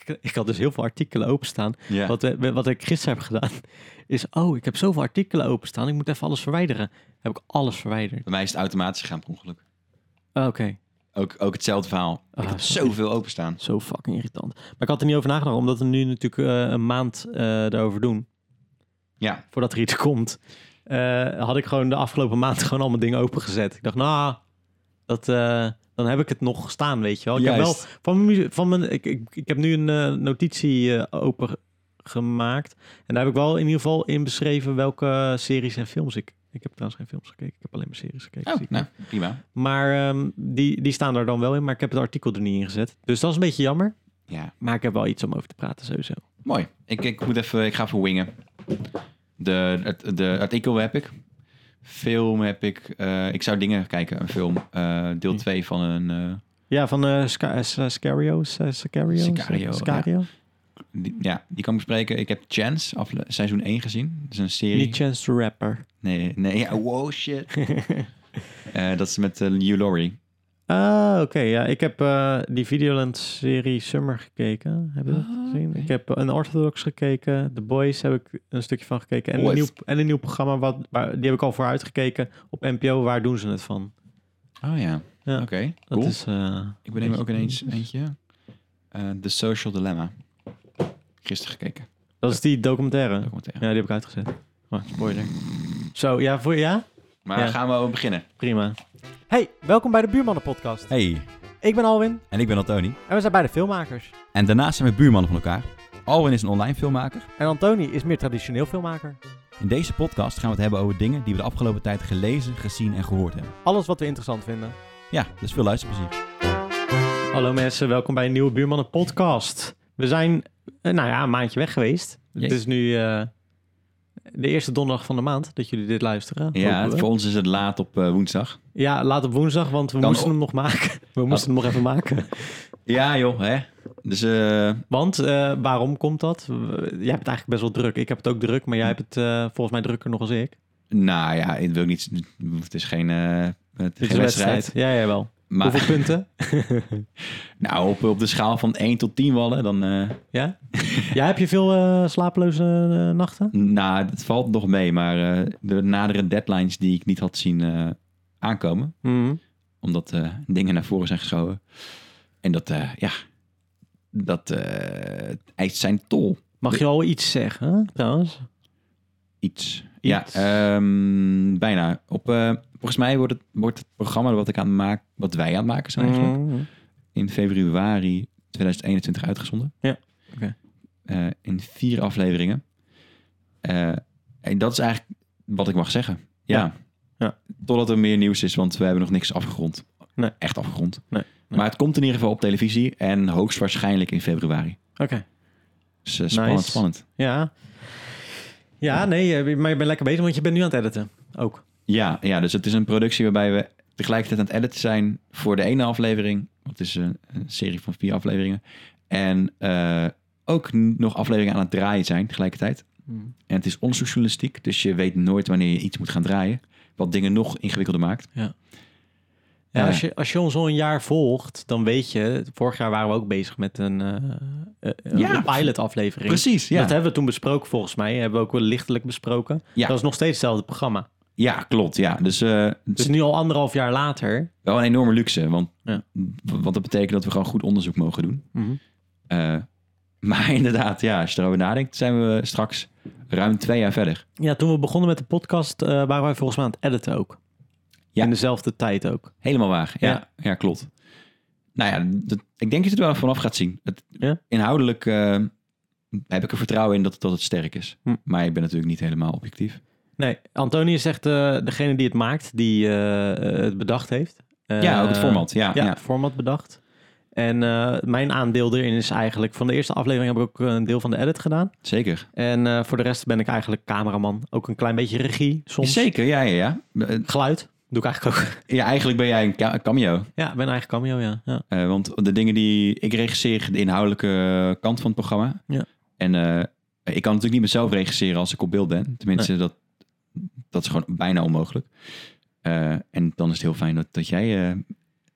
ik had dus heel veel artikelen openstaan. Ja. Wat ik gisteren heb gedaan, is... ik heb zoveel artikelen openstaan. Ik moet even alles verwijderen. Heb ik alles verwijderd. Bij mij is het automatisch gegaan per ongeluk. Oké. Ook hetzelfde verhaal. Ik heb zoveel openstaan. Zo fucking irritant. Maar ik had er niet over nagedacht, omdat we nu natuurlijk een maand erover doen. Ja. Voordat er iets komt. Had ik gewoon de afgelopen maand gewoon al mijn dingen opengezet. Ik dacht, dan heb ik het nog staan, weet je wel. Ik heb wel ik heb nu een notitie opengemaakt. En daar heb ik wel in ieder geval in beschreven welke series en films ik heb trouwens geen films gekeken. Ik heb alleen maar series gekeken. Oh, nou, prima. Maar die staan er dan wel in. Maar ik heb het artikel er niet in gezet. Dus dat is een beetje jammer. Ja. Maar ik heb wel iets om over te praten sowieso. Mooi. Ik ga even wingen. De artikel heb ik. Film heb ik. Ik zou dingen kijken. Een film. Deel 2 van een... van Sicario. Ja. Die kan ik bespreken. Ik heb Chance, seizoen 1 gezien. Dat is een serie. Niet Chance the Rapper. Nee. Ja, wow, shit. Dat is met Hugh Laurie. Oké. Ja, ik heb die Videoland-serie Summer gekeken. Heb je dat gezien? Ik heb een Orthodox gekeken. The Boys heb ik een stukje van gekeken. En een nieuw programma, die heb ik al vooruit gekeken op NPO. Waar doen ze het van? Oh ja. Oké, cool. Dat is, ik ben ook ineens eentje. The Social Dilemma. Gisteren gekeken. Dat is die documentaire. Ja, die heb ik uitgezet. Spoiler. Zo, ja? Maar gaan we beginnen? Prima. Hey, welkom bij de Buurmannen podcast. Hey, ik ben Alwin. en ik ben Antoni. En we zijn beide filmmakers. En daarnaast zijn we buurmannen van elkaar. Alwin is een online filmmaker. En Antoni is meer traditioneel filmmaker. In deze podcast gaan we het hebben over dingen die we de afgelopen tijd gelezen, gezien en gehoord hebben. Alles wat we interessant vinden. Ja, dus veel luisterplezier. Hallo mensen, welkom bij een nieuwe Buurmannen podcast. We zijn, een maandje weg geweest. Yes. Het is nu de eerste donderdag van de maand dat jullie dit luisteren. Ja, voor ons is het laat op woensdag. Ja, laat op woensdag, want we moesten hem nog maken. We moesten hem nog even maken. Ja joh, hè. Dus, Want, waarom komt dat? Jij hebt het eigenlijk best wel druk. Ik heb het ook druk, maar jij hebt het volgens mij drukker nog als ik. Nou ja, ik wil niet... Het is geen wedstrijd. Ja, jawel. Maar, hoeveel punten? Nou, op de schaal van 1 tot 10 wallen, dan... Ja? Ja, heb je veel slapeloze nachten? Nou, het valt nog mee, maar de nadere deadlines die ik niet had zien aankomen. Mm-hmm. Omdat dingen naar voren zijn geschoven. En dat eist zijn tol. Mag je al iets zeggen, trouwens? Iets. Ja, bijna. Volgens mij wordt het programma wat wij aan het maken zijn eigenlijk, in februari 2021 uitgezonden. Ja, oké. In 4 afleveringen. En dat is eigenlijk wat ik mag zeggen. Ja. Totdat er meer nieuws is, want we hebben nog niks afgerond. Nee. Echt afgerond. Nee. Maar het komt in ieder geval op televisie en hoogstwaarschijnlijk in februari. Oké. Dus spannend. Ja. Ja, nee, maar je bent lekker bezig, want je bent nu aan het editen. Ook. Ja, dus het is een productie waarbij we tegelijkertijd aan het editen zijn voor de ene aflevering. Het is een serie van 4 afleveringen. En ook nog afleveringen aan het draaien zijn tegelijkertijd. En het is onderzoeksjournalistiek, dus je weet nooit wanneer je iets moet gaan draaien. Wat dingen nog ingewikkelder maakt. Ja. Ja, als je ons al een jaar volgt, dan weet je... Vorig jaar waren we ook bezig met een pilot-aflevering. Precies, ja. Dat hebben we toen besproken volgens mij. Hebben we ook wel lichtelijk besproken. Ja. Dat is nog steeds hetzelfde programma. Ja, klopt. Ja. Dus het is nu al 1,5 jaar later. Wel een enorme luxe, want dat betekent dat we gewoon goed onderzoek mogen doen. Mm-hmm. Maar inderdaad, ja, als je erover nadenkt, zijn we straks ruim 2 jaar verder. Ja, toen we begonnen met de podcast waren wij volgens mij aan het editen ook. Ja. In dezelfde tijd ook. Helemaal waar, ja klopt. Nou ja, ik denk dat je het wel vanaf gaat zien. Inhoudelijk heb ik er vertrouwen in dat het sterk is. Maar ik ben natuurlijk niet helemaal objectief. Nee, Antoni is echt degene die het maakt, die het bedacht heeft. Ook het format. Ja, het format bedacht. En mijn aandeel erin is eigenlijk... Van de eerste aflevering heb ik ook een deel van de edit gedaan. Zeker. En voor de rest ben ik eigenlijk cameraman. Ook een klein beetje regie soms. Zeker, ja. Geluid doe ik eigenlijk ook. Ja, eigenlijk ben jij een cameo. Ja, ik ben eigen cameo, ja. Want de dingen die... Ik regisseer de inhoudelijke kant van het programma. Ja. En ik kan natuurlijk niet mezelf regisseren als ik op beeld ben. Tenminste, dat is gewoon bijna onmogelijk. En dan is het heel fijn dat jij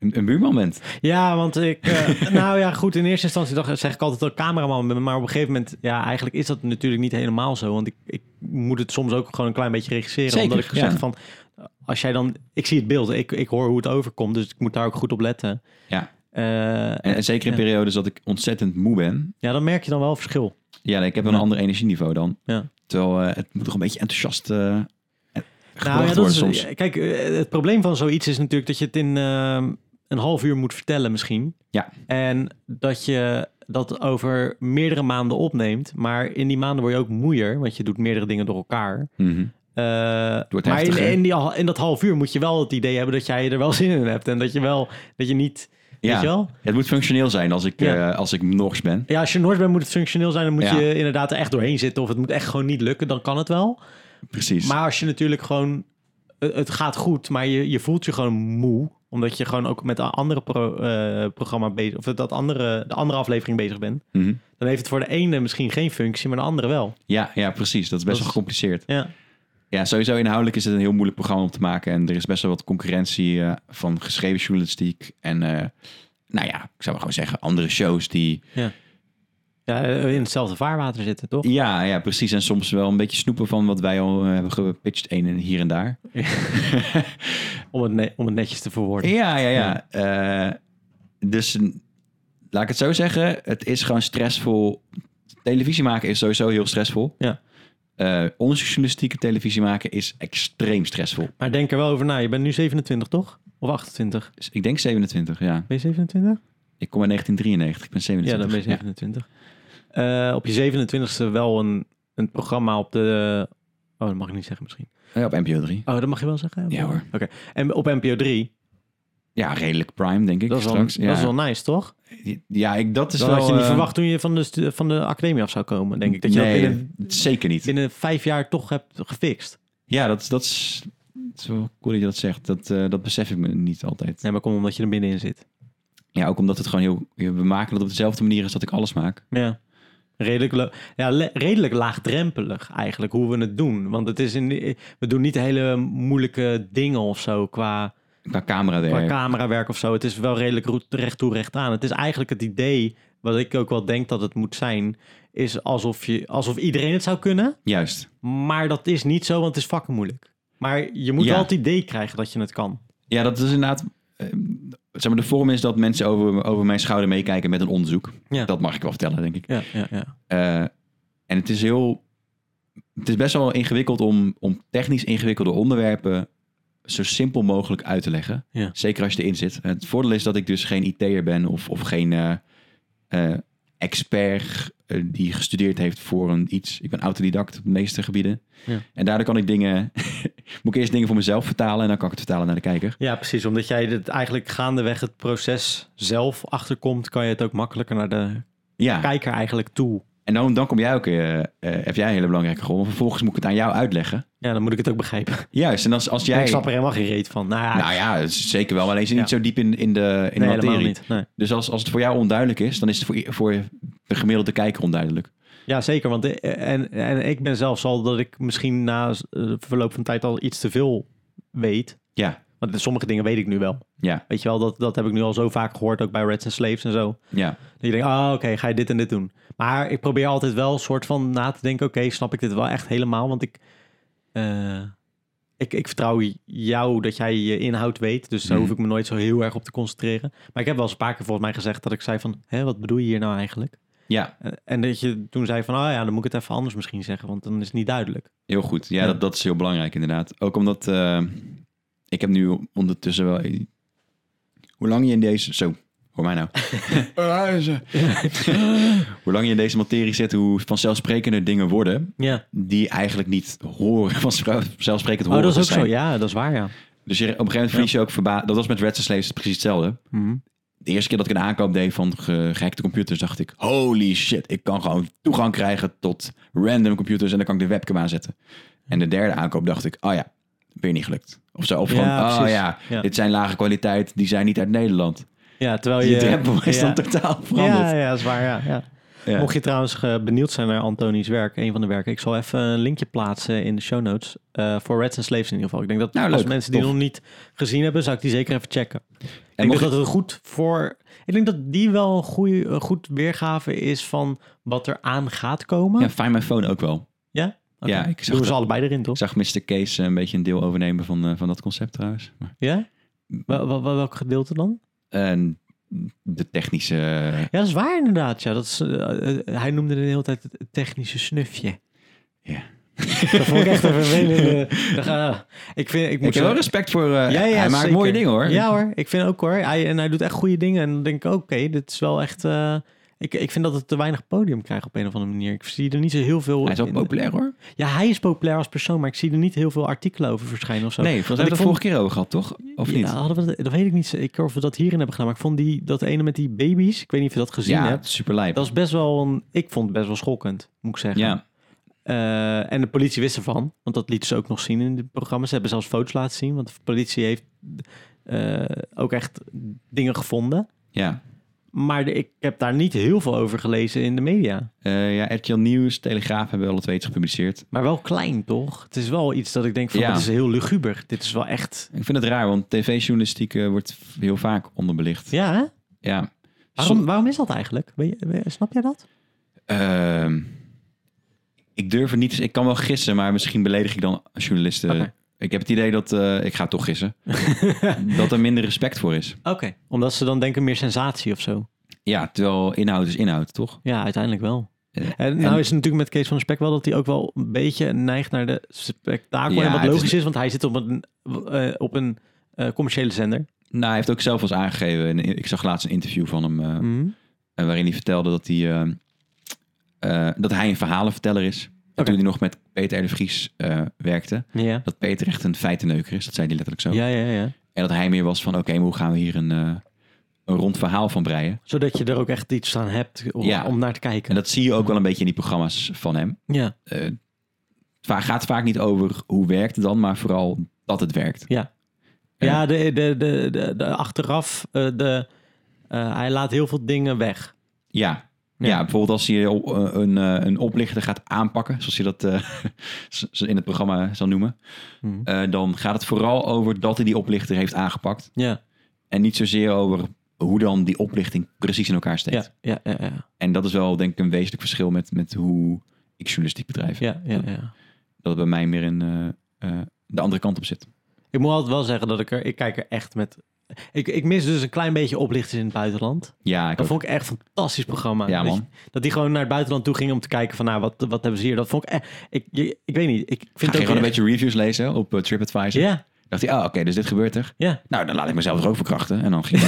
een buurman bent. Ja, want ik... nou ja, goed, in eerste instantie zeg ik altijd dat ik cameraman ben. Maar op een gegeven moment... Ja, eigenlijk is dat natuurlijk niet helemaal zo. Want ik moet het soms ook gewoon een klein beetje regisseren. Zeker, omdat ik zeg van... Als jij dan... Ik zie het beeld. Ik hoor hoe het overkomt. Dus ik moet daar ook goed op letten. Ja. En zeker in periodes dat ik ontzettend moe ben. Ja, dan merk je dan wel verschil. Ja, ik heb wel een ander energieniveau dan. Ja. Terwijl het moet toch een beetje enthousiast gebracht worden soms. Kijk, het probleem van zoiets is natuurlijk dat je het in een half uur moet vertellen misschien. Ja. En dat je dat over meerdere maanden opneemt. Maar in die maanden word je ook moeier, want je doet meerdere dingen door elkaar. Mm-hmm. Maar in dat half uur moet je wel het idee hebben dat jij er wel zin in hebt. En dat je niet... Ja, weet je wel? Het moet functioneel zijn als ik nors ben. Ja, als je nors bent moet het functioneel zijn. Dan moet je inderdaad er echt doorheen zitten. Of het moet echt gewoon niet lukken. Dan kan het wel. Precies. Maar als je natuurlijk gewoon... Het gaat goed, maar je voelt je gewoon moe. Omdat je gewoon ook met een andere programma bezig... Of de andere aflevering bezig bent. Mm-hmm. Dan heeft het voor de ene misschien geen functie, maar de andere wel. Ja, precies. Dat is best wel gecompliceerd. Ja. Ja, sowieso inhoudelijk is het een heel moeilijk programma om te maken. En er is best wel wat concurrentie van geschreven journalistiek. En nou ja, ik zou maar gewoon zeggen, andere shows die... Ja, in hetzelfde vaarwater zitten, toch? Ja, precies. En soms wel een beetje snoepen van wat wij al hebben gepitcht hier en daar. om het netjes te verwoorden. Ja. Dus laat ik het zo zeggen. Het is gewoon stressvol. Televisie maken is sowieso heel stressvol. Ja. Onze journalistieke televisie maken is extreem stressvol. Maar denk er wel over na. Je bent nu 27, toch? Of 28? Dus ik denk 27, ja. Ben je 27? Ik kom in 1993. Ik ben 27. Ja, dan ben je 27. Ja. Op je 27e wel een programma op de... Oh, dat mag ik niet zeggen misschien. Ja, op NPO 3. Oh, dat mag je wel zeggen? Ja hoor. Oké. En op NPO 3... Ja, redelijk prime, denk ik. Dat is straks. Dat is wel nice, toch? Ja, dat is dat wel... had je niet verwacht toen je van de academie af zou komen, denk ik. Dat je dat zeker niet. Binnen 5 jaar toch hebt gefixt. Ja, dat is wel cool dat je dat zegt. Dat besef ik me niet altijd. Nee, maar komt omdat je er binnenin zit. Ja, ook omdat het gewoon we maken het op dezelfde manier als dat ik alles maak. Ja. Redelijk laagdrempelig eigenlijk, hoe we het doen. Want het is we doen niet hele moeilijke dingen of zo qua camerawerk of zo. Het is wel redelijk recht toe, recht aan. Het is eigenlijk het idee, wat ik ook wel denk dat het moet zijn, is alsof iedereen het zou kunnen. Juist. Maar dat is niet zo, want het is fucking moeilijk. Maar je moet wel het idee krijgen dat je het kan. Ja, dat is inderdaad... zeg maar, de vorm is dat mensen over mijn schouder meekijken met een onderzoek. Ja. Dat mag ik wel vertellen, denk ik. Ja. En het is best wel ingewikkeld om technisch ingewikkelde onderwerpen zo simpel mogelijk uit te leggen. Ja. Zeker als je erin zit. Het voordeel is dat ik dus geen IT'er ben of geen expert die gestudeerd heeft voor iets. Ik ben autodidact op de meeste gebieden. Ja. En daardoor kan ik moet ik eerst dingen voor mezelf vertalen en dan kan ik het vertalen naar de kijker. Ja, precies. Omdat jij het eigenlijk gaandeweg het proces zelf achterkomt, kan je het ook makkelijker naar de kijker eigenlijk toe. En dan kom jij ook, heb jij een hele belangrijke rol. Vervolgens moet ik het aan jou uitleggen. Ja, dan moet ik het ook begrijpen. Juist, en als jij... Ik snap er helemaal geen reet van. Nou ja, zeker wel, maar alleen niet zo diep in de materie. Niet, nee. Dus als het voor jou onduidelijk is, dan is het voor de gemiddelde kijker onduidelijk. Ja, zeker. Want en ik ben zelfs al dat ik misschien na verloop van tijd al iets te veel weet. Ja. Want sommige dingen weet ik nu wel. Ja. Weet je wel, dat heb ik nu al zo vaak gehoord, ook bij Reds and Slaves en zo. Ja. Dat je denkt, oké, ga je dit en dit doen. Maar ik probeer altijd wel een soort van na te denken, oké, snap ik dit wel echt helemaal? Want ik vertrouw jou dat jij je inhoud weet. Dus daar hoef ik me nooit zo heel erg op te concentreren. Maar ik heb wel eens een paar keer volgens mij gezegd dat ik zei van, wat bedoel je hier nou eigenlijk? Ja. En dat je toen zei van, dan moet ik het even anders misschien zeggen, want dan is het niet duidelijk. Heel goed. Ja. Dat is heel belangrijk inderdaad. Ook omdat ik heb nu ondertussen wel... Hoe lang je in deze... Zo, hoor mij nou. Hoe lang je in deze materie zit, hoe vanzelfsprekender dingen worden. Ja. Die eigenlijk niet horen, vanzelfsprekend horen. Dat is ook zo. Ja, dat is waar, ja. Dus op een gegeven moment verlies je ook verbaasd. Dat was met Reds and Slaves precies hetzelfde. Mm-hmm. De eerste keer dat ik een aankoop deed van gehackte computers, dacht ik, holy shit, ik kan gewoon toegang krijgen tot random computers en dan kan ik de webcam aanzetten. En de derde aankoop dacht ik, weer niet gelukt. Of zo, of dit zijn lage kwaliteit, die zijn niet uit Nederland. Ja, terwijl je... Die drempel is dan totaal veranderd. Ja, dat is waar, ja. Ja. Mocht je trouwens benieuwd zijn naar Antoni's werk, een van de werken, ik zal even een linkje plaatsen in de show notes voor Rats and Slaves in ieder geval. Ik denk dat als leuk, mensen die tof. nog niet gezien hebben, zou ik die zeker even checken. Ik denk dat die wel een goed weergave is van wat er aan gaat komen. Ja, Find My Phone ook wel. Ja? Okay. Ja, ik zag doen ze allebei erin, toch? Ik zag Mr. Case een beetje een deel overnemen van dat concept trouwens. Maar... Ja? Welk gedeelte dan? De technische... Ja, dat is waar inderdaad. Ja. Dat is, hij noemde de hele tijd het technische snufje. Ja. Dat vond ik echt een vervelende... Ik heb wel respect voor... hij maakt mooie dingen hoor. Ja hoor, ik vind ook hoor. Hij doet echt goede dingen. En dan denk ik, oké, dit is wel echt... Ik vind dat het te weinig podium krijgt op een of andere manier. Ik zie er niet zo heel veel... Hij is wel populair hoor. Ja, hij is populair als persoon, maar ik zie er niet heel veel artikelen over verschijnen of zo. Nee, volgens mij hebben we het vorige keer over gehad, toch? Of niet? Ja, dat weet ik niet. Ik weet of we dat hierin hebben gedaan. Maar ik vond dat ene met die baby's, ik weet niet of je dat gezien hebt. Ja, super lijp. Dat is best wel ik vond het best wel schokkend, moet ik zeggen. Ja. En de politie wist ervan, want dat lieten ze ook nog zien in de programma's. Ze hebben zelfs foto's laten zien, want de politie heeft ook echt dingen gevonden. Ja. Maar ik heb daar niet heel veel over gelezen in de media. RTL Nieuws, Telegraaf hebben alle twee iets gepubliceerd. Maar wel klein, toch? Het is wel iets dat ik denk van, dit is heel luguber. Dit is wel echt... Ik vind het raar, want tv-journalistiek wordt heel vaak onderbelicht. Ja, hè? Ja. Waarom is dat eigenlijk? Snap jij dat? Ik durf het niet... Ik kan wel gissen, maar misschien beledig ik dan journalisten... Okay. Ik heb het idee dat... ik ga toch gissen. dat er minder respect voor is. Oké, omdat ze dan denken meer sensatie of zo. Ja, terwijl inhoud is inhoud, toch? Ja, uiteindelijk wel. En nou is het natuurlijk met Kees van der Spek wel dat hij ook wel een beetje neigt naar de spektakel. En wat logisch is, want hij zit op een commerciële zender. Nou, hij heeft ook zelf eens aangegeven. Ik zag laatst een interview van hem... waarin hij vertelde dat hij een verhalenverteller is. En toen hij nog met Peter R. de Vries werkte. Ja. Dat Peter echt een feitenneuker is. Dat zei hij letterlijk zo. Ja. En dat hij meer was van... Oké, maar hoe gaan we hier een rond verhaal van breien? Zodat je er ook echt iets aan hebt om naar te kijken. En dat zie je ook wel een beetje in die programma's van hem. Ja. Het gaat vaak niet over hoe werkt het dan... maar vooral dat het werkt. Ja. Ja, de achteraf... hij laat heel veel dingen weg. Ja, bijvoorbeeld als hij een oplichter gaat aanpakken, zoals je dat in het programma zal noemen, dan gaat het vooral over dat hij die oplichter heeft aangepakt. Ja. En niet zozeer over hoe dan die oplichting precies in elkaar steekt. Ja. En dat is wel denk ik een wezenlijk verschil met hoe ik journalistiek bedrijf. Ja. Dat het bij mij meer in de andere kant op zit. Ik moet altijd wel zeggen dat ik kijk er echt met... Ik mis dus een klein beetje oplichters in het buitenland. Ja, dat vond ik echt een fantastisch programma. Ja, man. Dat die gewoon naar het buitenland toe ging om te kijken van wat hebben ze hier. Dat vond ik echt... Ik weet niet. Ik vind Ga je gewoon een beetje reviews lezen op TripAdvisor? Ja. Dacht hij, oké, dus dit gebeurt er. Ja. Nou, dan laat ik mezelf er ook verkrachten. En dan ging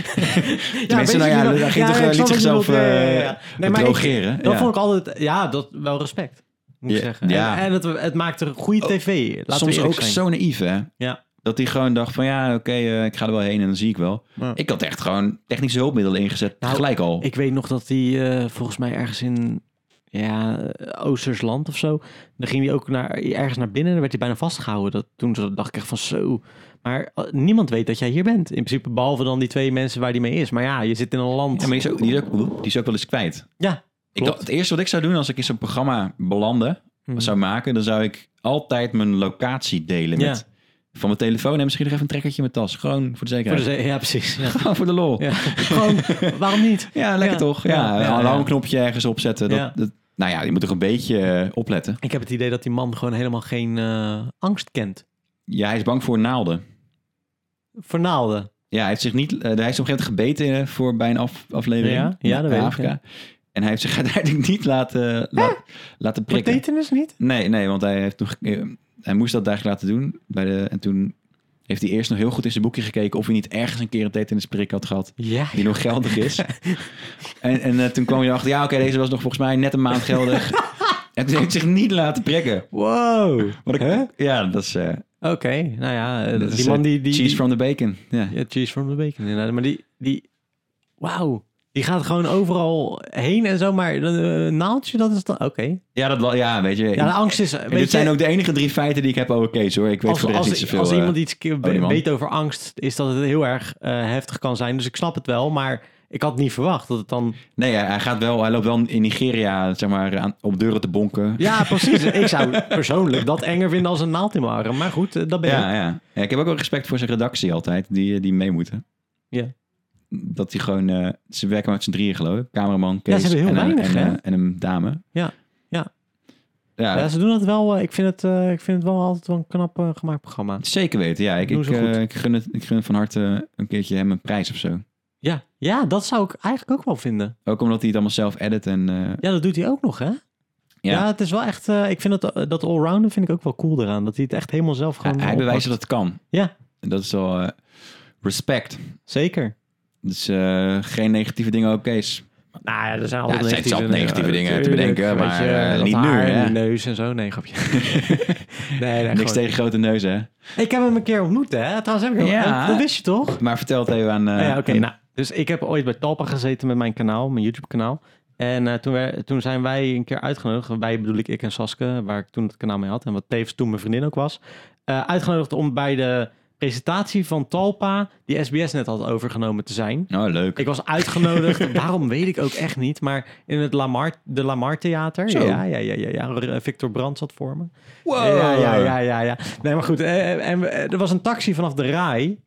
hij... liet zichzelf drogeren. Dat vond ik altijd... Ja, dat wel respect, moet ik zeggen. Ja. En het maakte goede tv. Soms ook zo naïef, hè? Ja. Dat hij gewoon dacht van ik ga er wel heen en dan zie ik wel. Ja. Ik had echt gewoon technische hulpmiddelen ingezet, gelijk al. Ik weet nog dat hij volgens mij ergens in Oostersland of zo, dan ging hij ook ergens naar binnen en dan werd hij bijna vastgehouden. Toen dacht ik echt van zo. Maar niemand weet dat jij hier bent. In principe behalve dan die 2 mensen waar hij mee is. Maar ja, je zit in een land. Ja, maar die is ook wel eens kwijt. Ja, het eerste wat ik zou doen als ik in zo'n programma belandde, zou maken, dan zou ik altijd mijn locatie delen met... Van mijn telefoon en misschien nog even een trekkertje in mijn tas. Gewoon voor de zekerheid. Ja, precies. Ja. Gewoon voor de lol. Ja. Gewoon, waarom niet? Ja, lekker toch? Een alarmknopje ergens opzetten. Nou ja, je moet toch een beetje opletten. Ik heb het idee dat die man gewoon helemaal geen angst kent. Ja, hij is bang voor naalden. Voor naalden? Ja, hij heeft zich niet... hij is op een gegeven moment gebeten bij een aflevering. Ja, dat weet Afrika. ik. En hij heeft zich uiteindelijk niet laten prikken. Voor tetanus niet? Nee, want hij heeft nog... Hij moest dat eigenlijk laten doen. En toen heeft hij eerst nog heel goed in zijn boekje gekeken... of hij niet ergens een keer een tetanusprik had gehad... die nog geldig is. en toen kwam hij erachter... deze was nog volgens mij net een maand geldig. En toen heeft hij zich niet laten prikken. Wow. Ja, dat is... Oké, nou ja... die is, man die... Cheese from the bacon. Ja, cheese from the bacon. Inderdaad. Maar die wauw. Die gaat gewoon overal heen en zo, maar een naaldje, dat is dan... Oké. Ja, dat wel. Ja, weet je. Ja, de angst is... Dit zijn ook de enige 3 feiten die ik heb over Kees, hoor. Ik weet voor de rest niet zoveel. Als iemand iets weet over angst, is dat het heel erg heftig kan zijn. Dus ik snap het wel, maar ik had niet verwacht dat het dan... Nee, hij loopt wel in Nigeria, zeg maar, op deuren te bonken. Ja, precies. Ik zou persoonlijk dat enger vinden als een naald in mijn arm. Maar goed, dat ben ik. Ja, ik heb ook wel respect voor zijn redactie altijd, die mee moeten. Ja. Dat hij gewoon... ze werken met z'n drieën, geloof ik. Cameraman, Kees ze hebben heel weinig, en een dame. Ja. Ja, Ze doen het wel. Ik vind het wel altijd wel een knap gemaakt programma. zeker weten, ja. Ik gun van harte een keertje hem een prijs of zo. Ja, dat zou ik eigenlijk ook wel vinden. Ook omdat hij het allemaal zelf edit en... Ja, dat doet hij ook nog, hè? Ja, het is wel echt... ik vind dat allrounder vind ik ook wel cool eraan. Dat hij het echt helemaal zelf gewoon... hij bewijst dat het kan. Ja. En dat is wel respect. Zeker. Dus geen negatieve dingen ook, Kees. Nou ja, er zijn altijd negatieve dingen te bedenken, maar niet nu. Hè? Die neus en zo. Nee, grapje. nee, Niks gewoon... tegen grote neuzen, hè? Ik heb hem een keer ontmoet, hè? Trouwens heb ik hem... Dat wist je toch? Maar vertel het even aan... Oké. Nou, dus ik heb ooit bij Talpa gezeten met mijn kanaal, mijn YouTube-kanaal. En toen zijn wij een keer uitgenodigd. Wij bedoel ik en Saske, waar ik toen het kanaal mee had. En wat tevens toen mijn vriendin ook was. Uitgenodigd om bij de presentatie van Talpa, die SBS net had overgenomen te zijn. Oh, leuk. Ik was uitgenodigd, waarom weet ik ook echt niet, maar in het de Lamar Theater. Zo. Ja. Victor Brandt zat voor me. Wow. Ja. Nee, maar goed. Er was een taxi vanaf de RAI.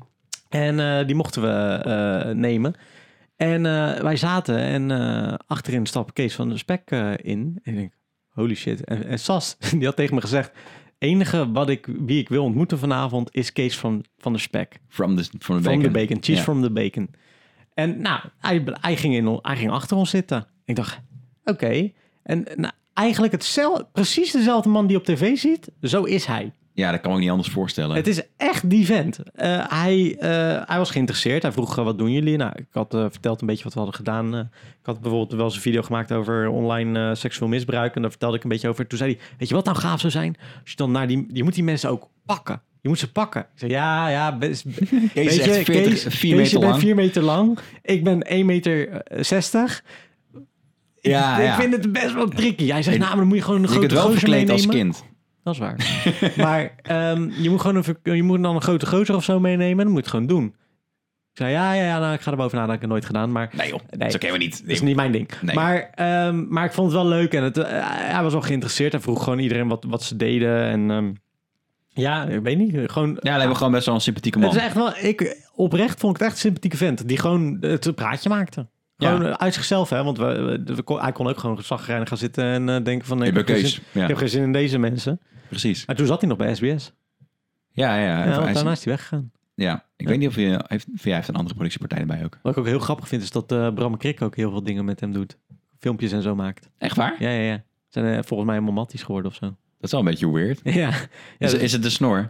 En die mochten we nemen. En wij zaten en achterin stapte Kees van der Spek in. En ik denk, holy shit. En Sas, die had tegen me gezegd, enige wie ik wil ontmoeten vanavond is Kees van der Spek. From the bacon. Cheese from the bacon. En nou, hij ging achter ons zitten. Ik dacht, oké. En nou, eigenlijk precies dezelfde man die op tv ziet, zo is hij. Ja, dat kan ik me niet anders voorstellen. Het is echt die vent. Hij was geïnteresseerd. Hij vroeg, wat doen jullie? Nou, ik had verteld een beetje wat we hadden gedaan. Ik had bijvoorbeeld wel eens een video gemaakt over online seksueel misbruik. En daar vertelde ik een beetje over. Toen zei hij, weet je wat nou gaaf zou zijn? Als je dan naar je moet die mensen ook pakken. Je moet ze pakken. Ik zei, ja. Kees is echt 4 meter lang. 4 meter lang. Ik ben 1,60 meter. Ik vind het best wel tricky. Hij zegt, maar dan moet je gewoon een grote gozer meenemen. Als kind. Dat is waar. Maar je moet dan een grote gozer of zo meenemen. Dan moet je het gewoon doen. Ik zei, nou, ik ga er bovenaan. Dat heb ik nog nooit gedaan. Maar, nee joh, dat is oké, maar niet. Dat is niet mijn ding. Nee. Maar ik vond het wel leuk. En hij was wel geïnteresseerd. Hij vroeg gewoon iedereen wat ze deden. En ik weet niet. Gewoon, ja, lijkt me gewoon best wel een sympathieke man. Het is echt wel, oprecht vond ik het echt een sympathieke vent. Die gewoon het praatje maakte. Gewoon uit zichzelf, hè? Want hij kon ook gewoon zagrijnig gaan zitten en denken van... Ik heb geen zin in deze mensen. Precies. Maar toen zat hij nog bij SBS. Ja. Want daarna is hij weggegaan. Ja, ik weet niet of hij heeft een andere productiepartij erbij ook. Wat ik ook heel grappig vind, is dat Bram Krik ook heel veel dingen met hem doet. Filmpjes en zo maakt. Echt waar? Ja. Zijn volgens mij helemaal matties geworden of zo. Dat is wel een beetje weird. Ja. Is het de snor?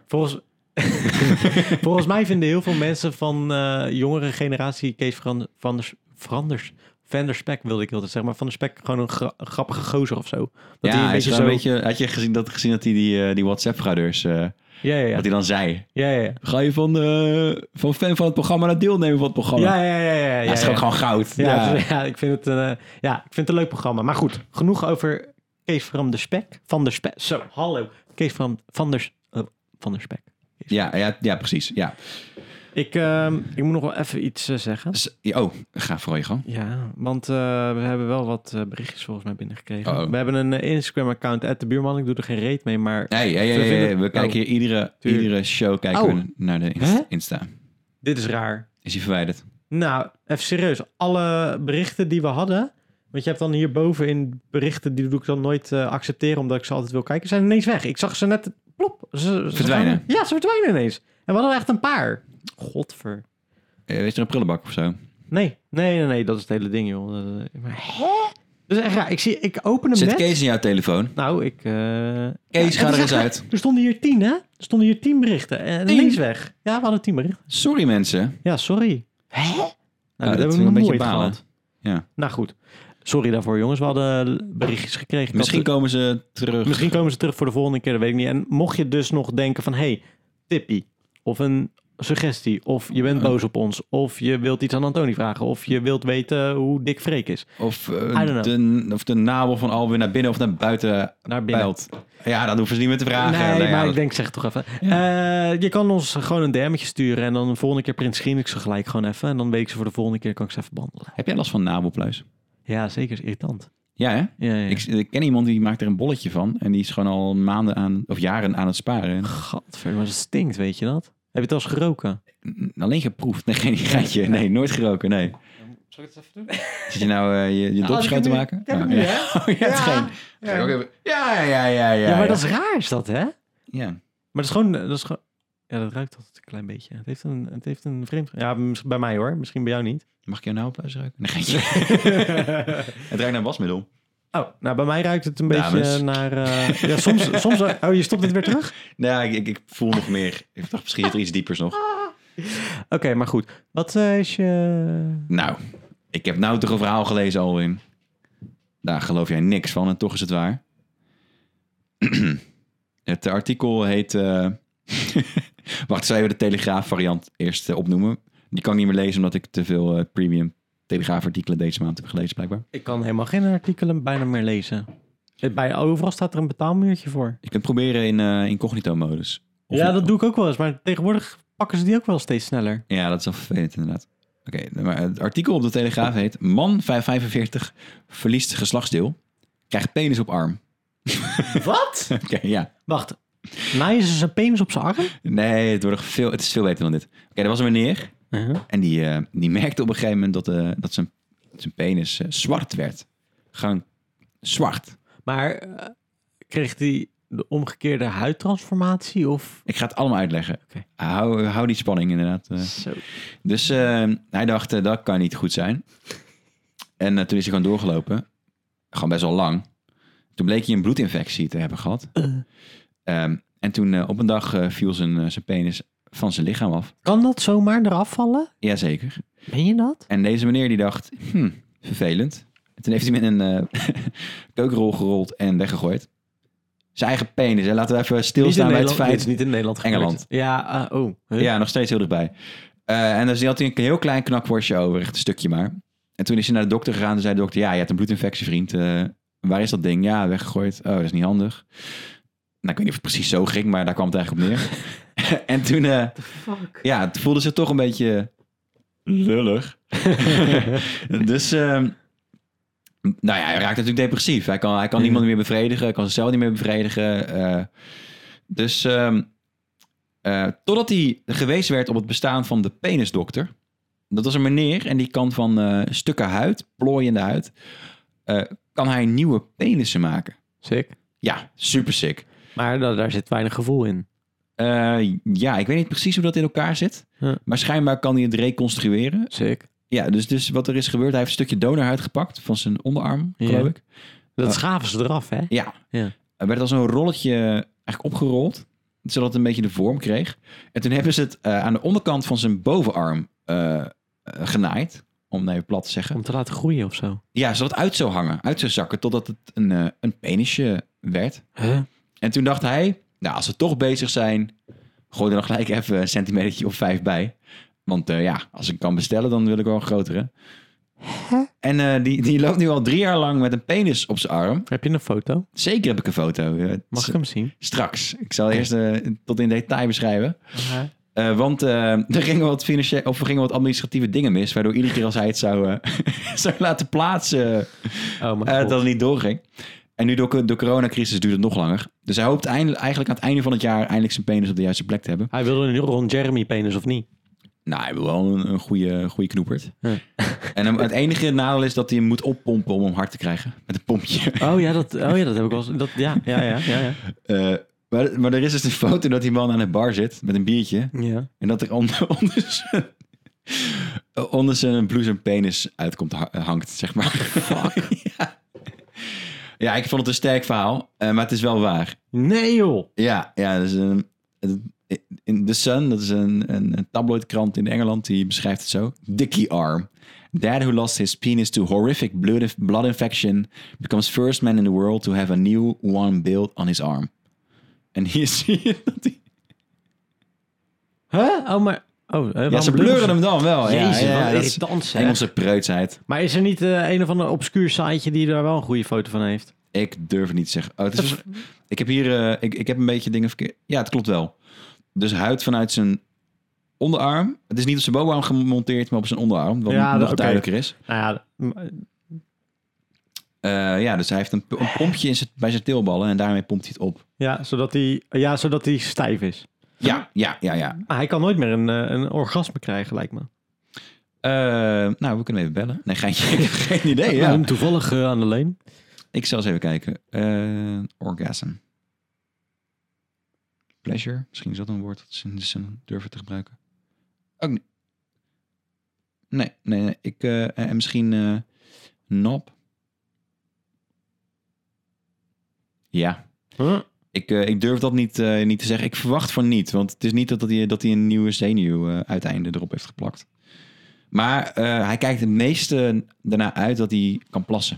Volgens mij vinden heel veel mensen van jongere generatie Kees van der Spek wilde ik altijd zeggen, maar Van der Spek gewoon een grappige gozer of zo. Dat hij is een beetje. Had je gezien dat hij die WhatsApp-fraudeurs... Ja. Wat hij dan zei. Ja. Ga je van fan van het programma naar deelnemer van het programma? Ja. Dat is gewoon goud. Ja, ik vind het een leuk programma. Maar goed, genoeg over Kees van der Spek. Zo, hallo. Kees van der Spek. Ja, precies. Ja. Ik moet nog wel even iets zeggen. Ga voor je gang. Ja, want we hebben wel wat berichtjes volgens mij binnengekregen. Oh. We hebben een Instagram-account @debuurman. Ik doe er geen reet mee, maar... We kijken hier iedere show we naar de Insta. Dit is raar. Is hij verwijderd? Nou, even serieus. Alle berichten die we hadden... Want je hebt dan hierboven in berichten... die doe ik dan nooit accepteren... omdat ik ze altijd wil kijken... zijn ineens weg. Ik zag ze net... Plop. Verdwijnen? Ze verdwijnen ineens. En we hadden echt een paar... Godver. Is er een prullenbak of zo? Nee, dat is het hele ding, joh. Dus echt raar. Ik open hem net. Zit Kees in jouw telefoon? Nou, Kees, ga er eens uit. Er stonden hier 10, hè? Er stonden hier 10 berichten. En ineens weg. Ja, we hadden 10 berichten. Sorry, mensen. Ja, sorry. Nou, dat hebben we een nog beetje nooit balen. gehad. Ja. Nou goed. Sorry daarvoor, jongens. We hadden berichtjes gekregen. Misschien komen ze terug. Misschien komen ze terug voor de volgende keer, dat weet ik niet. En mocht je dus nog denken van... Hey, tippie. Of een suggestie. Of je bent boos op ons. Of je wilt iets aan Antonie vragen. Of je wilt weten hoe dik Freek is. Of de nabel van Alwin naar binnen of naar buiten built. Ja, dat hoeven ze niet meer te vragen. Nee, maar ik denk, zeg toch even. Ja. Je kan ons gewoon een DM'tje sturen. En dan de volgende keer print screen ik ze gelijk gewoon even. En dan weet ik ze voor de volgende keer kan ik ze even behandelen. Heb jij last van nabelpluis? Ja, zeker. Is irritant. Ja, hè? Ja. Ik ken iemand die maakt er een bolletje van. En die is gewoon al maanden of jaren aan het sparen. Gadver, maar dat stinkt, weet je dat? Heb je het al eens geroken? Alleen geproefd. Nee, geen geitje. Nee, nooit geroken, nee. Zal ik het even doen? Zit je nou je dop schoon te maken? Ik heb het nu, hè? Oh, je hebt geen... Ja, maar dat is raar is dat, hè? Ja. Maar dat is gewoon... Ja, dat ruikt altijd een klein beetje. Het heeft een vreemd... Ja, bij mij hoor. Misschien bij jou niet. Mag ik jouw nabelpluis ruiken? Nee, geitje. Het ruikt naar wasmiddel. Oh, nou bij mij ruikt het een beetje naar... ja, soms... Oh, je stopt het weer terug? Nee, ik voel nog meer. Ik dacht misschien er iets diepers nog. Oké, maar goed. Wat is je... Nou, ik heb nou toch een verhaal gelezen, Alwin. Daar geloof jij niks van en toch is het waar. Het artikel heet... Wacht, zou je de Telegraaf variant eerst opnoemen? Die kan ik niet meer lezen omdat ik te veel premium Telegraaf artikelen deze maand heb gelezen blijkbaar. Ik kan helemaal geen artikelen bijna meer lezen. Bij overal staat er een betaalmuurtje voor. Je kunt proberen in incognito modus. Ja, dat doe ik ook wel eens. Maar tegenwoordig pakken ze die ook wel steeds sneller. Ja, dat is wel vervelend inderdaad. Oké, maar het artikel op de Telegraaf heet... Man 45 verliest geslachtsdeel, krijgt penis op arm. Wat? Oké, ja. Wacht, naaien ze zijn penis op zijn arm? Nee, het is veel beter dan dit. Oké, er was een meneer... En die merkte op een gegeven moment dat zijn penis zwart werd. Gewoon zwart. Maar kreeg hij de omgekeerde huidtransformatie? Of? Ik ga het allemaal uitleggen. Okay. Hou die spanning inderdaad. Zo. Dus hij dacht, dat kan niet goed zijn. En toen is hij gewoon doorgelopen. Gewoon best wel lang. Toen bleek hij een bloedinfectie te hebben gehad. En toen op een dag viel zijn penis van zijn lichaam af. Kan dat zomaar eraf vallen? Jazeker. Ben je dat? En deze meneer die dacht, vervelend. En toen heeft hij met een keukenrol gerold en weggegooid. Zijn eigen penis. Hè? Laten we even stilstaan bij het feit. Dit is niet in Nederland gebeurd. Engeland. Ja, Ja, nog steeds heel dichtbij. En dus had hij een heel klein knakworstje over, echt een stukje maar. En toen is hij naar de dokter gegaan en zei de dokter, ja, je hebt een bloedinfectie, vriend. Waar is dat ding? Ja, weggegooid. Oh, dat is niet handig. Nou, ik weet niet of het precies zo ging, maar daar kwam het eigenlijk op neer. En toen, ja, het voelde zich toch een beetje lullig. Dus, nou ja, hij raakt natuurlijk depressief. Hij kan niemand meer bevredigen, hij kan zichzelf niet meer bevredigen. Totdat hij gewezen werd op het bestaan van de penisdokter. Dat was een meneer en die kan van stukken huid, plooiende huid, kan hij nieuwe penissen maken. Sick. Ja, super sick. Maar daar zit weinig gevoel in. Ja, ik weet niet precies hoe dat in elkaar zit. Maar schijnbaar kan hij het reconstrueren. Sick. Ja, dus wat er is gebeurd, hij heeft een stukje donorhuid gepakt van zijn onderarm, geloof ik. Dat schaven ze eraf, hè? Ja. Er werd als een rolletje eigenlijk opgerold, zodat het een beetje de vorm kreeg. En toen hebben ze het aan de onderkant van zijn bovenarm genaaid, om het even plat te zeggen. Om te laten groeien of zo? Ja, zodat het uit zou hangen, uit zou zakken, totdat het een penisje werd. Huh? En toen dacht hij, nou, als we toch bezig zijn, gooi er nog gelijk even een centimetertje of 5 bij. Want ja, als ik kan bestellen, dan wil ik wel een grotere. En die loopt nu al 3 jaar lang met een penis op zijn arm. Heb je een foto? Zeker heb ik een foto. Mag ik hem zien? Straks. Ik zal eerst tot in detail beschrijven. Want er gingen wat administratieve dingen mis, waardoor iedere keer als hij het zou laten plaatsen, dat het niet doorging. En nu door de coronacrisis duurt het nog langer. Dus hij hoopt eigenlijk aan het einde van het jaar eindelijk zijn penis op de juiste plek te hebben. Hij wilde een Ron Jeremy penis of niet? Nou, hij wil wel een goede knoepert. En het enige nadeel is dat hij hem moet oppompen om hem hard te krijgen. Met een pompje. Oh ja, dat heb ik wel eens. Ja. Maar er is dus een foto dat die man aan de bar zit met een biertje. Ja. En dat er onder zijn blouse een penis uitkomt, hangt, zeg maar. Fuck. Ja, ik vond het een sterk verhaal, maar het is wel waar. Nee joh. Ja, dus in The Sun, dat is een tabloidkrant in Engeland, die beschrijft het zo. Dickie Arm. Dad who lost his penis to horrific blood infection becomes first man in the world to have a new one built on his arm. En hier zie je dat hij... Huh? Oh, maar... Ja, ze blurren hem dan wel. Jezus, ja, wat dat is irritant zeg. Engelse preutsheid. Maar is er niet een of ander obscuur siteje die daar wel een goede foto van heeft? Ik durf het niet te zeggen. Oh, het is, ik heb hier... ik heb een beetje dingen verkeerd... Ja, het klopt wel. Dus huid vanuit zijn onderarm. Het is niet op zijn bovenarm gemonteerd, maar op zijn onderarm. Wat nog duidelijker is. Nou ja, dus hij heeft een pompje bij zijn teelballen en daarmee pompt hij het op. zodat hij stijf is. Ja. Maar hij kan nooit meer een orgasme krijgen, lijkt me. Nou, we kunnen even bellen. Nee, geen idee. Ja. Toevallig aan de lijn. Ik zal eens even kijken. Orgasm. Pleasure. Misschien is dat een woord dat ze in de zin durven te gebruiken. Ook niet. Nee. En misschien knob. Ja. Huh? Ik durf dat niet te zeggen. Ik verwacht van niet. Want het is niet dat hij een nieuwe zenuw uiteinde erop heeft geplakt. Maar hij kijkt het meeste daarna uit dat hij kan plassen.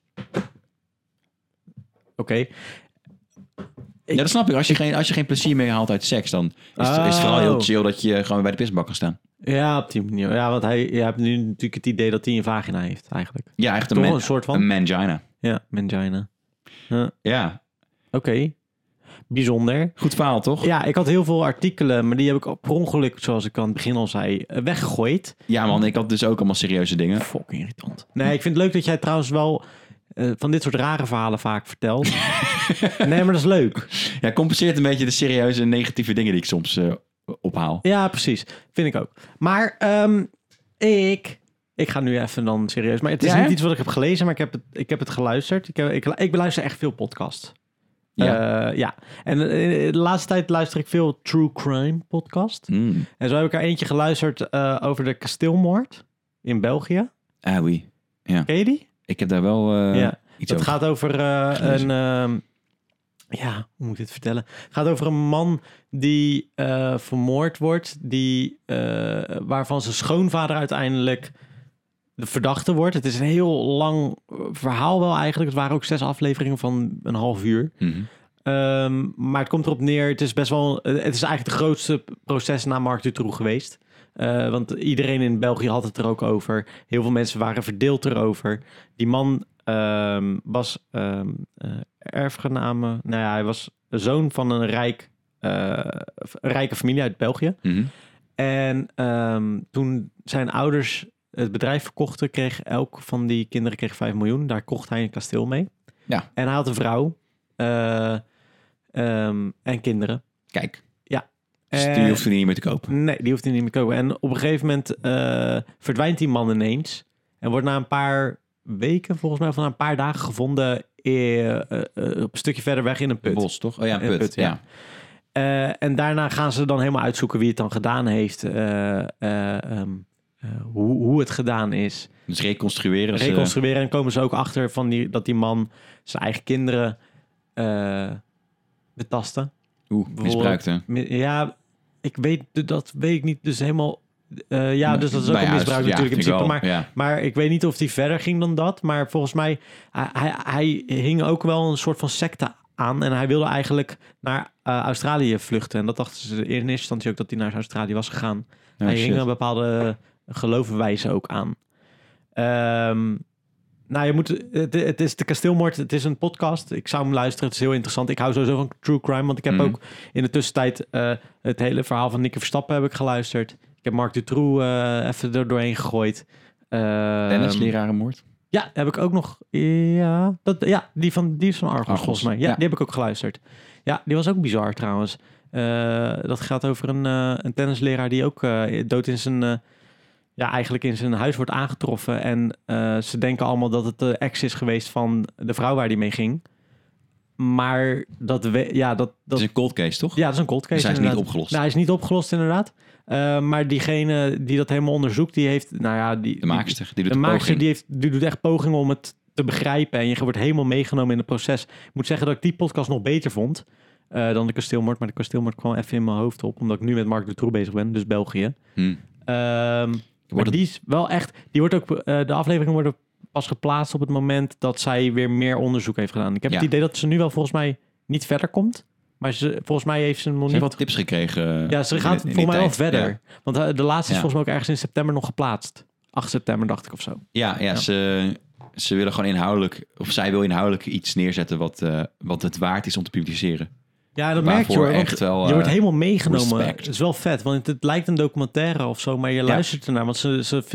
Oké. Ja, dat snap ik. Als je geen plezier meer haalt uit seks, dan is het vooral heel chill dat je gewoon bij de pisbak kan staan. Ja, op die manier. Ja, want je hebt nu natuurlijk het idee dat hij een vagina heeft, eigenlijk. Ja, echt een soort van. Een mangina. Ja, mangina. Ja. Oké. Bijzonder. Goed verhaal, toch? Ja, ik had heel veel artikelen, maar die heb ik per ongeluk, zoals ik aan het begin al zei, weggegooid. Ja man, ik had dus ook allemaal serieuze dingen. Fucking irritant. Nee, ik vind het leuk dat jij trouwens wel van dit soort rare verhalen vaak vertelt. Nee, maar dat is leuk. Ja, compenseert een beetje de serieuze negatieve dingen die ik soms ophaal. Ja, precies. Vind ik ook. Maar ik ga nu even dan serieus. Maar het is niet iets wat ik heb gelezen, maar ik heb het geluisterd. Ik beluister echt veel podcasts. Ja. En de laatste tijd luister ik veel true crime podcast. En zo heb ik er eentje geluisterd over de kasteelmoord in België. Ah, oui. Ja. Ken je die? Ik heb daar wel iets dat over. gaat over hoe moet ik dit vertellen? Het gaat over een man die vermoord wordt, waarvan zijn schoonvader uiteindelijk de verdachte wordt. Het is een heel lang verhaal wel eigenlijk. Het waren ook 6 afleveringen van een half uur. Mm-hmm. Maar het komt erop neer, het is eigenlijk het grootste proces na Marc Dutroux geweest. Want iedereen in België had het er ook over. Heel veel mensen waren verdeeld erover. Die man was erfgename. Nou ja, hij was zoon van een rijke familie uit België. Mm-hmm. En toen zijn ouders het bedrijf verkochten, kreeg elk van die kinderen 5 miljoen. Daar kocht hij een kasteel mee. Ja. En hij had een vrouw en kinderen. Kijk. Ja. Dus die hoeft hij niet meer te kopen. Nee, die hoeft hij niet meer te kopen. En op een gegeven moment verdwijnt die man ineens. En wordt na een paar weken, volgens mij, of na een paar dagen gevonden op een stukje verder weg in een put. Bos, toch? Oh ja, een put. Ja. En daarna gaan ze dan helemaal uitzoeken wie het dan gedaan heeft. Hoe het gedaan is. Dus reconstrueren. Reconstrueren en komen ze ook achter dat die man zijn eigen kinderen betastte. Misbruikte. Ja, dat weet ik niet. Dus helemaal... dus dat is ook een misbruik natuurlijk in principe. Maar ik weet niet of hij verder ging dan dat. Maar volgens mij, hij hing ook wel een soort van secte aan. En hij wilde eigenlijk naar Australië vluchten. En dat dachten ze in eerste instantie ook dat hij naar Australië was gegaan. Hij hing een bepaalde geloofwijze ook aan. Het is de kasteelmoord. Het is een podcast. Ik zou hem luisteren. Het is heel interessant. Ik hou sowieso van true crime. Want ik heb ook in de tussentijd het hele verhaal van Nicky Verstappen heb ik geluisterd. Ik heb Marc Dutroux even er doorheen gegooid. Tennislerarenmoord? Ja, heb ik ook nog. Ja, die is van Argos volgens mij. Ja, die heb ik ook geluisterd. Ja, die was ook bizar trouwens. Dat gaat over een tennisleraar die ook dood in zijn... eigenlijk in zijn huis wordt aangetroffen. En ze denken allemaal dat het de ex is geweest van de vrouw waar hij mee ging. Maar dat is een cold case, toch? Ja, dat is een cold case. Dus hij is niet opgelost. Nou, hij is niet opgelost, inderdaad. Maar diegene die dat helemaal onderzoekt, die heeft... de maakster, die doet echt pogingen om het te begrijpen. En je wordt helemaal meegenomen in het proces. Ik moet zeggen dat ik die podcast nog beter vond dan de kasteelmoord. Maar de kasteelmoord kwam even in mijn hoofd op. Omdat ik nu met Marc Dutroux bezig ben, dus België. Maar die is wel echt... Die wordt ook, de afleveringen worden pas geplaatst op het moment dat zij weer meer onderzoek heeft gedaan. Ik heb het idee dat ze nu wel volgens mij niet verder komt. Maar volgens mij heeft ze hem nog Ze niet... heeft wat tips gekregen. Ja, ze gaat in die volgens mij wel tijd. verder. Ja. Want de laatste is volgens mij ook ergens in september nog geplaatst. 8 september dacht ik of zo. Ja. Ze willen gewoon inhoudelijk... Of zij wil inhoudelijk iets neerzetten wat het waard is om te publiceren. Ja, dat merk je hoor. Echt wel, je wordt helemaal meegenomen. respect. Het is wel vet, want het lijkt een documentaire of zo, maar je luistert ernaar. Want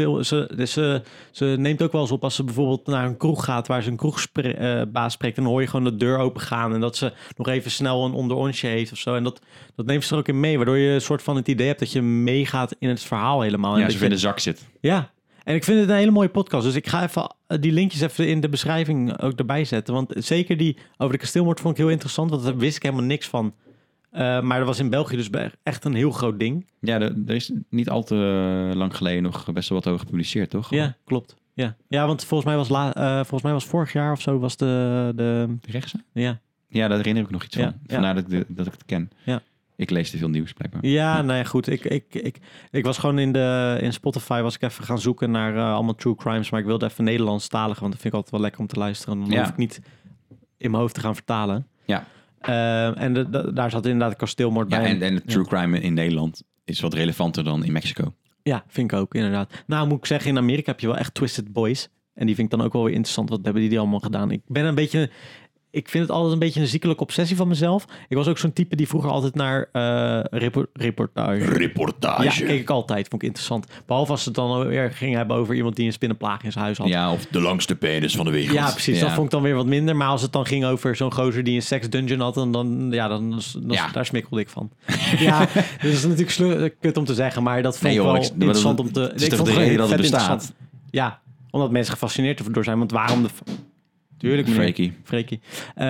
ze neemt ook wel eens op als ze bijvoorbeeld naar een kroeg gaat waar ze een kroegbaas spreekt. En dan hoor je gewoon de deur open gaan en dat ze nog even snel een onderonsje heeft of zo. En dat neemt ze er ook in mee, waardoor je een soort van het idee hebt dat je meegaat in het verhaal helemaal. En Ja, dat ze in de zak zit. Ja. En ik vind het een hele mooie podcast. Dus ik ga even die linkjes even in de beschrijving ook erbij zetten. Want zeker die over de kasteelmoord vond ik heel interessant. Want daar wist ik helemaal niks van. Maar dat was in België dus echt een heel groot ding. Ja, er is niet al te lang geleden nog best wel wat over gepubliceerd, toch? Ja, klopt. Ja, want volgens mij was vorig jaar of zo was de rechtse? Ja. Ja, daar herinner ik nog iets van. Ja. Vandaar dat ik het ken. Ja. Ik lees te veel nieuws, blijkbaar. Ja, nou ja, goed. Ik was gewoon in Spotify was ik even gaan zoeken naar allemaal true crimes. Maar ik wilde even Nederlandstalig, want dat vind ik altijd wel lekker om te luisteren. Dan hoef ik niet in mijn hoofd te gaan vertalen. Ja. En daar zat inderdaad een kasteelmoord bij. En de true crime in Nederland is wat relevanter dan in Mexico. Ja, vind ik ook, inderdaad. Nou, moet ik zeggen, in Amerika heb je wel echt Twisted Boys. En die vind ik dan ook wel weer interessant. Wat hebben die allemaal gedaan? Ik vind het altijd een beetje een ziekelijke obsessie van mezelf. Ik was ook zo'n type die vroeger altijd naar reportage. Ja, keek ik altijd. Vond ik interessant. Behalve als het dan weer ging hebben over iemand die een spinnenplaag in zijn huis had. Ja, of de langste penis van de wereld. Ja, precies. Dat vond ik dan weer wat minder. Maar als het dan ging over zo'n gozer die een sex dungeon had, dan daar smikkelde ik van. Ja, dus dat is natuurlijk kut om te zeggen. Maar dat vond ik wel interessant om te... Het is toch de reden dat het bestaat? Ja, omdat mensen gefascineerd door zijn. Want waarom de... Tuurlijk, Freaky.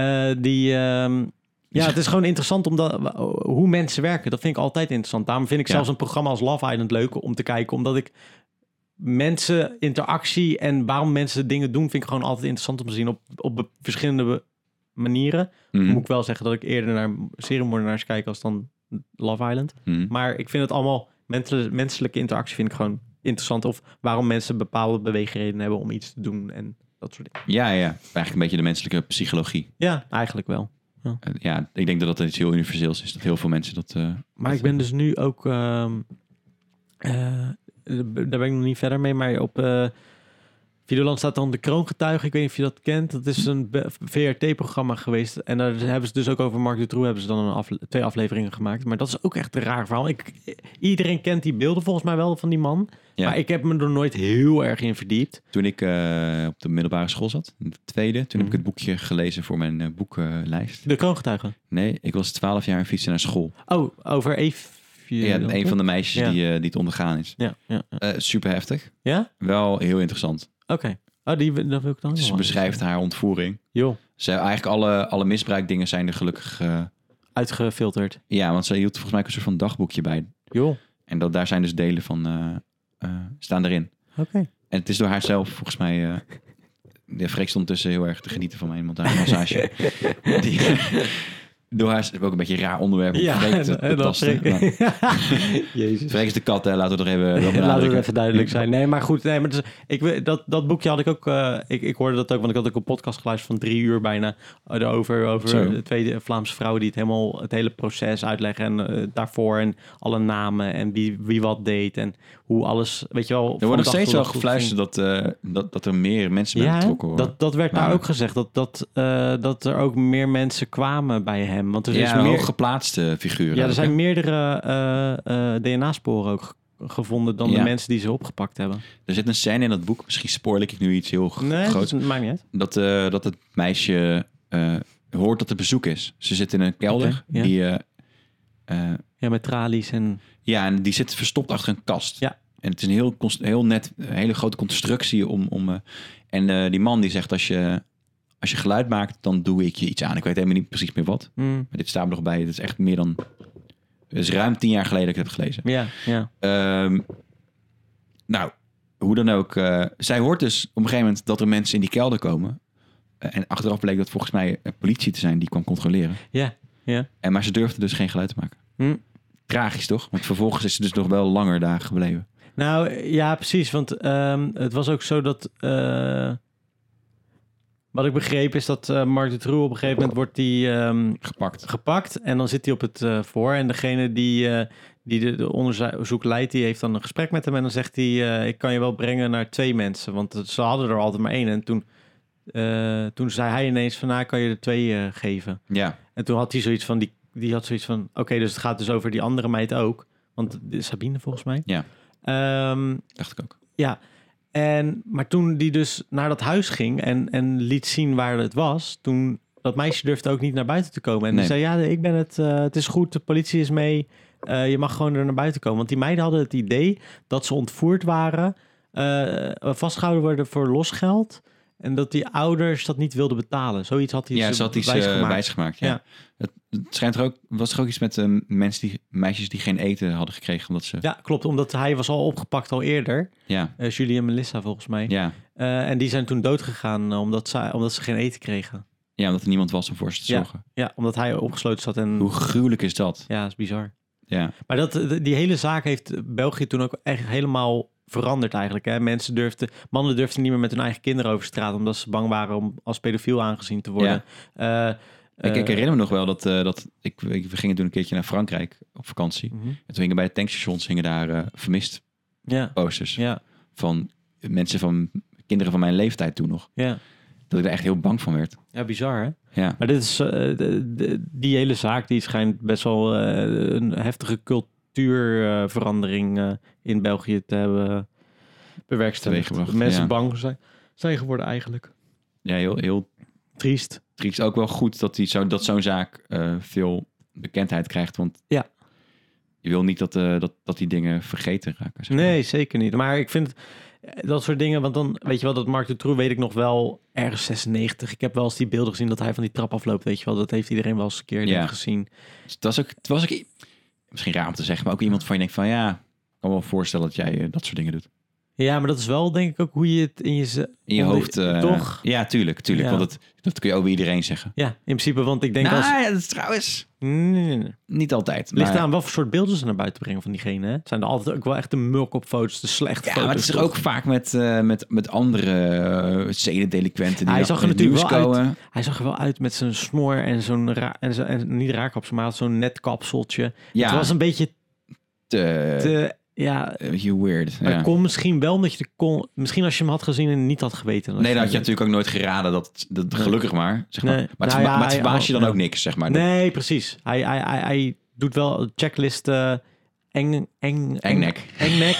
Het is gewoon interessant hoe mensen werken. Dat vind ik altijd interessant. Daarom vind ik zelfs een programma als Love Island leuk om te kijken. Omdat ik mensen, interactie en waarom mensen dingen doen, vind ik gewoon altijd interessant om te zien op verschillende manieren. Mm-hmm. Moet ik wel zeggen dat ik eerder naar seriemoordenaars kijk als dan Love Island. Mm-hmm. Maar ik vind het allemaal, menselijke interactie vind ik gewoon interessant. Of waarom mensen bepaalde beweegredenen hebben om iets te doen en dat soort dingen. Ja. Eigenlijk een beetje de menselijke psychologie. Ja, eigenlijk wel. Ja, ik denk dat dat iets heel universeels is. Dat heel veel mensen dat... Maar ik ben dus nu ook... daar ben ik nog niet verder mee, maar op Videoland staat dan De Kroongetuige. Ik weet niet of je dat kent. Dat is een VRT-programma geweest. En daar hebben ze dus ook over Marc Dutroux hebben ze dan 2 afleveringen gemaakt. Maar dat is ook echt een raar verhaal. Iedereen kent die beelden volgens mij wel van die man. Ja. Maar ik heb me er nooit heel erg in verdiept. Toen ik op de middelbare school zat, de tweede, toen heb ik het boekje gelezen voor mijn boekenlijst. De Kroongetuige? Nee, ik was 12 jaar en fietsen naar school. Oh, over Eve. Ja, een van de meisjes die het ondergaan is. Ja. Super heftig. Ja? Wel heel interessant. Oké. Dat wil ik dan Ze beschrijft haar ontvoering. Joh. Eigenlijk alle misbruikdingen zijn er gelukkig... uitgefilterd. Ja, want ze hield volgens mij ook een soort van dagboekje bij. Joh. En daar zijn dus delen van staan erin. Oké. En het is door haar zelf volgens mij... de Freek stond tussen heel erg te genieten van mijn massage. Door haar is ook een beetje een raar onderwerp. Jezus. Freek is de kat, hè? Laten we er even... Laten we even duidelijk zijn. Nee, maar goed. Nee, maar dat boekje had ik ook... Ik hoorde dat ook, want ik had ook een podcast geluisterd van 3 uur bijna. Over de 2 Vlaamse vrouwen die het hele proces uitleggen. En daarvoor en alle namen en wie wat deed. En hoe alles, weet je wel... Er wordt nog steeds wel gefluisterd dat er meer mensen bij betrokken worden. Dat werd daar ook gezegd. Dat er ook meer mensen kwamen bij hem. Want er is meer hooggeplaatste figuren. Ja, er zijn meerdere DNA-sporen ook gevonden dan de mensen die ze opgepakt hebben. Er zit een scène in dat boek, misschien spoil ik nu iets heel groots. Nee, dat maakt niet uit. Dat het meisje hoort dat er bezoek is. Ze zit in een kelder. Okay, met tralies en... Ja, en die zit verstopt achter een kast. Ja. En het is een heel net, een hele grote constructie en die man die zegt als je geluid maakt, dan doe ik je iets aan. Ik weet helemaal niet precies meer wat. Maar dit staat er nog bij. Het is echt meer dan... Het is ruim 10 jaar geleden dat ik het heb gelezen. Ja. Nou, hoe dan ook. Zij hoort dus op een gegeven moment dat er mensen in die kelder komen. En achteraf bleek dat volgens mij politie te zijn die kwam controleren. Ja. Maar ze durfde dus geen geluid te maken. Tragisch toch? Want vervolgens is ze dus nog wel langer daar gebleven. Nou, ja, precies. Want het was ook zo dat... Wat ik begreep is dat Marc Dutroux op een gegeven moment wordt die gepakt. En dan zit hij op het voor. En degene die de onderzoek leidt, die heeft dan een gesprek met hem. En dan zegt hij, ik kan je wel brengen naar 2 mensen. Want ze hadden er altijd maar 1. En toen zei hij ineens van, nou, kan je er 2 geven. Ja. En toen had hij zoiets van, die had zoiets van, oké, dus het gaat dus over die andere meid ook. Want Sabine volgens mij. Ja. Dacht ik ook. Ja. Maar toen die dus naar dat huis ging en liet zien waar het was, toen dat meisje durfde ook niet naar buiten te komen. En die zei, ja, ik ben het is goed, de politie is mee, je mag gewoon er naar buiten komen. Want die meiden hadden het idee dat ze ontvoerd waren, vastgehouden worden voor losgeld en dat die ouders dat niet wilden betalen. Zoiets had hij wijsgemaakt. Ja. Het schijnt was er ook iets met meisjes die geen eten hadden gekregen. Omdat ze... Ja, klopt. Omdat hij was al opgepakt al eerder. Ja. Julie en Melissa volgens mij. Ja. En die zijn toen doodgegaan omdat ze geen eten kregen. Ja, omdat er niemand was om voor ze te zorgen. Ja, omdat hij opgesloten zat. En... Hoe gruwelijk is dat? Ja, dat is bizar. Ja. Maar die hele zaak heeft België toen ook echt helemaal veranderd eigenlijk. Hè? Mannen durfden niet meer met hun eigen kinderen over straat, omdat ze bang waren om als pedofiel aangezien te worden. Ja. Ik herinner me nog wel dat we gingen toen een keertje naar Frankrijk op vakantie. Mm-hmm. En toen hingen bij de tankstations daar vermist posters van mensen van kinderen van mijn leeftijd toen nog. Ja. Dat ik er echt heel bang van werd. Ja, bizar hè? Ja. Maar dit is die hele zaak die schijnt best wel een heftige cultuurverandering in België te hebben bewerkstelligd. Mensen bang zijn geworden eigenlijk. Ja, heel triest. Ook wel goed dat zo'n zaak veel bekendheid krijgt. Want je wil niet dat die dingen vergeten raken. Zeg maar. Nee, zeker niet. Maar ik vind dat soort dingen, want dan weet je wel, dat Marc Dutroux weet ik nog wel ergens 96. Ik heb wel eens die beelden gezien dat hij van die trap afloopt, weet je wel. Dat heeft iedereen wel eens een keer gezien. Dus het was ook misschien raar om te zeggen, maar ook iemand van je denkt van ja, ik kan me wel voorstellen dat jij dat soort dingen doet. Ja, maar dat is wel denk ik ook hoe je het in je hoofd... toch? Ja, tuurlijk. Ja. Want dat kun je over iedereen zeggen. Ja, in principe, want ik denk ja, dat is trouwens... Nee. Niet altijd. Ligt aan wat voor soort beelden ze naar buiten brengen van diegene. Hè? Het zijn er altijd ook wel echt de mulk op foto's, de slechte foto's. Ja, maar het is er ook vaak met andere zedendelinquenten die hij zag er natuurlijk wel komen. Uit. Hij zag er wel uit met zijn snor en zo'n niet raarkapsel, maar zo'n net kapseltje. Ja. Het was een beetje te weird. Maar het kon misschien wel omdat misschien als je hem had gezien en niet had geweten. Nee, dan had je natuurlijk ook nooit geraden dat gelukkig maar. Zeg maar. Nee. Maar het verbaast je dan ook niks, zeg maar. Nee, precies. Hij doet wel een checklist engnek.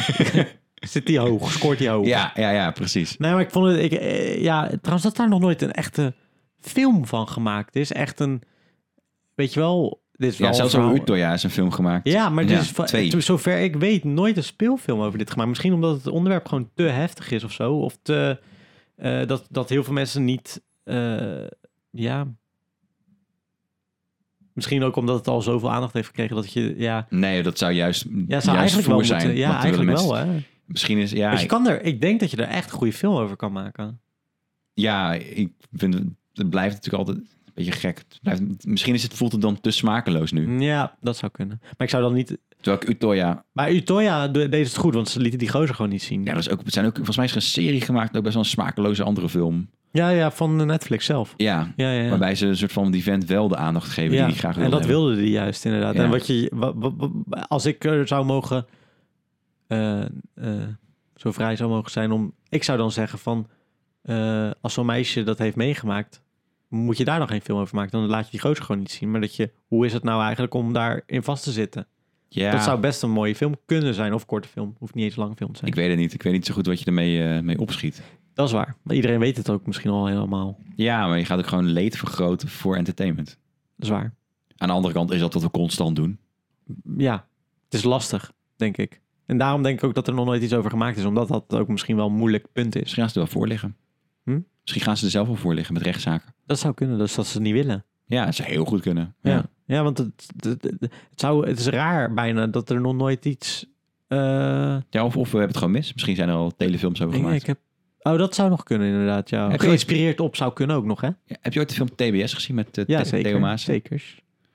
Zit hij hoog? Scoort hij hoog? Ja, precies. Nee, maar ik vond het... trouwens, dat daar nog nooit een echte film van gemaakt is. Echt een... Weet je wel... Zelfs over Utøya is een film gemaakt. Ja, maar zover ik weet nooit een speelfilm over dit gemaakt. Misschien omdat het onderwerp gewoon te heftig is of zo. Of dat heel veel mensen niet... Misschien ook omdat het al zoveel aandacht heeft gekregen dat je... Nee, dat zou juist zou eigenlijk wel zijn. Ja, eigenlijk wel, hè. Misschien is... ik denk dat je er echt een goede film over kan maken. Ja, ik vind het blijft natuurlijk altijd... beetje gek. Misschien voelt het dan te smakeloos nu. Ja, dat zou kunnen. Maar ik zou dan niet... Terwijl ik Utøya... Maar Utøya deed het goed, want ze lieten die gozer gewoon niet zien. Ja, volgens mij is er een serie gemaakt, ook best wel een smakeloze andere film. Ja, van Netflix zelf. Ja. Waarbij ze een soort van die vent wel de aandacht geven die graag wilde. En dat wilde die juist inderdaad. Ja. En als ik er zou mogen... zo vrij zou mogen zijn ik zou dan zeggen van... als zo'n meisje dat heeft meegemaakt... moet je daar nog geen film over maken. Dan laat je die gozer gewoon niet zien. Maar hoe is het nou eigenlijk om daarin vast te zitten? Ja. Dat zou best een mooie film kunnen zijn. Of korte film. Hoeft niet eens lang film te zijn. Ik weet het niet. Ik weet niet zo goed wat je ermee mee opschiet. Dat is waar. Maar iedereen weet het ook misschien al helemaal. Ja, maar je gaat ook gewoon leed vergroten voor entertainment. Dat is waar. Aan de andere kant is dat wat we constant doen. Ja, het is lastig, denk ik. En daarom denk ik ook dat er nog nooit iets over gemaakt is. Omdat dat ook misschien wel een moeilijk punt is. Misschien gaan ze er wel voor liggen. Misschien gaan ze er zelf wel voor liggen met rechtszaken. Dat zou kunnen, dus dat ze het niet willen. Ja, dat zou heel goed kunnen. Ja, want het is raar bijna dat er nog nooit iets... Ja, of we hebben het gewoon mis. Misschien zijn er al telefilms over gemaakt. Dat zou nog kunnen inderdaad, ja. Geïnspireerd op zou kunnen ook nog, hè? Ja, heb je ooit de film TBS gezien met Theo Maas? Zeker.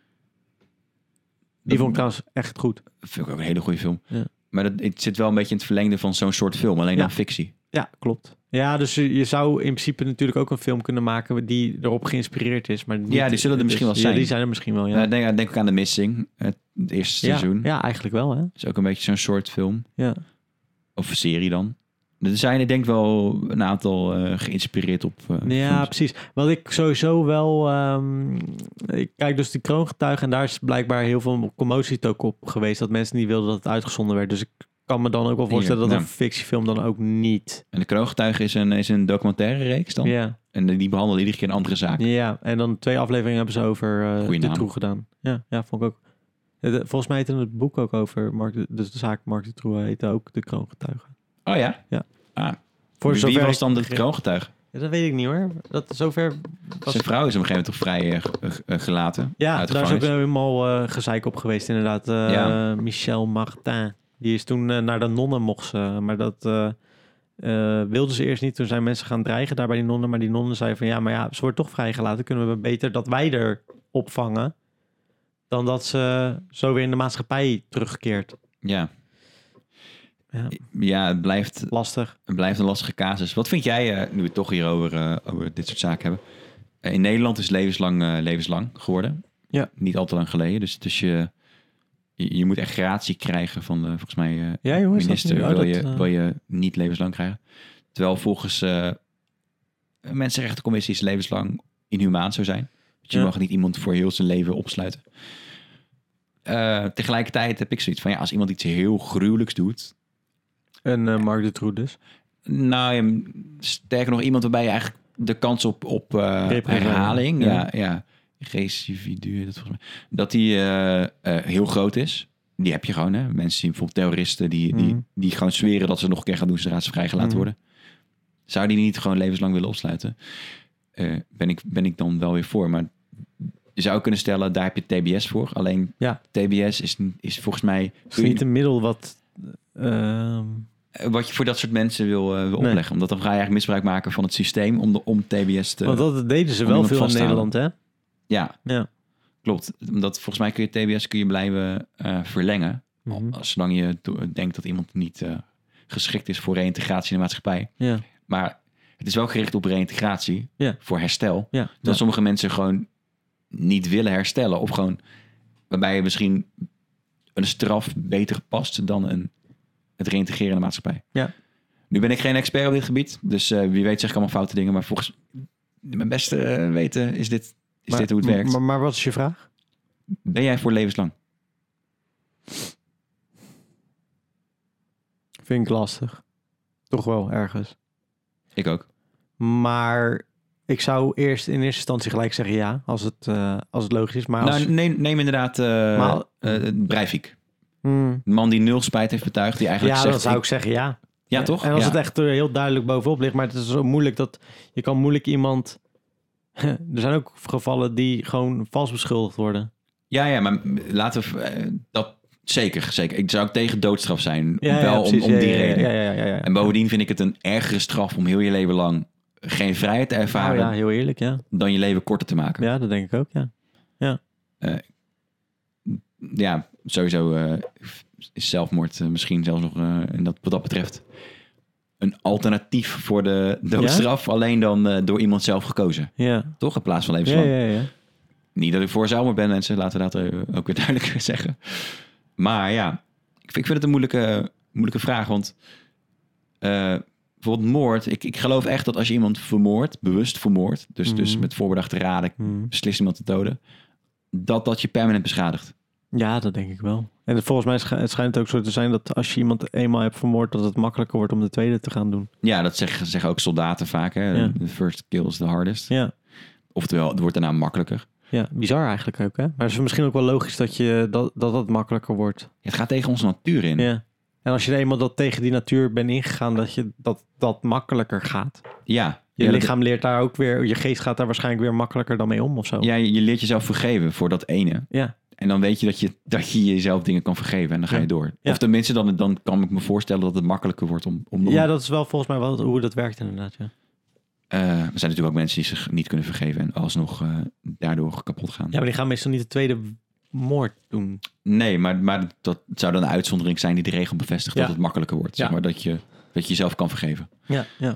Die vond ik trouwens echt goed. Vind ik ook een hele goede film. Ja. Maar het zit wel een beetje in het verlengde van zo'n soort film. Alleen dan fictie. Ja, klopt. Ja, dus je zou in principe natuurlijk ook een film kunnen maken die erop geïnspireerd is. Maar niet, die zullen er misschien wel zijn. Ja, die zijn er misschien wel, ja. Denk ook aan The Missing, het eerste seizoen. Ja, eigenlijk wel, hè. Dat is ook een beetje zo'n soort film. Ja. Of een serie dan. Er zijn, ik denk wel, een aantal geïnspireerd op Ja, films. precies. Wat ik sowieso wel... ik kijk dus die Kroongetuigen en daar is blijkbaar heel veel commotie ook op geweest. Dat mensen niet wilden dat het uitgezonden werd. Dus ik kan me dan ook wel voorstellen dat een fictiefilm dan ook niet... En de Kroongetuigen is een documentaire reeks dan. Ja. En die behandelen iedere keer een andere zaak. Ja, en dan 2 afleveringen hebben ze over Goeie de naam. Troe gedaan. Ja, vond ik ook. Volgens mij heette het boek ook over de zaak Mark de Troe heette ook de Kroongetuigen. Oh ja? Ja. Ah. Voor Wie was dan de Kroongetuige? Ja, dat weet ik niet hoor. Dat zover was... Zijn vrouw is op een gegeven moment toch vrij gelaten. Ja, uit de daar is ook gevangenis. helemaal gezeik op geweest inderdaad. Michel Martin. Die is toen naar de nonnen mocht ze. Maar dat wilden ze eerst niet. Toen zijn mensen gaan dreigen daar bij die nonnen. Maar die nonnen zeiden van ze wordt toch vrijgelaten. Kunnen we beter dat wij er opvangen. Dan dat ze zo weer in de maatschappij terugkeert. Ja. Ja, het blijft lastig. Het blijft een lastige casus. Wat vind jij, nu we het toch hier over dit soort zaken hebben? In Nederland is levenslang geworden. Ja. Niet al te lang geleden. Dus je moet echt gratie krijgen van de, volgens mij, minister. Wil je niet levenslang krijgen. Terwijl volgens mensenrechtencommissies levenslang inhumaan zou zijn. Dus je mag niet iemand voor heel zijn leven opsluiten. Tegelijkertijd heb ik zoiets van, als iemand iets heel gruwelijks doet... En Mark de Troe dus? Nou, sterker nog, iemand waarbij je eigenlijk de kans op herhaling... Ja, recidivu, dat volgens mij... Dat die heel groot is. Die heb je gewoon, hè. Mensen zien bijvoorbeeld terroristen die gewoon zweren dat ze nog een keer gaan doen zodra ze vrijgelaten worden. Zou die niet gewoon levenslang willen opsluiten? Ben ik dan wel weer voor. Maar je zou kunnen stellen, daar heb je TBS voor. Alleen TBS is volgens mij... Het is niet een middel wat je voor dat soort mensen wil opleggen. Omdat dan ga je eigenlijk misbruik maken van het systeem om TBS te... Want dat deden ze wel veel in Nederland, hè? Ja, klopt. Omdat volgens mij kun je TBS blijven verlengen. Zolang je denkt dat iemand niet geschikt is voor reïntegratie in de maatschappij. Ja. Maar het is wel gericht op reïntegratie voor herstel. Ja. Dat sommige mensen gewoon niet willen herstellen. Of gewoon waarbij je misschien een straf beter past dan het reïntegreren in de maatschappij. Ja. Nu ben ik geen expert op dit gebied. Dus wie weet zeg ik allemaal foute dingen. Maar volgens mijn beste weten is dit hoe het werkt. Maar wat is je vraag? Ben jij voor levenslang? Vind ik lastig. Toch wel, ergens. Ik ook. Maar ik zou in eerste instantie gelijk zeggen ja, als het logisch is. Maar neem inderdaad Breivik. Een man die 0 spijt heeft betuigd. Die eigenlijk zegt, dan zou ik zeggen ja. Ja, toch? En als het echt heel duidelijk bovenop ligt. Maar het is zo moeilijk dat je kan moeilijk iemand... Er zijn ook gevallen die gewoon vals beschuldigd worden. Ja, maar laten we... dat zeker. Ik zou ook tegen doodstraf zijn. Om die reden. Ja. En bovendien vind ik het een ergere straf om heel je leven lang geen vrijheid te ervaren. Ja, heel eerlijk, dan je leven korter te maken. Ja, dat denk ik ook, ja. Sowieso is zelfmoord misschien zelfs nog, wat dat betreft, een alternatief voor de doodstraf. Alleen dan door iemand zelf gekozen. Ja. Toch? In plaats van levenslang. Ja. Niet dat ik voor zelfmoord ben, mensen. Laten we dat ook weer duidelijk zeggen. Maar ja, ik vind het een moeilijke vraag. Want bijvoorbeeld moord. Ik geloof echt dat als je iemand vermoordt, bewust vermoordt, dus met voorbedachte raden beslist iemand te doden, dat je permanent beschadigt. Ja, dat denk ik wel. En volgens mij schijnt het ook zo te zijn dat als je iemand eenmaal hebt vermoord, dat het makkelijker wordt om de tweede te gaan doen. Ja, dat zeggen ook soldaten vaak. Hè? Ja. The first kill is the hardest. Ja. Oftewel, het wordt daarna makkelijker. Ja, bizar eigenlijk ook, hè? Maar het is misschien ook wel logisch dat makkelijker wordt. Ja, het gaat tegen onze natuur in. Ja. En als je eenmaal dat tegen die natuur bent ingegaan, dat makkelijker gaat. Ja. Je lichaam leert daar ook weer, je geest gaat daar waarschijnlijk weer makkelijker dan mee om of zo. Ja, je leert jezelf vergeven voor dat ene. Ja. En dan weet je dat je jezelf dingen kan vergeven en dan ga je door. Ja. Of tenminste, dan kan ik me voorstellen dat het makkelijker wordt om... Ja, dat is wel volgens mij wel hoe dat werkt inderdaad, ja. Er zijn natuurlijk ook mensen die zich niet kunnen vergeven en alsnog daardoor kapot gaan. Ja, maar die gaan meestal niet de tweede moord doen. Nee, maar dat zou dan een uitzondering zijn die de regel bevestigt dat het makkelijker wordt. Zeg maar, dat je jezelf kan vergeven. Ja.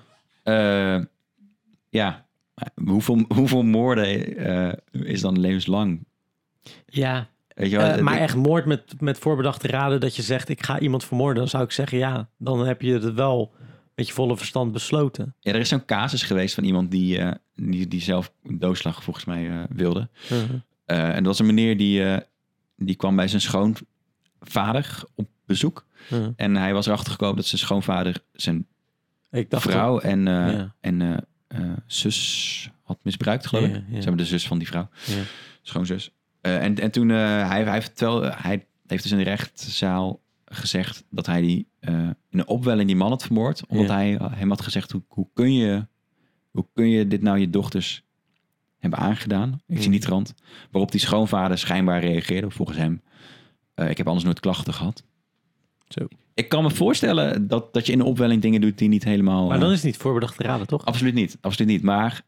Hoeveel moorden is dan levenslang? Ja, Weet je wel, maar echt moord met voorbedachte raden dat je zegt, ik ga iemand vermoorden. Dan zou ik zeggen, ja, dan heb je het wel met je volle verstand besloten. Ja, er is zo'n casus geweest van iemand die zelf doodslag volgens mij wilde. Uh-huh. En dat was een meneer die kwam bij zijn schoonvader op bezoek. Uh-huh. En hij was erachter gekomen dat zijn schoonvader zijn vrouw dat, en zus had misbruikt, geloof ik. Ja. Zeg maar de zus van die vrouw. Ja. Schoonzus. En toen hij heeft dus in de rechtszaal gezegd dat hij in een opwelling die man had vermoord. Omdat hij hem had gezegd, hoe kun je dit nou je dochters hebben aangedaan? Ik zie niet rand. Waarop die schoonvader schijnbaar reageerde, volgens hem. Ik heb anders nooit klachten gehad. Zo. Ik kan me voorstellen dat je in een opwelling dingen doet die niet helemaal... Maar dan is het niet voorbedachte raden, toch? Absoluut niet. Maar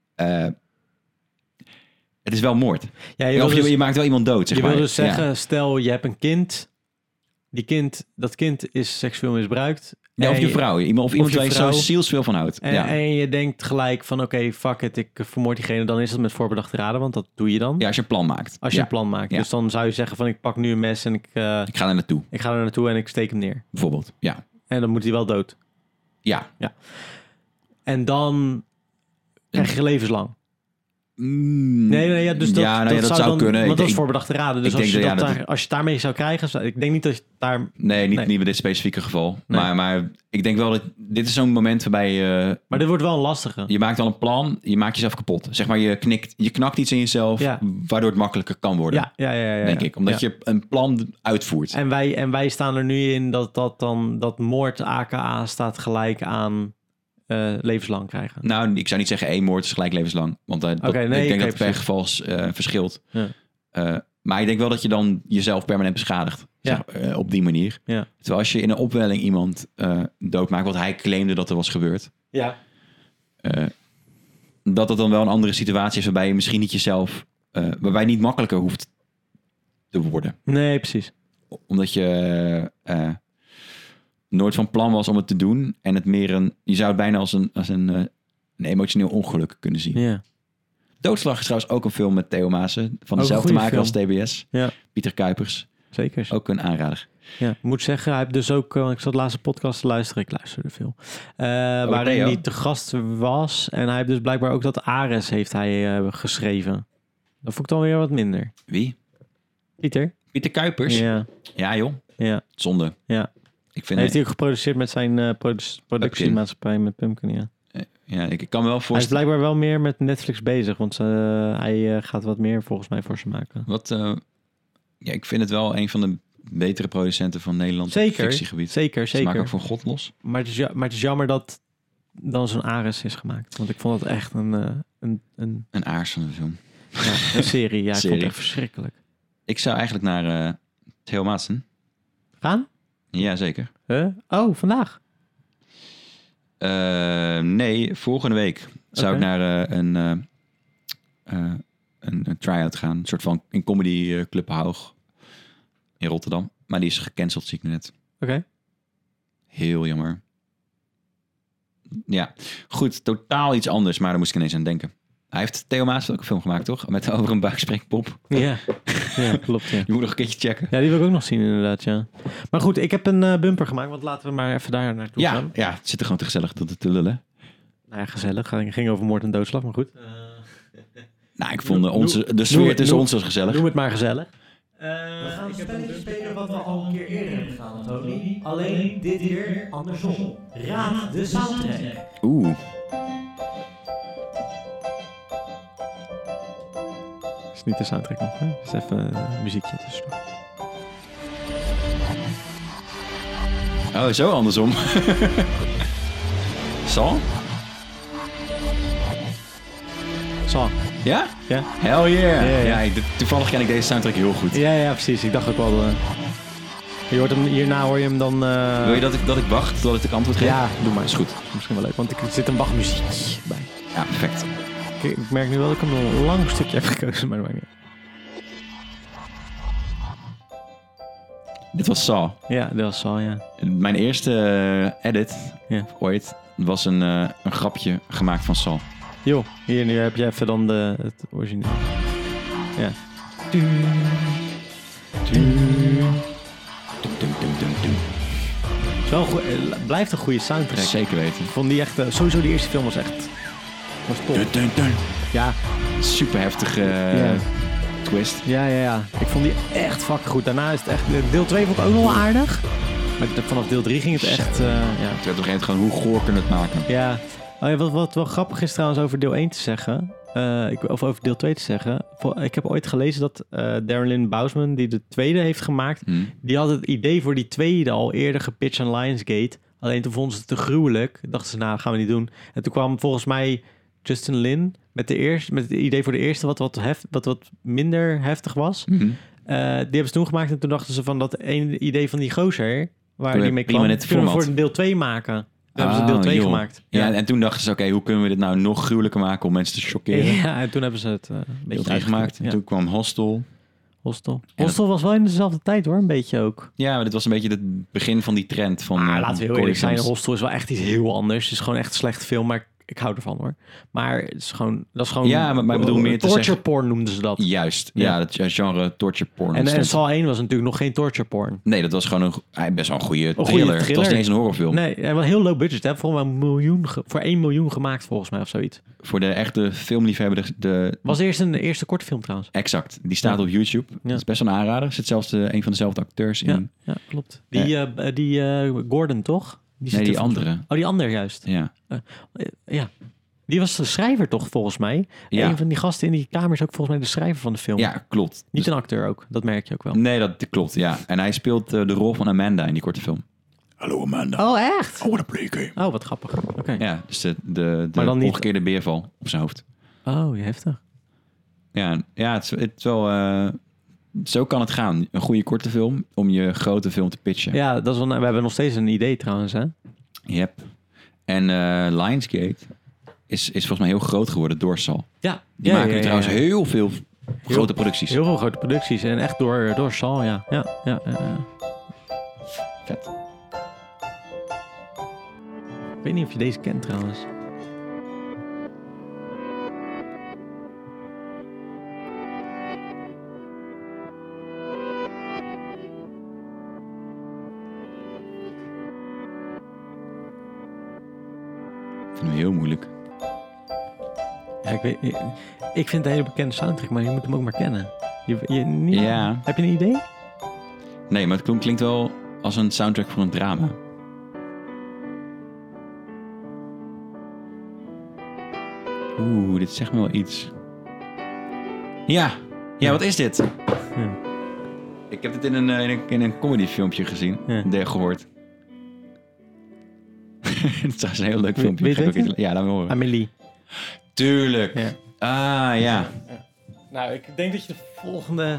het is wel moord. Ja, Je maakt wel iemand dood, zeg maar. Je wil dus zeggen, stel je hebt een kind. Dat kind is seksueel misbruikt. Ja, of je vrouw. Iemand waar je zo vrouw. zielsveel van houdt. En je denkt gelijk van, oké, fuck it, ik vermoord diegene. Dan is dat met voorbedachte raden, want dat doe je dan. Ja, als je een plan maakt. Als je een plan maakt. Ja. Dus dan zou je zeggen van, ik pak nu een mes en ik ga er naartoe. Ik ga er naartoe en ik steek hem neer. Bijvoorbeeld, ja. En dan moet hij wel dood. Ja. En dan krijg je levenslang. Nee, dus dat zou kunnen. Want dat is voorbedachte raden. Dus als je daarmee zou krijgen... Ik denk niet dat je daar... Nee, niet bij dit specifieke geval. Nee. Maar ik denk wel dat... Dit is zo'n moment waarbij je... Maar dit wordt wel een lastige. Je maakt wel een plan. Je maakt jezelf kapot. Zeg maar, je knakt iets in jezelf... waardoor het makkelijker kan worden. Ja. Denk ik. Omdat je een plan uitvoert. En wij staan er nu in dat moord aka staat gelijk aan... levenslang krijgen. Nou, ik zou niet zeggen 1 moord is gelijk levenslang. Want ik denk dat het per geval verschilt. Ja. Maar ik denk wel dat je dan jezelf permanent beschadigt. Ja. Zeg, op die manier. Ja. Terwijl als je in een opwelling iemand doodmaakt... wat hij claimde dat er was gebeurd... Ja. Dat het dan wel een andere situatie is... waarbij je misschien niet jezelf... waarbij je niet makkelijker hoeft te worden. Nee, precies. Omdat je... nooit van plan was om het te doen. En het meer je zou het bijna als een emotioneel ongeluk kunnen zien. Ja. Doodslag is trouwens ook een film met Theo Maassen. Van dezelfde maker als TBS. Ja. Pieter Kuipers. Zeker. Ook een aanrader. Ja, ik moet zeggen, hij heeft dus ook... ik zat de laatste podcast te luisteren. Ik luisterde veel. Waarin hij te gast was. En hij heeft dus blijkbaar ook dat Ares heeft hij geschreven. Dat vond ik dan weer wat minder. Wie? Pieter Kuipers? Ja joh. Ja. Zonde. Ja. Heeft hij ook geproduceerd met zijn productiemaatschappij met Pumpkin, ja. Ja, ik kan wel voorstellen... Hij is blijkbaar wel meer met Netflix bezig, want hij gaat wat meer volgens mij voor ze maken. Ik vind het wel een van de betere producenten van Nederland. Zeker, fictiegebied. Zeker. Ze maken ook voor God los. Maar het is jammer dat dan zo'n Ares is gemaakt, want ik vond het echt een aars van de film. Ja, een serie. Ja, ik vond het echt verschrikkelijk. Ik zou eigenlijk naar Theo Maassen gaan. Ja, zeker. Oh, vandaag? Nee, volgende week zou ik naar een try-out gaan. Een soort van in Comedy Club Haug in Rotterdam. Maar die is gecanceld, zie ik nu net. Oké. Heel jammer. Ja, goed. Totaal iets anders, maar daar moest ik ineens aan denken. Hij heeft Theo Maassen ook een film gemaakt, toch? Met over een buikspreekpop. Ja, klopt. Ja. Je moet nog een keertje checken. Ja, die wil ik ook nog zien inderdaad, ja. Maar goed, ik heb een bumper gemaakt, want laten we maar even daar naartoe gaan. Ja, het zit er gewoon te gezellig te lullen. Nou ja, gezellig. Het ging over moord en doodslag, maar goed. Nou, ik vond de sfeer tussen ons was gezellig. Noem het maar gezellig. We gaan een spelletje spelen wat we al een keer eerder hebben gedaan, Tony. Alleen dit keer andersom. Raad de soundtrack. Oeh. Is niet de soundtrack nog, hè? Is even een muziekje tussendoor. Oh, zo andersom. Saw? Saw. Ja? Ja. Hell yeah. Ja, toevallig ken ik deze soundtrack heel goed. Ja, precies. Ik dacht ook wel... hierna hoor je hem dan... Wil je dat ik wacht tot ik het antwoord geef? Ja, doe maar. Is goed. Misschien wel leuk, want er zit een wachtmuziek bij. Ja, perfect. Ik merk nu wel dat ik hem een lang stukje heb gekozen, maar dat maakt niet. Dit was Saw. Ja, dit was Saw, ja. Mijn eerste edit ooit was een grapje gemaakt van Saw. Joh, hier nu heb je even dan het origineel. Ja. Blijft een goede soundtrack. Zeker weten. Ik vond die echt... sowieso die eerste film was echt... Was top. Ja. Super heftige twist. Ja. Ik vond die echt fucking goed. Daarna is het echt... Deel 2 vond ik ook nog wel aardig. Maar vanaf deel 3 ging het echt... Het werd op een gegeven moment gewoon hoe goor kunnen het maken. Ja. Oh ja, wat wel grappig is trouwens over deel 1 te zeggen... of over deel 2 te zeggen. Ik heb ooit gelezen dat Darren Lynn Bousman, die de tweede heeft gemaakt... Die had het idee voor die tweede al eerder gepitcht aan Lionsgate. Alleen toen vonden ze het te gruwelijk. Dachten ze, nou, dat gaan we niet doen. En toen kwam volgens mij Justin Lin met het idee voor de eerste... wat minder heftig was. Die hebben ze toen gemaakt en toen dachten ze van dat ene idee van die gozer... waar die mee kwam, kunnen we voor deel 2 maken... Toen hebben ze deel 2 gemaakt. Ja, en toen dachten ze, oké, hoe kunnen we dit nou nog gruwelijker maken om mensen te chockeren? Ja, en toen hebben ze het een beetje uitgemaakt. En toen kwam Hostel. Hostel was wel in dezelfde tijd hoor, een beetje ook. Ja, maar dit was een beetje het begin van die trend van... laten we heel eerlijk zijn, Hostel is wel echt iets heel anders. Het is gewoon echt een slechte film, maar ik hou ervan hoor. Maar het is gewoon... Dat is gewoon ja, maar ik bedoel meer te torture porn noemden ze dat. Juist, ja dat genre torture porn. En Saw 1 was natuurlijk nog geen torture porn. Nee, dat was gewoon best wel een goede thriller. Het was niet eens een horrorfilm. Nee, en wel heel low budget. Hè? Voor 1 miljoen gemaakt volgens mij of zoiets. Voor de echte filmliefhebber. Was eerst een eerste korte film trouwens. Exact. Die staat op YouTube. Ja. Dat is best wel een aanrader. Er zit zelfs een van dezelfde acteurs in. Ja, klopt. Die Gordon toch? Die andere. Oh, die andere juist. Ja. Ja. Die was de schrijver toch, volgens mij? Ja. Een van die gasten in die kamer is ook volgens mij de schrijver van de film. Ja, klopt. Niet een acteur ook, dat merk je ook wel. Nee, dat klopt, ja. En hij speelt de rol van Amanda in die korte film. Hallo Amanda. Oh, echt? I wanna play a game. Oh, wat grappig. Okay. Ja, dus de niet... omgekeerde beerval op zijn hoofd. Oh, heftig. Ja, het is wel... Zo kan het gaan. Een goede korte film om je grote film te pitchen. Ja, dat is wel, we hebben nog steeds een idee trouwens, hè? Yep. En Lionsgate is volgens mij heel groot geworden door Saw. Ja. Die maken nu trouwens heel veel grote producties. Heel veel grote producties. En echt door Saw, ja. Ja. Vet. Ik weet niet of je deze kent trouwens. Ik vind hem heel moeilijk. Ja, ik vind het een hele bekende soundtrack, maar je moet hem ook maar kennen. Ja. Heb je een idee? Nee, maar het klinkt wel als een soundtrack voor een drama. Oeh, dit zegt me wel iets. Ja, wat is dit? Ja. Ik heb dit in een comedy filmpje gezien. Ja. Gehoord. Het is een heel leuk filmpje. Ja, laat me horen. Amélie. Tuurlijk. Ja. Ah, ja. Nou, ik denk dat je de volgende...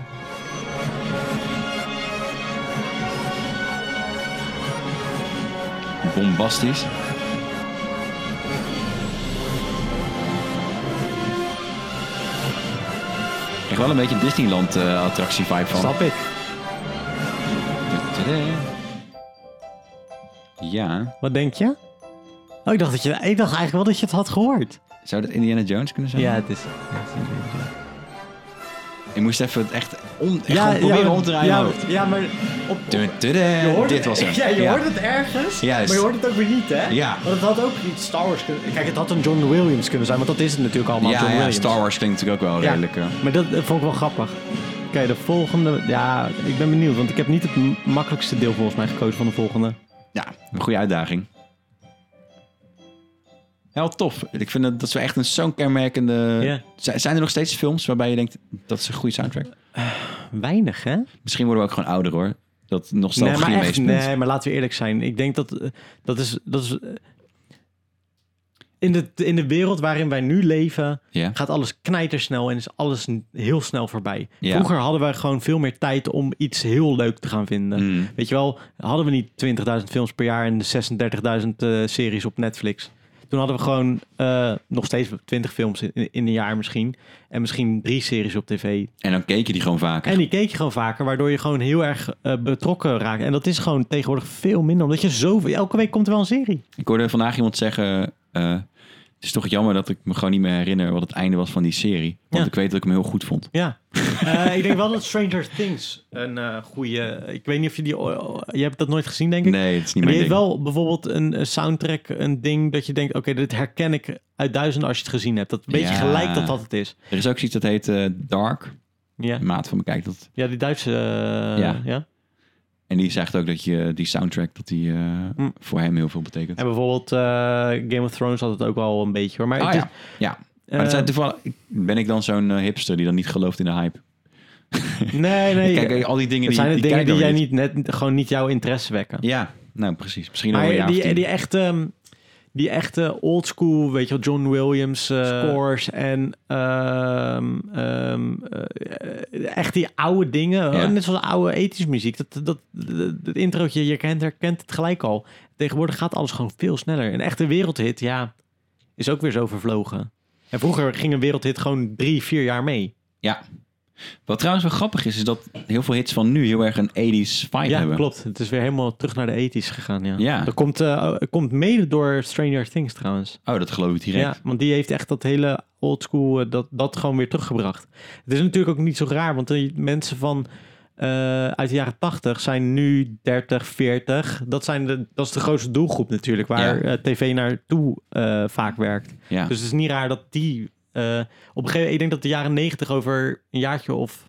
Bombastisch. Ik krijg wel een beetje Disneyland attractie vibe van. Snap ik. Ja. Wat denk je? Oh, ik dacht eigenlijk wel dat je het had gehoord. Zou dat Indiana Jones kunnen zijn? Ja, het is Indiana Jones. Ik moest even het echt proberen om te draaien. Ja, maar... Dit was hem. Ja, je hoort het ergens, Juist. maar je hoort het ook weer niet, hè? Ja. Want het had ook iets Star Wars kunnen... Kijk, het had een John Williams kunnen zijn, want dat is het natuurlijk allemaal, John Williams. Star Wars klinkt natuurlijk ook wel redelijk. Maar dat vond ik wel grappig. Oké, de volgende... Ja, ik ben benieuwd, want ik heb niet het makkelijkste deel volgens mij gekozen van de volgende. Ja, een goede uitdaging. Heel tof. Ik vind dat is wel echt zo'n kenmerkende... Ja. Zijn er nog steeds films waarbij je denkt, dat is een goede soundtrack? Weinig, hè? Misschien worden we ook gewoon ouder, hoor. Dat nostalgie meespeelt. Nee, maar laten we eerlijk zijn. Ik denk dat is in de wereld waarin wij nu leven, gaat alles knijtersnel en is alles heel snel voorbij. Ja. Vroeger hadden wij gewoon veel meer tijd om iets heel leuk te gaan vinden. Weet je wel, hadden we niet 20.000 films per jaar en 36.000 series op Netflix. Toen hadden we gewoon nog steeds 20 films in een jaar misschien. En misschien 3 series op tv. En dan keek je die gewoon vaker. En die keek je gewoon vaker, waardoor je gewoon heel erg betrokken raakt. En dat is gewoon tegenwoordig veel minder. Omdat je zoveel... Elke week komt er wel een serie. Ik hoorde vandaag iemand zeggen... het is toch jammer dat ik me gewoon niet meer herinner wat het einde was van die serie. Want ik weet dat ik hem heel goed vond. Ja. Ik denk wel dat Stranger Things een goede... Ik weet niet of je die... je hebt dat nooit gezien, denk ik. Nee, het is niet maar meer die heeft wel bijvoorbeeld een soundtrack, een ding dat je denkt... Oké, dit herken ik uit duizenden als je het gezien hebt. Dat een beetje gelijk dat het is. Er is ook zoiets dat heet Dark. Ja. Een maat van me kijkt dat. Ja, die Duitse... ja. En die zegt ook dat je die soundtrack dat die voor hem heel veel betekent. En bijvoorbeeld Game of Thrones had het ook wel een beetje hoor. Maar ja. Maar dat zijn toevallig, ben ik dan zo'n hipster die dan niet gelooft in de hype? Nee. Kijk, al die dingen het zijn de dingen die jij niet. gewoon niet jouw interesse wekken. Ja, nou precies. Misschien maar wel die echte oldschool, weet je wel, John Williams scores en echt die oude dingen. Net zoals oude ethische muziek. Dat introotje, je herkent het gelijk al. Tegenwoordig gaat alles gewoon veel sneller. Een echte wereldhit, is ook weer zo vervlogen. En vroeger ging een wereldhit gewoon 3-4 jaar mee. Ja. Wat trouwens wel grappig is dat heel veel hits van nu heel erg een 80s vibe hebben. Ja, klopt. Het is weer helemaal terug naar de 80s gegaan, ja. Dat komt mede door Stranger Things trouwens. Oh, dat geloof ik direct. Ja, want die heeft echt dat hele oldschool, dat gewoon weer teruggebracht. Het is natuurlijk ook niet zo raar, want de mensen van uit de jaren 80 zijn nu 30, 40. Dat is de grootste doelgroep natuurlijk, waar tv naartoe vaak werkt. Ja. Dus het is niet raar dat die... op een gegeven moment, ik denk dat de jaren 90 over een jaartje of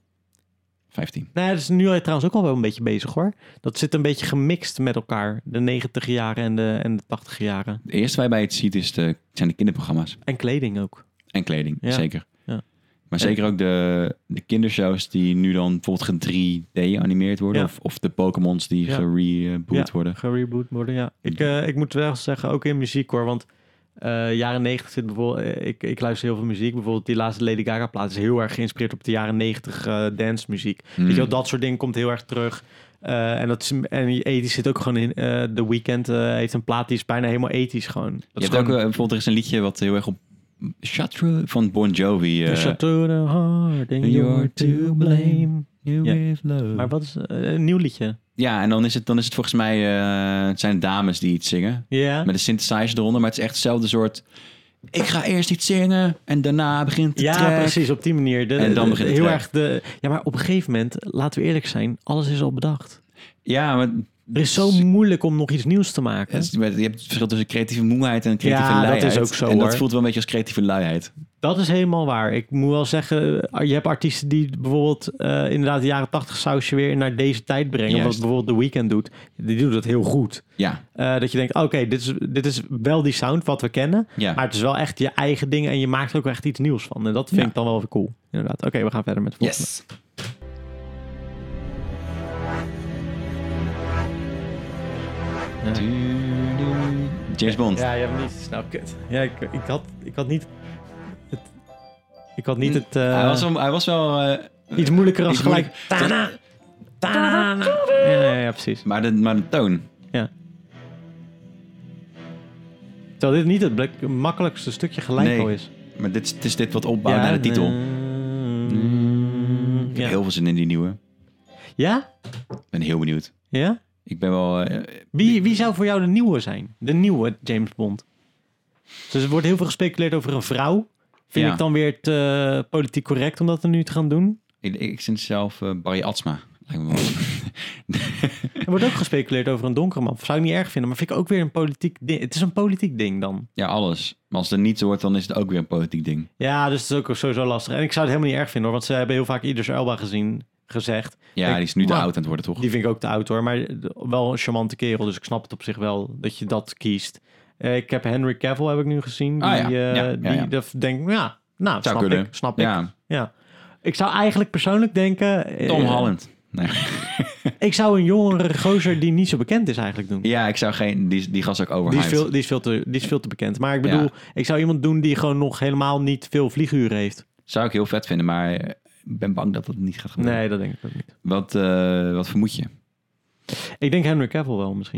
15. Nou, dat is nu trouwens ook al wel een beetje bezig hoor. Dat zit een beetje gemixt met elkaar. De 90 jaren en de 80 jaren. De eerste waarbij je het ziet zijn de kinderprogramma's. En kleding ook. En kleding, zeker. Ja. Maar zeker ook de kindershows die nu dan bijvoorbeeld 3D animeerd worden. Ja. Of de Pokémons die gereboot worden. Gereboot worden, ja. Ik moet wel zeggen, ook in muziek hoor. Want jaren 90 zit bijvoorbeeld... Ik luister heel veel muziek. Bijvoorbeeld die laatste Lady Gaga plaat is heel erg geïnspireerd op de jaren 90 dance muziek. Weet je wel, dat soort dingen komt heel erg terug. En ethisch zit ook gewoon in. The Weeknd heeft een plaat die is bijna helemaal ethisch gewoon. Dat je hebt ook bijvoorbeeld er is een liedje wat heel erg op Shut Through van Bon Jovi. Shut through the heart and you're to blame. With love. Maar wat is een nieuw liedje? Ja, en dan is het volgens mij het zijn dames die iets zingen. Yeah. Met een synthesizer eronder. Maar het is echt hetzelfde soort... Ik ga eerst iets zingen en daarna begint de track. Ja, precies, op die manier. En dan begint heel erg Ja, maar op een gegeven moment, laten we eerlijk zijn, alles is al bedacht. Ja, maar... Het is zo moeilijk om nog iets nieuws te maken. Je hebt het verschil tussen creatieve moeheid en creatieve luiheid. Dat is ook zo, en dat voelt wel een beetje als creatieve luiheid. Dat is helemaal waar. Ik moet wel zeggen, je hebt artiesten die bijvoorbeeld inderdaad de jaren 80 sausje weer naar deze tijd brengen. Wat bijvoorbeeld The Weeknd doet. Die doet dat heel goed. Ja. Dat je denkt, oké, dit is wel die sound wat we kennen. Ja. Maar het is wel echt je eigen ding en je maakt er ook echt iets nieuws van. En dat vind ik dan wel weer cool. Inderdaad. Oké, we gaan verder met de volgende. Yes. James Bond. Ja, je hebt niet snel kut. Ja, ik had niet het... Ik had niet het... Hij was wel... iets moeilijker als gelijk... Ja, precies. Maar de toon. Ja. Terwijl dit niet het makkelijkste stukje gelijk al is. Maar het is dit wat opbouwt naar de titel. Ik heb heel veel zin in die nieuwe. Ja? Ik ben heel benieuwd. Ja? Ik ben wel... Wie zou voor jou de nieuwe zijn? De nieuwe James Bond. Dus er wordt heel veel gespeculeerd over een vrouw. Vind ik dan weer te politiek correct om dat er nu te gaan doen? Ik vind zelf Barry Atsma. Lijkt me wel. Er wordt ook gespeculeerd over een donkere man. Zou ik niet erg vinden, maar vind ik ook weer een politiek ding. Het is een politiek ding dan. Ja, alles. Maar als het er niet wordt, dan is het ook weer een politiek ding. Ja, dus het is ook sowieso lastig. En ik zou het helemaal niet erg vinden hoor, want ze hebben heel vaak Idris Elba gezegd. Ja, die is nu te oud aan het worden, toch? Die vind ik ook te oud hoor, maar wel een charmante kerel. Dus ik snap het op zich wel dat je dat kiest. Ik heb Henry Cavill heb ik nu gezien. Die denk ik, snap ik. Ja. Ik zou eigenlijk persoonlijk denken... Tom Holland. Nee. Ik zou een jongere gozer die niet zo bekend is eigenlijk doen. Ja, ik zou geen... Die gast ook overhyped. Die is veel te bekend. Maar ik bedoel, ik zou iemand doen die gewoon nog helemaal niet veel vlieguren heeft. Zou ik heel vet vinden, maar ik ben bang dat dat niet gaat gebeuren. Nee, dat denk ik ook niet. Wat vermoed je? Ik denk Henry Cavill wel misschien.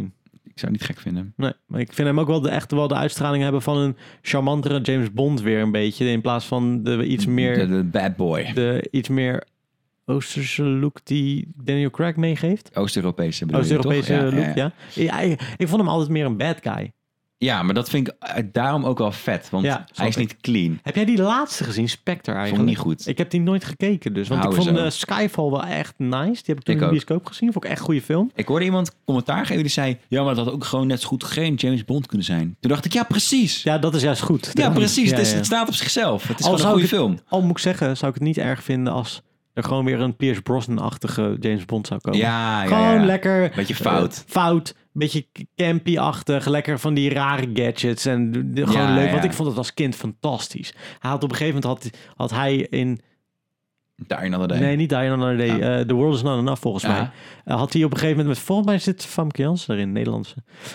Ik zou het niet gek vinden. Nee, maar ik vind hem ook wel de uitstraling hebben van een charmantere James Bond weer een beetje. In plaats van de iets meer... De bad boy. De iets meer Oosterse look die Daniel Craig meegeeft. Oost-Europese bedoel je, Oost-Europese toch? look, ja. Ik vond hem altijd meer een bad guy. Ja, maar dat vind ik daarom ook wel vet. Want hij is niet clean. Heb jij die laatste gezien, Spectre eigenlijk? Vond ik niet goed. Ik heb die nooit gekeken dus. Want ik vond Skyfall wel echt nice. Die heb ik toen in de bioscoop gezien. Vond ik echt een goede film. Ik hoorde iemand commentaar geven die zei... Ja, maar dat had ook gewoon net zo goed geen James Bond kunnen zijn. Toen dacht ik, ja, precies. Ja, dat is juist goed. Ja, precies. Het staat op zichzelf. Het is gewoon een goede film. Al moet ik zeggen, zou ik het niet erg vinden als... er gewoon weer een Pierce Brosnan-achtige James Bond zou komen. Gewoon lekker... Beetje fout. Fout. Beetje campy-achtig. Lekker van die rare gadgets. En gewoon leuk. Want ik vond het als kind fantastisch. Hij had op een gegeven moment... had hij in... Die Another Day. Nee, niet Die Another Day. The World Is Not Enough, volgens mij. Had hij op een gegeven moment... volgens mij zit Famke Janssen erin, Nederlandse.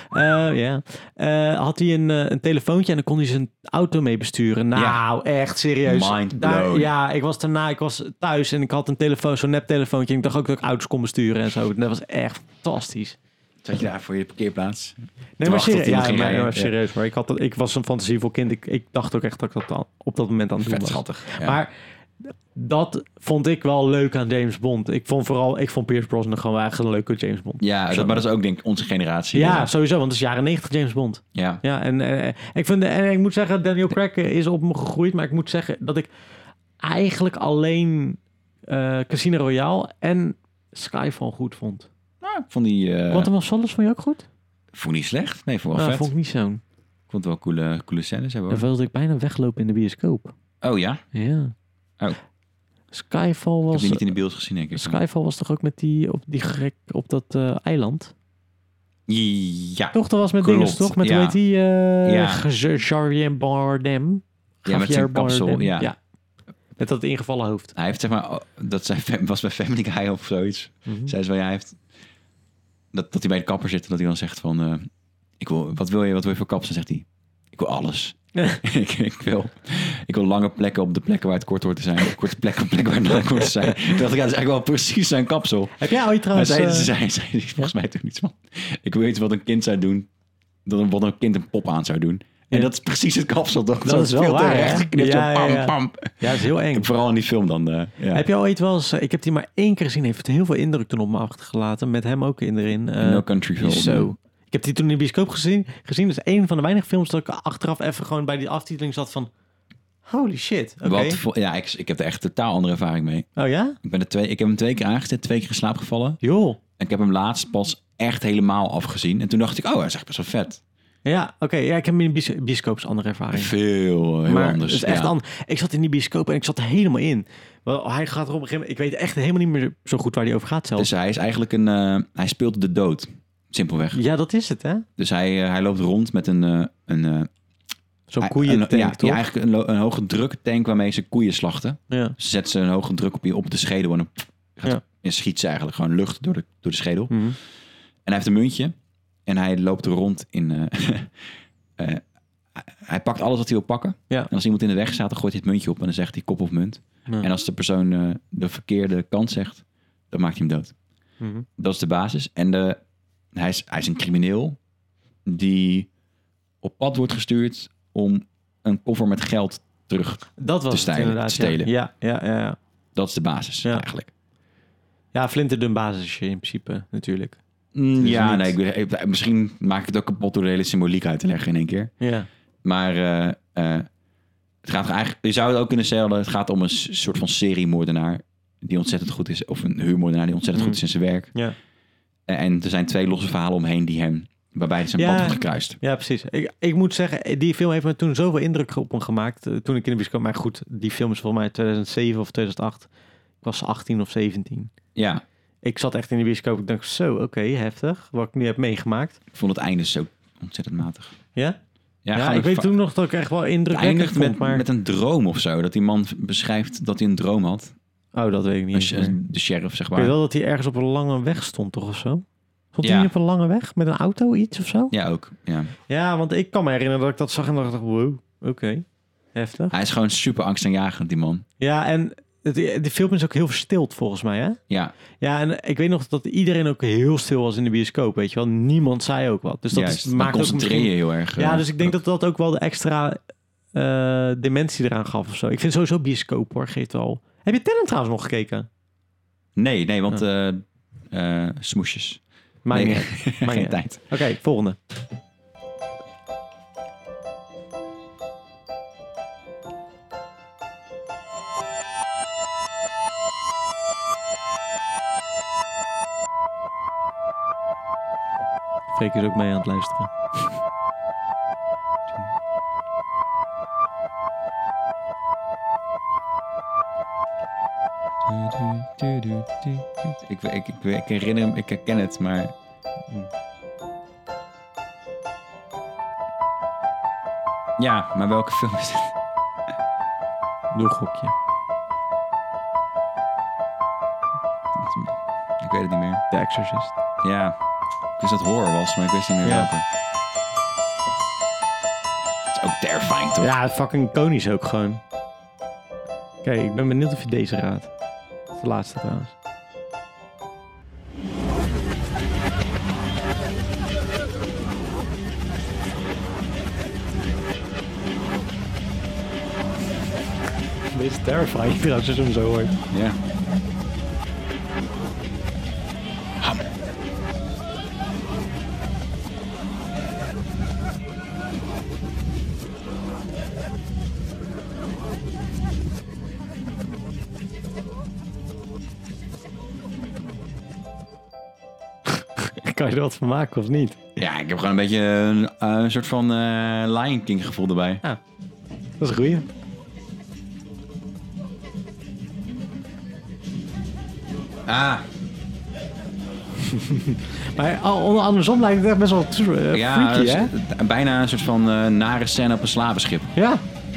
Had hij een telefoontje en dan kon hij zijn auto mee besturen. Nou, echt serieus. Mind blown. Ik was thuis en ik had een telefoon, zo'n neptelefoontje. En ik dacht ook dat ik auto's kon besturen en zo. Dat was echt fantastisch. Zat je daar voor je parkeerplaats? Nee, maar serieus. Maar ik was een fantasievol kind. Ik dacht ook echt dat ik dat op dat moment aan het doen was. Schattig. Ja. Maar dat vond ik wel leuk aan James Bond. Ik vond Pierce Brosnan gewoon eigenlijk een leuke James Bond. Ja, maar dat is ook denk ik onze generatie. Ja, sowieso, want het is jaren 90 James Bond. Ja. Ja, en ik moet zeggen, Daniel Craig is op me gegroeid, maar ik moet zeggen dat ik eigenlijk alleen Casino Royale en Skyfall goed vond. Nou, ik vond die... Quantum of Solace vond je ook goed? Vond niet slecht. Nee, vond wel vet. Vond ik niet zo'n. Ik vond het wel coole scènes hebben. Dan wilde ik bijna weglopen in de bioscoop. Oh ja? Ja. Oh. Skyfall was... Ik heb die niet in de beeld gezien, denk ik. Skyfall was toch ook met die gek op dat eiland? Ja. Toch, dat was met dingen, toch? Met hoe heet die? Javier Bardem. Ja, met zijn kapsel, ja. Met dat ingevallen hoofd. Hij heeft zeg maar, was bij Family Guy of zoiets. Zei ze wel, hij heeft dat hij bij de kapper zit en dat hij dan zegt van, wat wil je voor kapsel? Dan zegt hij, ik wil alles. ik wil lange plekken op de plekken waar het kort hoort te zijn. Korte plekken op plekken waar het lang hoort te zijn. Toen dacht ik, dat is eigenlijk wel precies zijn kapsel. Heb jij ooit trouwens... Hij zei volgens mij toen iets van, ik wil iets wat een kind zou doen, wat een kind een pop aan zou doen. En dat is precies het kapsel, toch? Dat is wel waar, hè? Pam. Ja, dat is heel eng. Vooral in die film dan. Heb je ooit wel eens... ik heb die maar 1 keer gezien. Heeft heel veel indruk toen op me achtergelaten. Met hem ook erin. No Country for Old Men. Ik heb die toen in de bioscoop gezien. Dat is een van de weinige films dat ik achteraf even gewoon bij die aftiteling zat van... Holy shit. Okay. Ik heb er echt totaal andere ervaring mee. Oh ja? Ik heb hem 2 keer aangezet, 2 keer in slaap gevallen. Joh. En ik heb hem laatst pas echt helemaal afgezien. En toen dacht ik, hij is echt best wel vet. Ja, oké. Ja, ik heb in de bioscoop andere ervaring. Heel anders. Het is echt anders. Ik zat in die bioscoop en ik zat er helemaal in. Hij gaat er op een gegeven moment... Ik weet echt helemaal niet meer zo goed waar hij over gaat zelf. Dus hij is eigenlijk hij speelt de dood. Simpelweg. Ja, dat is het, hè? Dus hij loopt rond met zo'n koeientank, toch? Ja, eigenlijk een hoge druk tank waarmee ze koeien slachten. Ja. Ze zetten ze een hoge druk op de schedel en schiet ze eigenlijk gewoon lucht door de schedel. Mm-hmm. En hij heeft een muntje en hij loopt er rond in... hij pakt alles wat hij wil pakken. Ja. En als iemand in de weg staat, dan gooit hij het muntje op en dan zegt hij kop of munt. Ja. En als de persoon de verkeerde kant zegt, dan maakt hij hem dood. Mm-hmm. Dat is de basis. En hij is een crimineel die op pad wordt gestuurd om een koffer met geld terug te stelen. Ja. Dat is de basis eigenlijk. Ja, flinterdun basisje in principe natuurlijk. Misschien maak ik het ook kapot door de hele symboliek uit te leggen in één keer. Ja. Maar het gaat eigenlijk, je zou het ook kunnen stellen, het gaat om een soort van seriemoordenaar die ontzettend goed is, of een huurmoordenaar die ontzettend goed is in zijn werk. Ja. En er zijn 2 losse verhalen omheen waarbij zijn pad wordt gekruist. Ja, precies. Ik moet zeggen, die film heeft me toen zoveel indruk op me gemaakt. Toen ik in de bioscoop... Maar goed, die film is volgens mij 2007 of 2008. Ik was 18 of 17. Ja. Ik zat echt in de bioscoop. Ik dacht, oké, heftig. Wat ik nu heb meegemaakt. Ik vond het einde zo ontzettend matig. Ja? Ja, ik weet toen nog dat ik echt wel indrukwekkend vond. Met een droom of zo. Dat die man beschrijft dat hij een droom had. Oh, dat weet ik niet. De sheriff, zeg maar. Ik weet wel dat hij ergens op een lange weg stond, toch of zo? Stond hij op een lange weg met een auto, iets of zo? Ja, ook. Ja, want ik kan me herinneren dat ik dat zag en dacht, wow, oké. Heftig. Hij is gewoon super angstaanjagend, die man. Ja, en de film is ook heel verstild volgens mij, hè? Ja, Ja, en ik weet nog dat iedereen ook heel stil was in de bioscoop, weet je wel. Niemand zei ook wat. Dus dat juist. maakt ook Concentreer je heel erg. Ja, dus ik denk dat dat ook wel de extra dimensie eraan gaf of zo. Ik vind sowieso bioscoop, hoor. Geeft wel. Heb je Tenet trouwens nog gekeken? Nee, want smoesjes. Maakt Nee, niet uit. Maakt geen niet uit. tijd. Oké, volgende. Freek is ook mee aan het luisteren. Ik herinner hem, ik herken het, maar... Ja, maar welke film is het? Doe een gokje. Ik weet het niet meer. The Exorcist. Ja, ik wist dat het horror was, maar ik wist niet meer Ja. welke. Het is ook terrifying, toch? Ja, fucking konisch ook gewoon. Oké, ik ben benieuwd of je deze raadt. Dat is de laatste trouwens. Deze is terrifying trouwens, als je hem zo hoort. Ja. Kan je er wat van maken of niet? Ja, ik heb gewoon een beetje een soort van Lion King gevoel erbij. Dat is een goeie. Ah, Maar andersom lijkt het echt best wel ja, freaky, hè? bijna een soort van nare scène op een slavenschip. Ja.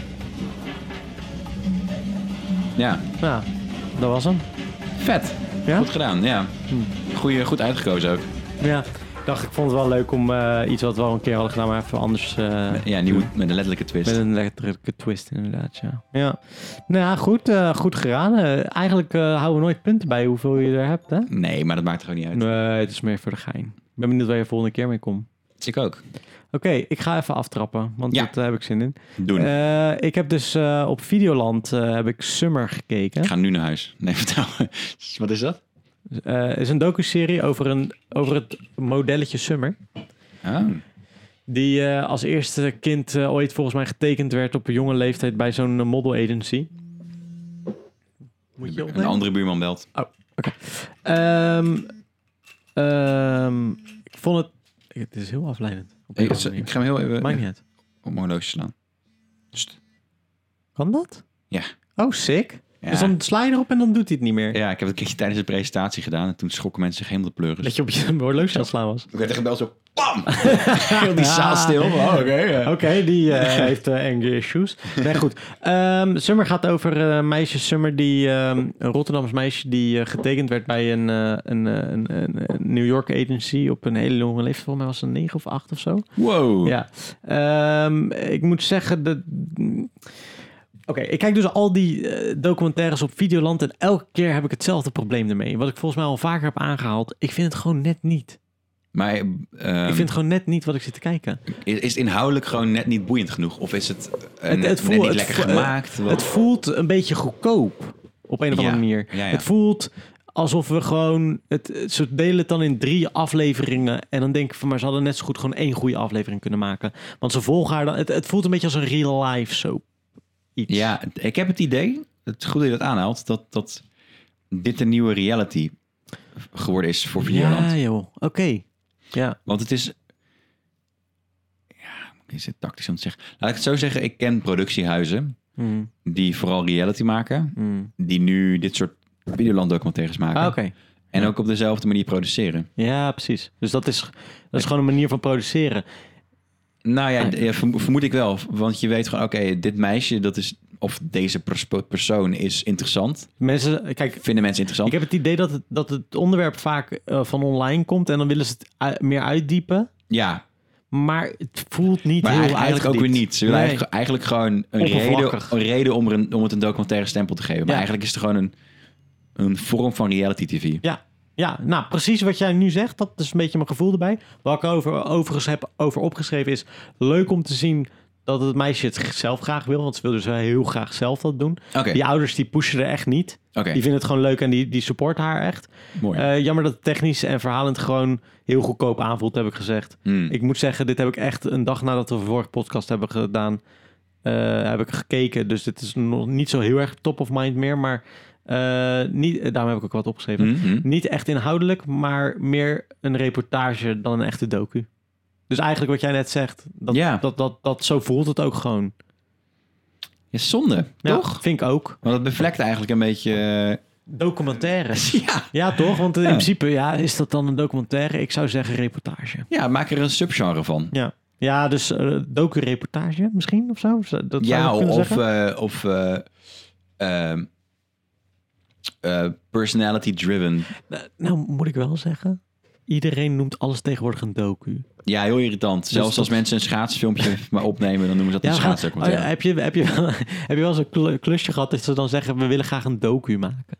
Ja, Nou, dat was hem. vet. Ja? Goed gedaan, ja. Goed uitgekozen ook. Ja. Ik vond het wel leuk om iets wat we al een keer hadden gedaan, maar even anders... Ja, nieuw met een letterlijke twist. Met een letterlijke twist, inderdaad, ja. Ja. Nou ja, goed geraden. Eigenlijk houden we nooit punten bij hoeveel je er hebt, hè? Nee, maar dat maakt er gewoon niet uit. Nee, het is meer voor de gein. Ik ben benieuwd waar je volgende keer mee komt. Ik ook. Oké, ik ga even aftrappen, want Ja. daar heb ik zin in. Doen. Ik heb dus op Videoland heb ik Summer gekeken. Ik ga nu naar huis. Nee, vertel. Wat is dat? Is een docuserie over het modelletje Summer. Oh. Die als eerste kind ooit volgens mij getekend werd op een jonge leeftijd bij zo'n model agency. Moet je Een opnemen? andere buurman belt. Ik vond het... Het is heel afleidend. Op Ik een manier. ga hem heel even Maakt niet uit. op mijn horloge slaan. Kan dat? Ja. Oh, sick. Ja. Dus dan sla je erop en dan doet hij het niet meer. Ja, ik heb het een keertje tijdens de presentatie gedaan. En toen schrokken mensen zich helemaal de pleuris. Dat je op je horloge aan het slaan was. Ik werd echt gebeld zo... Bam! Heel die zaal stil. Oh, oké. Oké, die heeft anger issues. Nee, goed. Summer gaat over een meisje Summer, een Rotterdams meisje die getekend werd bij een New York agency op een hele jonge leeftijd. Volgens mij was ze 9 of 8 of zo. Wow. Ja. Ik moet zeggen dat... Oké, ik kijk dus al die documentaires op Videoland en elke keer heb ik hetzelfde probleem ermee. Wat ik volgens mij al vaker heb aangehaald. Ik vind het gewoon net niet. Maar Ik vind het gewoon net niet wat ik zit te kijken. is het inhoudelijk gewoon net niet boeiend genoeg? Of is het, Het net voelt- niet het lekker vo- gemaakt? Het voelt een beetje goedkoop. Op een of andere Ja, manier. ja. Het voelt alsof we gewoon... Ze delen het dan in 3 afleveringen. En dan denk ik van... Maar ze hadden net zo goed gewoon 1 goede aflevering kunnen maken. Want ze volgen haar dan... Het voelt een beetje als een real life soap. Iets. Ja, ik heb het idee, het is goed dat je dat aanhaalt, dat dit een nieuwe reality geworden is voor Videoland. Ja, joh. Oké. Ja. Want het is... Ja, is het tactisch om te zeggen? Laat ik het zo zeggen, ik ken productiehuizen Mm, die vooral reality maken, mm. die nu dit soort Videoland documentaires maken. Ah, oké. En ook op dezelfde manier produceren. Ja, precies. Dus dat is gewoon een manier van produceren. Nou ja, vermoed ik wel. Want je weet gewoon, oké, dit meisje, dat is, of deze persoon is interessant. Mensen, kijk, Vinden mensen interessant. ik heb het idee dat het onderwerp vaak van online komt en dan willen ze het meer uitdiepen. Ja, Maar het voelt niet Maar heel eigenlijk ook weer uitgediept. niet. Ze willen Nee. eigenlijk gewoon een Oppervlakkig. reden om het een documentaire stempel te geven. Maar Ja. eigenlijk is het gewoon een vorm van reality tv. Ja, nou precies wat jij nu zegt. Dat is een beetje mijn gevoel erbij. Wat ik overigens heb over opgeschreven is... leuk om te zien dat het meisje het zelf graag wil. Want ze wil dus wel heel graag zelf dat doen. Oké, Die ouders die pushen er echt niet. Die vinden het gewoon leuk en die supporten haar echt. mooi. Jammer dat het technisch en verhalend gewoon heel goedkoop aanvoelt, heb ik gezegd. Ik moet zeggen, dit heb ik echt een dag nadat we de vorige podcast hebben gedaan... heb ik gekeken. Dus dit is nog niet zo heel erg top of mind meer. Maar daarom heb ik ook wat opgeschreven. Mhm. Niet echt inhoudelijk, maar meer een reportage dan een echte docu. Dus eigenlijk wat jij net zegt, dat zo voelt het ook gewoon. Ja, zonde, Ja, toch? vind ik ook. Want het bevlekt eigenlijk een beetje... Documentaires. Ja. Ja, toch? Want in principe, is dat dan een documentaire? Ik zou zeggen reportage. Ja, maak er een subgenre van. Ja, dus docu-reportage misschien of zo? Dat Ja, zou je kunnen zeggen? personality-driven. Nou, moet ik wel zeggen. Iedereen noemt alles tegenwoordig een docu. Ja, heel irritant. Zelfs als mensen een schaatsfilmpje maar opnemen, dan noemen ze dat een schaatsdocumentaire. Heb je wel zo'n klusje gehad dat ze dan zeggen... we willen graag een docu maken?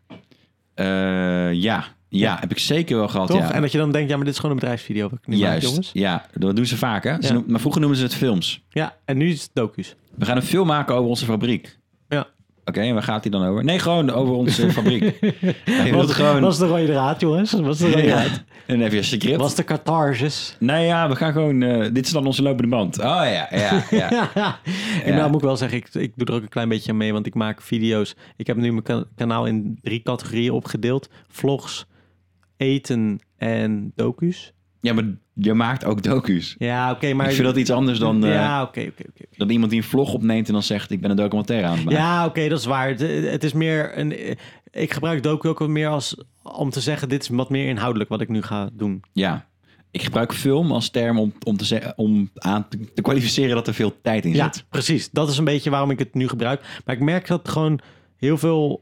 Ja, heb ik zeker wel gehad. Toch? Ja. En dat je dan denkt, ja, maar dit is gewoon een bedrijfsvideo. Wat ik nu maak, jongens. Ja, dat doen ze vaak, hè? Ja. Maar vroeger noemden ze het films. Ja, en nu is het docu's. We gaan een film maken over onze fabriek. Ja. Oké, en waar gaat die dan over? Nee, gewoon over onze fabriek. Je wilt gewoon... Was de rode draad, jongens? Was de rode draad? En dan heb je een script. Was de catharsis? Nee, ja, we gaan gewoon... dit is dan onze lopende band. Oh ja. En nou moet ik wel zeggen, ik doe er ook een klein beetje aan mee, want ik maak video's. Ik heb nu mijn kanaal in 3 categorieën opgedeeld. Vlogs, eten en docu's. Ja, maar je maakt ook docu's. Ja, oké, maar... Ik vind dat iets anders dan, Ja, oké. dan iemand die een vlog opneemt en dan zegt... ik ben een documentaire aan het maken. Ja, oké, dat is waar. Het is meer een... Ik gebruik docu ook wat meer als... om te zeggen, dit is wat meer inhoudelijk wat ik nu ga doen. Ja. Ik gebruik film als term om aan te kwalificeren dat er veel tijd in Ja, zit. precies. Dat is een beetje waarom ik het nu gebruik. Maar ik merk dat gewoon heel veel...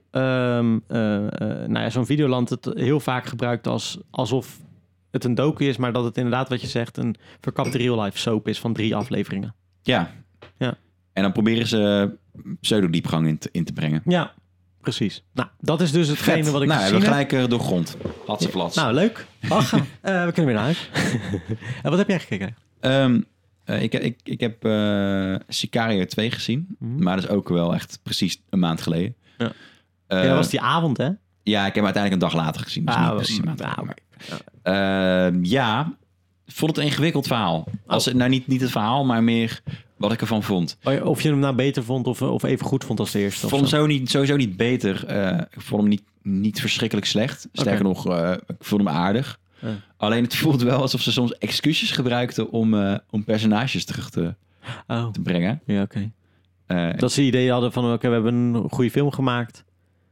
zo'n Videoland het heel vaak gebruikt alsof het een docu is... maar dat het inderdaad, wat je zegt, een verkapte real-life soap is van 3 afleveringen. Ja. Ja. En dan proberen ze pseudo-diepgang in te brengen. Ja, precies. Nou, dat is dus hetgene wat ik Nou, gezien we heb. gelijk doorgrond. Hatseflats. Nou, leuk. Ach, we kunnen weer naar huis. En wat heb jij gekeken? Ik heb Sicario 2 gezien. Mhm. Maar dat is ook wel echt precies een maand geleden. Ja. Dat dat was die avond, hè? Ja, ik heb hem uiteindelijk een dag later gezien. Dus niet precies een maand geleden. Ik vond het een ingewikkeld verhaal. Niet het verhaal, maar meer wat ik ervan vond. Of je hem nou beter vond of even goed vond als de eerste? Ik vond hem sowieso niet beter. Ik vond hem niet verschrikkelijk slecht. Sterker nog, ik vond hem aardig. Alleen het voelt wel alsof ze soms excuses gebruikten om personages terug te brengen. Ja, oké. Dat ze het idee hadden van, oké, we hebben een goede film gemaakt.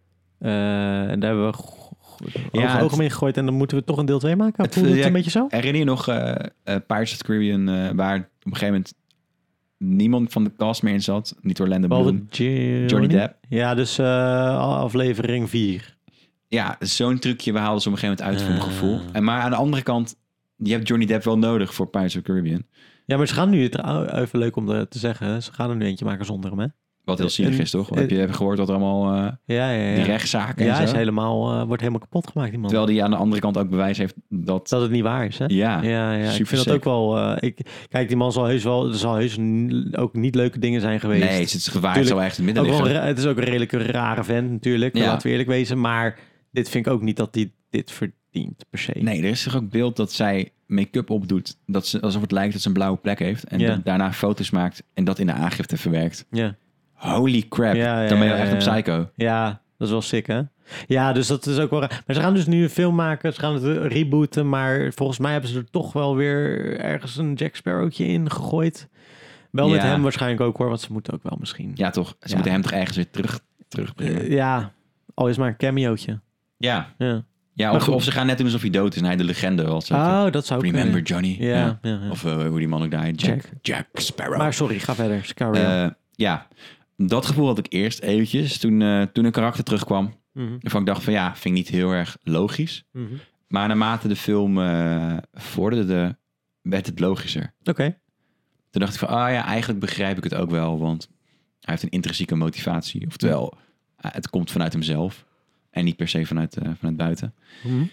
En daar hebben we ogen mee gegooid en dan moeten we toch een deel 2 maken. Voelde het een beetje zo? Herinner je nog Pirates of the Caribbean, waar op een gegeven moment niemand van de cast meer in zat? Niet Orlando Bloom. Johnny Depp. Ja, dus aflevering 4. Ja, zo'n trucje, we haalden ze op een gegeven moment uit voor mijn gevoel. Maar aan de andere kant, je hebt Johnny Depp wel nodig voor Pirates of the Caribbean. Ja, maar ze gaan nu, even leuk om te zeggen, ze gaan er nu eentje maken zonder hem, hè? Wat heel zielig is, toch? Heb je gehoord dat er allemaal die rechtszaken en zo? Is wordt helemaal kapot gemaakt, die man. Terwijl die aan de andere kant ook bewijs heeft dat het niet waar is, hè? Ja, ik vind dat ook wel... kijk, die man zal heus ook niet leuke dingen zijn geweest. Nee, het gevaar zal echt in het midden liggen. Het is ook een redelijk rare vent natuurlijk, laten we eerlijk wezen. Maar dit vind ik ook niet dat hij dit verdient, per se. Nee, er is toch ook beeld dat zij make-up opdoet, alsof het lijkt dat ze een blauwe plek heeft. En daarna foto's maakt en dat in de aangifte verwerkt. Ja. Holy crap, dan ben je echt een psycho. Ja, dat is wel sick, hè? Ja, dus dat is ook wel raar. Maar ze gaan dus nu een film maken, ze gaan het rebooten, maar volgens mij hebben ze er toch wel weer ergens een Jack Sparrowtje in gegooid. Wel met hem waarschijnlijk ook, hoor, want ze moeten ook wel misschien... Ja, toch? Ze moeten hem toch ergens weer terugbrengen. Al is maar een cameootje. Ja, of ze gaan net doen alsof hij dood is en hij de legende was. Dat zou ik Remember Johnny. Ja. Of hoe die man ook daar heet. Jack Sparrow. Maar sorry, ga verder. Sicario. Dat gevoel had ik eerst eventjes toen een karakter terugkwam. Waarvan ik dacht van vind ik niet heel erg logisch. Mm-hmm. Maar naarmate de film vorderde, werd het logischer. Oké. Toen dacht ik van, eigenlijk begrijp ik het ook wel. Want hij heeft een intrinsieke motivatie. Oftewel, het komt vanuit hemzelf. En niet per se vanuit buiten. Mm-hmm.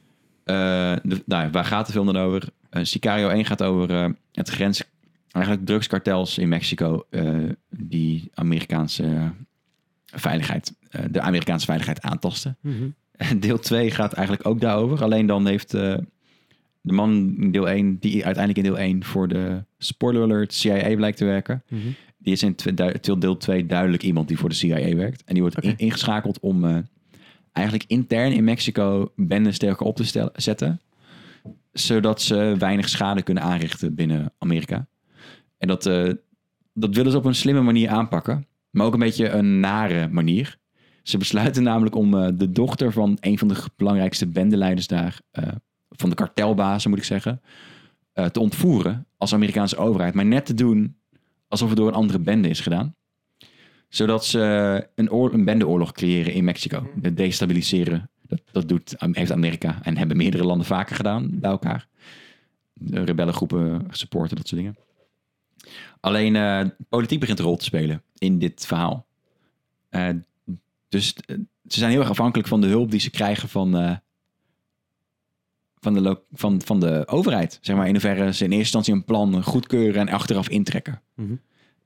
Waar gaat de film dan over? Sicario 1 gaat over het eigenlijk drugskartels in Mexico. Die Amerikaanse veiligheid, de Amerikaanse veiligheid aantasten. Mm-hmm. Deel 2 gaat eigenlijk ook daarover. Alleen dan heeft de man in deel 1, die uiteindelijk in deel 1 voor de spoiler alert CIA blijkt te werken. Mm-hmm. Die is in deel 2 duidelijk iemand die voor de CIA werkt. En die wordt ingeschakeld om eigenlijk intern in Mexico bendes sterker op te zetten. Zodat ze weinig schade kunnen aanrichten binnen Amerika. En dat willen ze op een slimme manier aanpakken. Maar ook een beetje een nare manier. Ze besluiten namelijk om de dochter van een van de belangrijkste bendeleiders daar, van de kartelbazen moet ik zeggen, te ontvoeren als Amerikaanse overheid. Maar net te doen alsof het door een andere bende is gedaan. Zodat ze een bendeoorlog creëren in Mexico. Het destabiliseren. Dat heeft Amerika en hebben meerdere landen vaker gedaan bij elkaar. De rebellengroepen supporten, dat soort dingen. Alleen politiek begint een rol te spelen in dit verhaal. Dus ze zijn heel erg afhankelijk van de hulp die ze krijgen van de overheid. Zeg maar, in hoeverre ze in eerste instantie een plan goedkeuren en achteraf intrekken. Mm-hmm.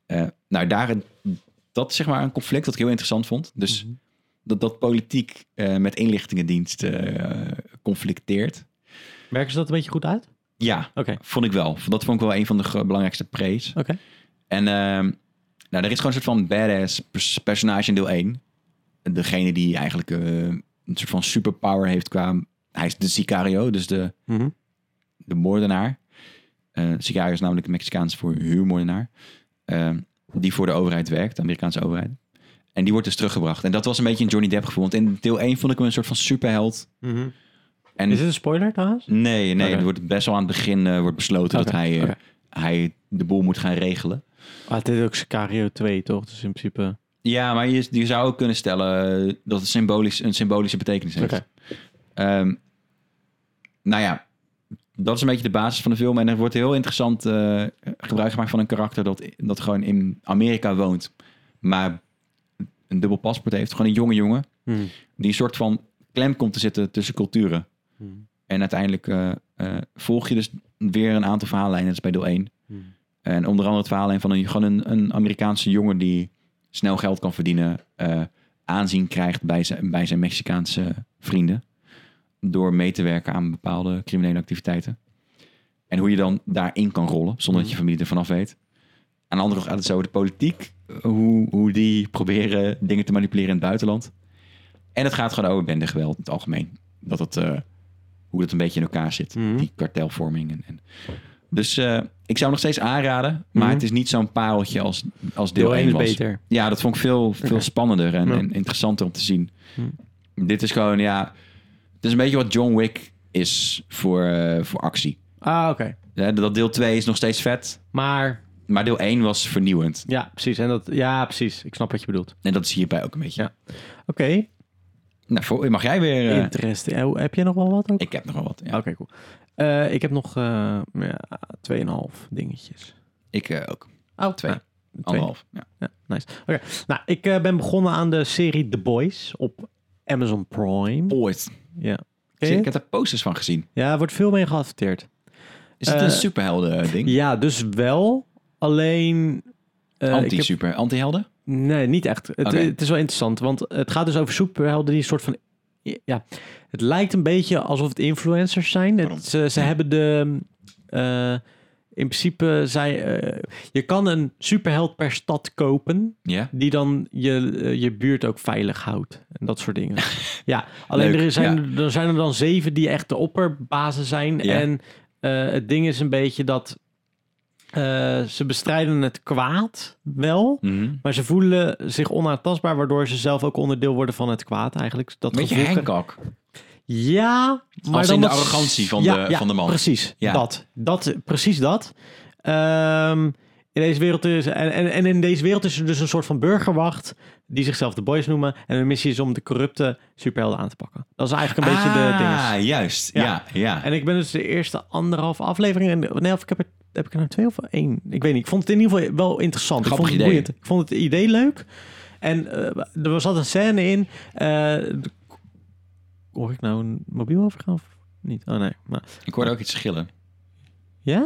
Dat is zeg maar een conflict dat ik heel interessant vond. Dus dat politiek met inlichtingendienst conflicteert. Werken ze dat een beetje goed uit? Ja, vond ik wel. Dat vond ik wel een van de belangrijkste praise. Oké. En er is gewoon een soort van badass personage in deel 1. Degene die eigenlijk een soort van superpower heeft hij is de Sicario, dus de moordenaar. Sicario is namelijk Mexicaans voor huurmoordenaar. Die voor de overheid werkt, de Amerikaanse overheid. En die wordt dus teruggebracht. En dat was een beetje een Johnny Depp gevoel. Want in deel 1 vond ik hem een soort van superheld. Mm-hmm. En is het een spoiler trouwens? Nee. Er wordt best wel aan het begin wordt besloten dat hij de boel moet gaan regelen. Het is ook Sicario 2, toch? Dus in principe... Ja, maar je zou ook kunnen stellen dat het een symbolische betekenis heeft. Dat is een beetje de basis van de film. En er wordt heel interessant gebruik gemaakt van een karakter dat gewoon in Amerika woont. Maar een dubbel paspoort heeft. Gewoon een jonge jongen. Die een soort van klem komt te zitten tussen culturen. En uiteindelijk volg je dus weer een aantal verhaallijnen. Dat is bij deel 1. En onder andere het verhaallijn van een Amerikaanse jongen die snel geld kan verdienen. Aanzien krijgt bij zijn Mexicaanse vrienden. Door mee te werken aan bepaalde criminele activiteiten. En hoe je dan daarin kan rollen, zonder dat je familie ervan af weet. Aan de andere kant gaat het zo over de politiek. Hoe die proberen dingen te manipuleren in het buitenland. En het gaat gewoon over bendegeweld in het algemeen. Hoe dat een beetje in elkaar zit. Die kartelvorming. Dus ik zou nog steeds aanraden. Maar het is niet zo'n pareltje als deel 1 was. Beter. Ja, dat vond ik veel spannender en interessanter om te zien. Dit is gewoon, het is een beetje wat John Wick is voor actie. Oké. Dat deel 2 is nog steeds vet. Maar deel 1 was vernieuwend. Ja, precies. Precies. Ik snap wat je bedoelt. En dat is hierbij ook een beetje. Ja. Oké. Nou, mag jij weer... Interessant. Heb je nog wel wat ook? Ik heb nog wel wat, ja. Oké, cool. Ik heb nog 2,5 dingetjes. Ik ook. 2. 1,5. Ja, nice. Oké. Nou, ik ben begonnen aan de serie The Boys op Amazon Prime. Ooit. Ja. Ik heb daar posters van gezien. Ja, er wordt veel mee geadverteerd. Is het een superhelden ding? Ja, dus wel. Alleen... Anti-helden? Nee, niet echt. Het is wel interessant, want het gaat dus over superhelden die een soort van... Ja, het lijkt een beetje alsof het influencers zijn. Ze hebben de... in principe, je kan een superheld per stad kopen... die dan je buurt ook veilig houdt. En dat soort dingen. Ja, alleen er zijn er dan 7 die echt de opperbazen zijn. Ja. En het ding is een beetje dat... ze bestrijden het kwaad wel, maar ze voelen zich onaantastbaar, waardoor ze zelf ook onderdeel worden van het kwaad eigenlijk. Dat beetje Hancock. Ja, maar als dan in de arrogantie van de man. Precies, ja. Precies dat. In deze wereld in deze wereld is er dus een soort van burgerwacht die zichzelf de Boys noemen. En hun missie is om de corrupte superhelden aan te pakken. Dat is eigenlijk een beetje de ding. Juist. Ja. En ik ben dus de eerste 1,5 aflevering. Ik heb er heb ik er nou 2 of 1? Ik weet niet. Ik vond het in ieder geval wel interessant. Grappig ik vond het idee. boeiend. Ik vond het idee leuk. En er zat een scène in. Hoor ik nou een mobiel overgaan of niet? Oh nee. Maar, Ik hoorde ook iets schillen. ja?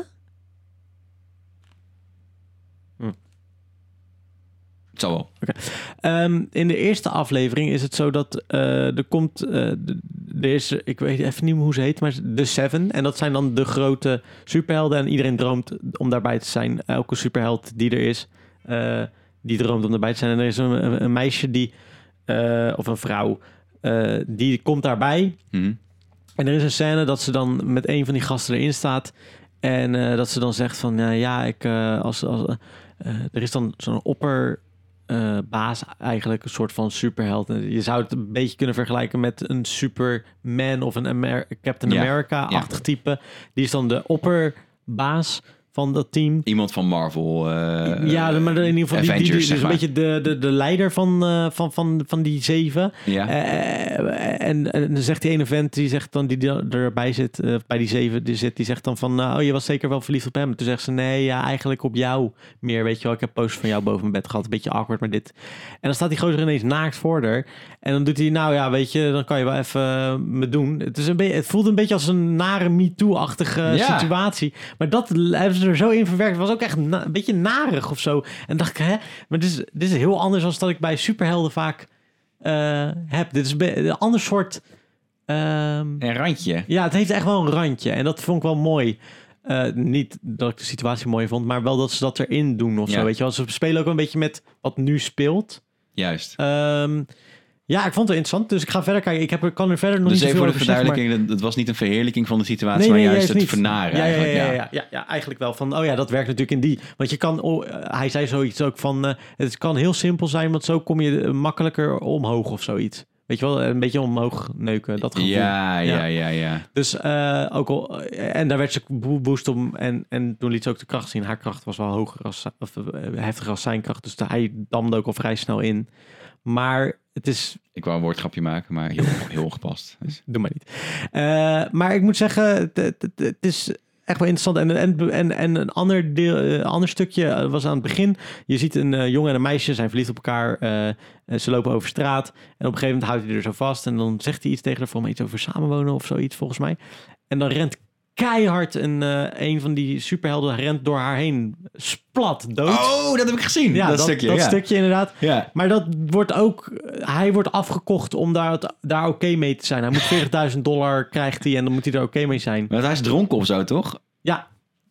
Het zal wel. In de eerste aflevering is het zo dat er komt... er is, ik weet even niet meer hoe ze heet, maar The Seven. En dat zijn dan de grote superhelden. En iedereen droomt om daarbij te zijn. Elke superheld die er is, die droomt om daarbij te zijn. En er is een meisje die... of een vrouw... die komt daarbij. Mm. En er is een scène dat ze dan met een van die gasten erin staat. En dat ze dan zegt van... er is dan zo'n opperbaas eigenlijk, een soort van superheld. Je zou het een beetje kunnen vergelijken met een Superman of een Captain America-achtig type. Die is dan de opperbaas van dat team. Iemand van Marvel. Maar in ieder geval die Avengers, dus zeg een maar. beetje de leider van die 7. Ja. En dan zegt die ene vent, die zegt dan, die erbij zit, bij die 7, die zegt dan van, je was zeker wel verliefd op hem. Toen zegt ze, nee, ja, eigenlijk op jou meer, weet je wel. Ik heb posters van jou boven mijn bed gehad, een beetje awkward, maar dit. En dan staat die gozer ineens naakt voor haar. En dan doet hij, weet je, dan kan je wel even me doen. Het voelt een beetje als een nare MeToo-achtige situatie. Maar dat hebben ze er zo in verwerkt. Het was ook echt een beetje narig of zo. En dacht ik, maar dit is heel anders dan dat ik bij superhelden vaak heb. Dit is een ander soort... Een randje. Ja, het heeft echt wel een randje. En dat vond ik wel mooi. Niet dat ik de situatie mooi vond, maar wel dat ze dat erin doen of zo. Weet je wel. Ze spelen ook een beetje met wat nu speelt. Juist. Ja, ik vond het interessant, dus ik ga verder kijken. Ik kan er verder nog dus niet even zoveel voor de over zeggen. verduidelijking, het was niet een verheerlijking van de situatie, maar juist het vernaren. Ja, eigenlijk wel. Van, dat werkt natuurlijk in die. Want je kan, hij zei zoiets ook van, het kan heel simpel zijn, want zo kom je makkelijker omhoog of zoiets. Weet je wel, een beetje omhoog neuken, dat gevoel. Ja. Dus ook al, en daar werd ze boost om en toen liet ze ook de kracht zien. Haar kracht was wel hoger heftiger als zijn kracht, dus hij damde ook al vrij snel in. Maar het is... Ik wou een woordgrapje maken, maar heel ongepast. Dus. Doe maar niet. Maar ik moet zeggen, het is echt wel interessant. En een ander stukje was aan het begin. Je ziet een jongen en een meisje, zijn verliefd op elkaar. Ze lopen over straat. En op een gegeven moment houdt hij er zo vast. En dan zegt hij iets tegen haar, volgens mij iets over samenwonen of zoiets, volgens mij. En dan rent keihard een van die superhelden rent door haar heen. Splat, dood. Oh, dat heb ik gezien. Ja, dat stukje inderdaad. Ja. Maar dat wordt ook... Hij wordt afgekocht om daar oké mee te zijn. Hij moet $40.000 krijgt hij en dan moet hij er oké mee zijn. Maar hij is dronken of zo, toch? Ja.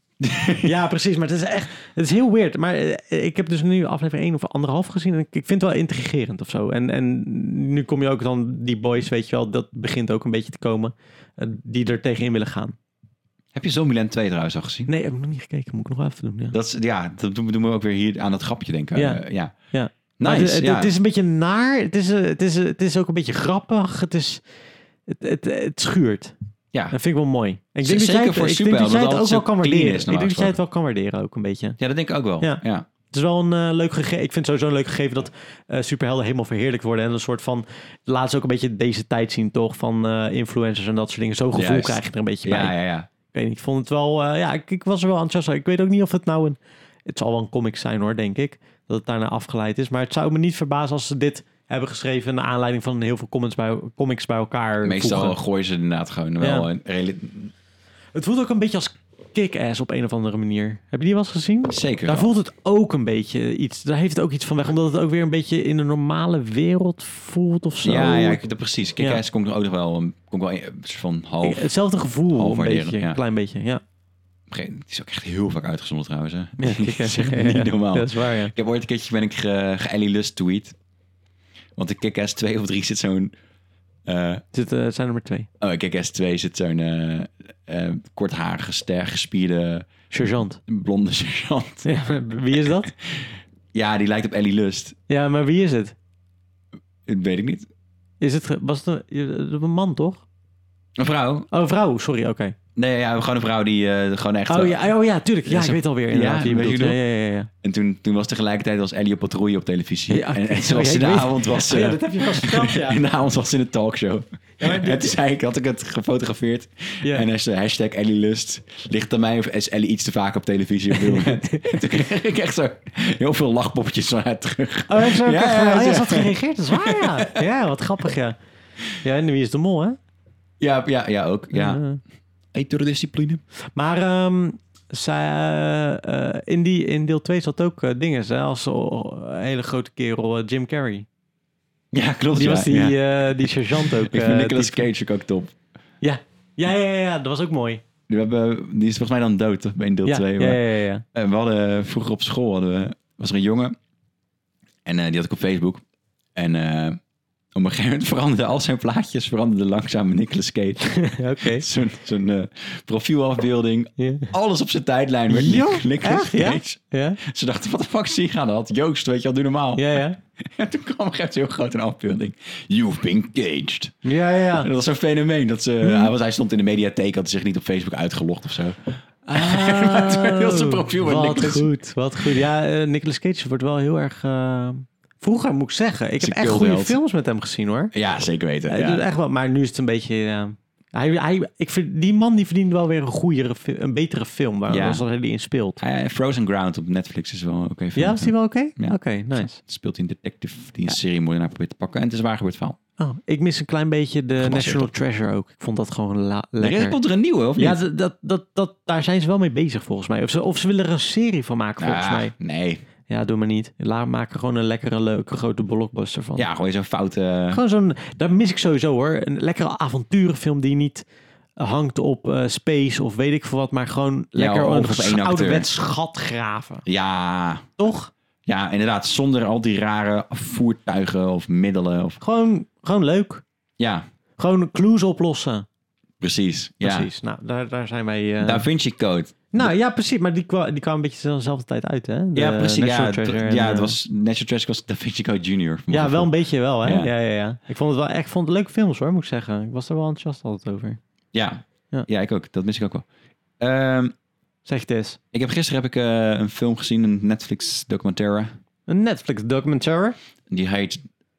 Ja, precies. Maar het is heel weird. Maar ik heb dus nu aflevering 1 of 1,5 gezien. En ik vind het wel intrigerend of zo. En nu kom je ook dan die boys, weet je wel. Dat begint ook een beetje te komen. Die er tegenin willen gaan. Heb je Zombieland 2 trouwens al gezien? Nee, heb ik nog niet gekeken. Moet ik nog wel even doen. Ja. Dat doen we ook weer hier aan het grapje denken. Ja. Nice. Het is een beetje naar. Het is ook een beetje grappig. Het schuurt. Ja. Dat vind ik wel mooi. Ik denk Zeker voor superhelden, dat jij het want ook wel kan clean waarderen. is, Ik denk dat jij het wel kan waarderen ook een beetje. Ja, dat denk ik ook wel. Ja. Ja. Het is wel een leuk gegeven. Ik vind het sowieso een leuk gegeven dat superhelden helemaal verheerlijkt worden. En een soort van... Laat ze ook een beetje deze tijd zien, toch? Van influencers en dat soort dingen. Zo'n gevoel krijg je er een beetje bij. Ja. Ik weet niet, ik vond het wel... ik was er wel enthousiast. Ik weet ook niet of het nou het zal wel een comic zijn hoor, denk ik. Dat het daarna afgeleid is. Maar het zou me niet verbazen als ze dit hebben geschreven... naar aanleiding van heel veel comics bij elkaar Meestal voegen. gooien ze inderdaad gewoon wel een Het voelt ook een beetje als Kick-Ass op een of andere manier. Heb je die wel eens gezien? Zeker. Daar wel. voelt het ook een beetje iets... Daar heeft het ook iets van weg. Omdat het ook weer een beetje in de normale wereld voelt of zo. Ja, precies. Kick-Ass komt er ook nog wel een soort van half... Hetzelfde gevoel, half een waarderen, beetje. ja. Een klein beetje, ja. Het is ook echt heel vaak uitgezonden trouwens. Hè? Ja, Kick-Ass. Dat is echt niet normaal. Dat is waar, ja. Ik heb ooit een keertje ben ik ge-Ellie Lust tweet. Want in Kick-Ass 2 of 3 zit zo'n... Het zijn er maar 2. Oh, in Kick-Ass 2 zit zo'n kortharige, stergespierde... Sergeant. Blonde sergeant. Ja, wie is dat? Ja, die lijkt op Ellie Lust. Ja, maar wie is het? Dat weet ik niet. Was het een man, toch? Een vrouw? Oh, vrouw, sorry, oké. Nee, ja, gewoon een vrouw die gewoon echt... Oh ja, tuurlijk. Ja, ik weet alweer inderdaad wie je weet je bedoelt. nog? Ja. En toen was tegelijkertijd als Ellie op patrouille op televisie. Ja, en zoals ik de weet- avond was... Ja, dat heb je vast verteld, ja. In de avond was ze in een talkshow. Ja, maar En toen had ik het gefotografeerd. Ja. En hij zei hashtag Ellie Lust. Ligt aan mij of is Ellie iets te vaak op televisie op dit moment? En toen kreeg ik echt zo heel veel lachpoppetjes van haar terug. Oh, heb je ook Ja, echt, ja, je ja. had gereageerd, dat is waar, ja. Ja, wat grappig, ja. Ja, en Wie is de Mol, hè? Ja, ook. Ja. Eterdiscipline. Maar in deel 2 zat ook dingen, hè, als een hele grote kerel, Jim Carrey. Ja, klopt. Die ja, was die sergeant ook. Ik vind Nicolas die- Cage ook top. Ja, dat was ook mooi. Die is volgens mij dan dood toch, in deel 2. Ja. En we hadden vroeger op school was er een jongen. En die had ik op Facebook. En op een gegeven moment veranderden al zijn plaatjes langzaam met Nicolas Cage. Oké. Zo'n profielafbeelding. Ja. Alles op zijn tijdlijn werd Nicolas echt? Ja? Cage. Ja? Ze dachten, wat de fuck zie je gaan? Dat had Joost, weet je wel, doe normaal. Ja. En toen kwam er echt heel groot een afbeelding. You've been caged. Ja. En dat was zo'n fenomeen. Dat hij stond in de mediatheek, had zich niet op Facebook uitgelogd of zo. Ah, toen werd heel zijn profiel met Nicolas. Wat goed. Ja, Nicolas Cage wordt wel heel erg... Vroeger moet ik zeggen. Ik heb echt cult goede held. films met hem gezien, hoor. Ja, zeker weten. Hij doet echt wel, maar nu is het een beetje... ik vind, die man die verdient wel weer een betere film waar hij in speelt. Frozen Ground op Netflix is wel oké. Ja, is die wel oké? Ja. Oké, nice. Speelt hij een detective die een seriemoordenaar probeert te pakken. En het is een waar gebeurd verhaal. Oh, ik mis een klein beetje de Gebaseerd National op. Treasure ook. Ik vond dat gewoon Er lekker. komt er een nieuwe, of niet? Ja, daar zijn ze wel mee bezig volgens mij. Of ze willen er een serie van maken volgens mij. Nee. Ja, doe maar niet. Maak er gewoon een lekkere, leuke, grote blockbuster van. Ja, gewoon zo'n foute... Gewoon zo'n... Daar mis ik sowieso, hoor. Een lekkere avonturenfilm die niet hangt op space of weet ik veel wat, maar gewoon lekker of op één acteur. ouderwets schat graven. Ja, Toch? ja, inderdaad. Zonder al die rare voertuigen of middelen. Of... Gewoon leuk. Ja, Gewoon clues oplossen. precies. Ja. Precies. Nou, daar zijn wij... Da Vinci Code. Nou ja, precies. Maar die kwam een beetje dezelfde tijd uit, hè? De Ja, precies. National Ja, Treasure ja, en, het was National Treasure was Da Vinci Code Junior. Ja, wel een beetje wel, hè? Ja. Ja. Ik vond het wel echt leuke films, hoor, moet ik zeggen. Ik was er wel enthousiast altijd over. Ja, ik ook. Dat mis ik ook wel. Zeg het eens. Gisteren heb ik een film gezien, een Netflix documentaire. Een Netflix documentaire. Die heet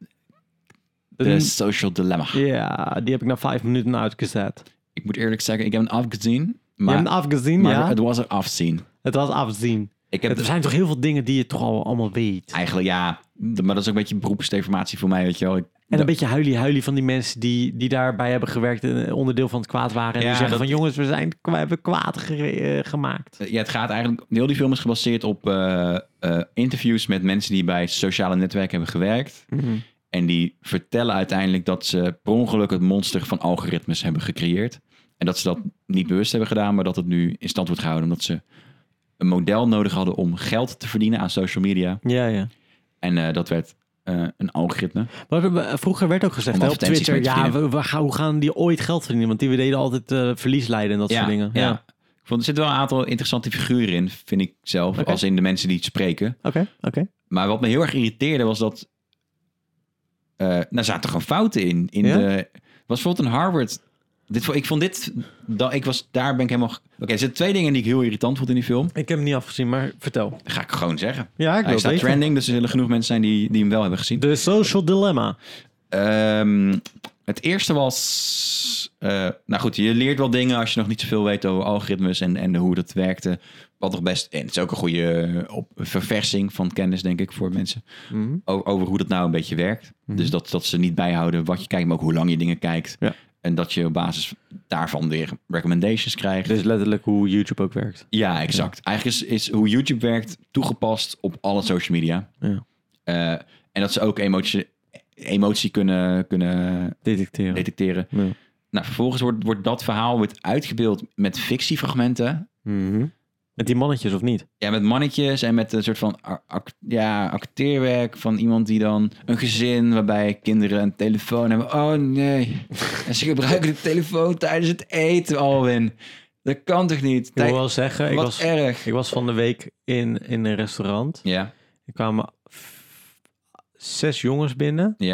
The Social Dilemma. Ja, die heb ik na 5 minuten uitgezet. Ik moet eerlijk zeggen, ik heb hem afgezien. Je Maar, hebt hem afgezien, maar ja? het was er afzien. Het was afzien. Ik heb Er zijn toch heel veel dingen die je toch al allemaal weet. eigenlijk, ja, maar dat is ook een beetje beroepsdeformatie voor mij, weet je wel. En een beetje huilie van die mensen die daarbij hebben gewerkt en onderdeel van het kwaad waren. En Ja, die zeggen dat- van jongens, we hebben kwaad gemaakt. Ja, het gaat eigenlijk... Heel die film is gebaseerd op interviews met mensen die bij sociale netwerken hebben gewerkt. En die vertellen uiteindelijk dat ze per ongeluk het monster van algoritmes hebben gecreëerd. En dat ze dat niet bewust hebben gedaan, maar dat het nu in stand wordt gehouden. Omdat ze een model nodig hadden om geld te verdienen aan social media. Ja. En dat werd een algoritme. Maar vroeger werd ook gezegd Om hè, op advertenties Twitter, mee te hoe gaan die ooit geld verdienen? Want die deden altijd verlies leiden en dat soort dingen. Ja. Ik vond, er zitten wel een aantal interessante figuren in, vind ik zelf. Oké. Als in de mensen die het spreken. Oké. Maar wat me heel erg irriteerde was dat... er zaten gewoon fouten in. Ja? Was bijvoorbeeld een Harvard... Daar ben ik helemaal... Oké, er zitten 2 dingen die ik heel irritant vond in die film. Ik heb hem niet afgezien, maar vertel. Dat ga ik gewoon zeggen. Ja, ik wil Hij het staat weten. trending, dus er zullen genoeg mensen zijn die hem wel hebben gezien. The Social Dilemma. Het eerste was... nou goed, je leert wel dingen als je nog niet zoveel weet over algoritmes en hoe dat werkte. Wat toch best... En het is ook een goede verversing van kennis, denk ik, voor mensen. Over hoe dat nou een beetje werkt. Dus dat ze niet bijhouden wat je kijkt, maar ook hoe lang je dingen kijkt. Ja. En dat je op basis daarvan weer recommendations krijgt. Dus letterlijk hoe YouTube ook werkt. Ja, exact. Eigenlijk is hoe YouTube werkt toegepast op alle social media. Ja. En dat ze ook emotie kunnen Detecteren. detecteren. Ja. Nou, vervolgens wordt dat verhaal uitgebeeld met fictiefragmenten. Met die mannetjes of niet? Ja, met mannetjes en met een soort van acteerwerk van iemand die dan... Een gezin waarbij kinderen een telefoon hebben. Oh nee. En ze gebruiken de telefoon tijdens het eten, Alwin. Dat kan toch niet? Ik wil wel zeggen, Wat erg. ik was van de week in een restaurant. Ja, Er kwamen 6 jongens binnen. ja.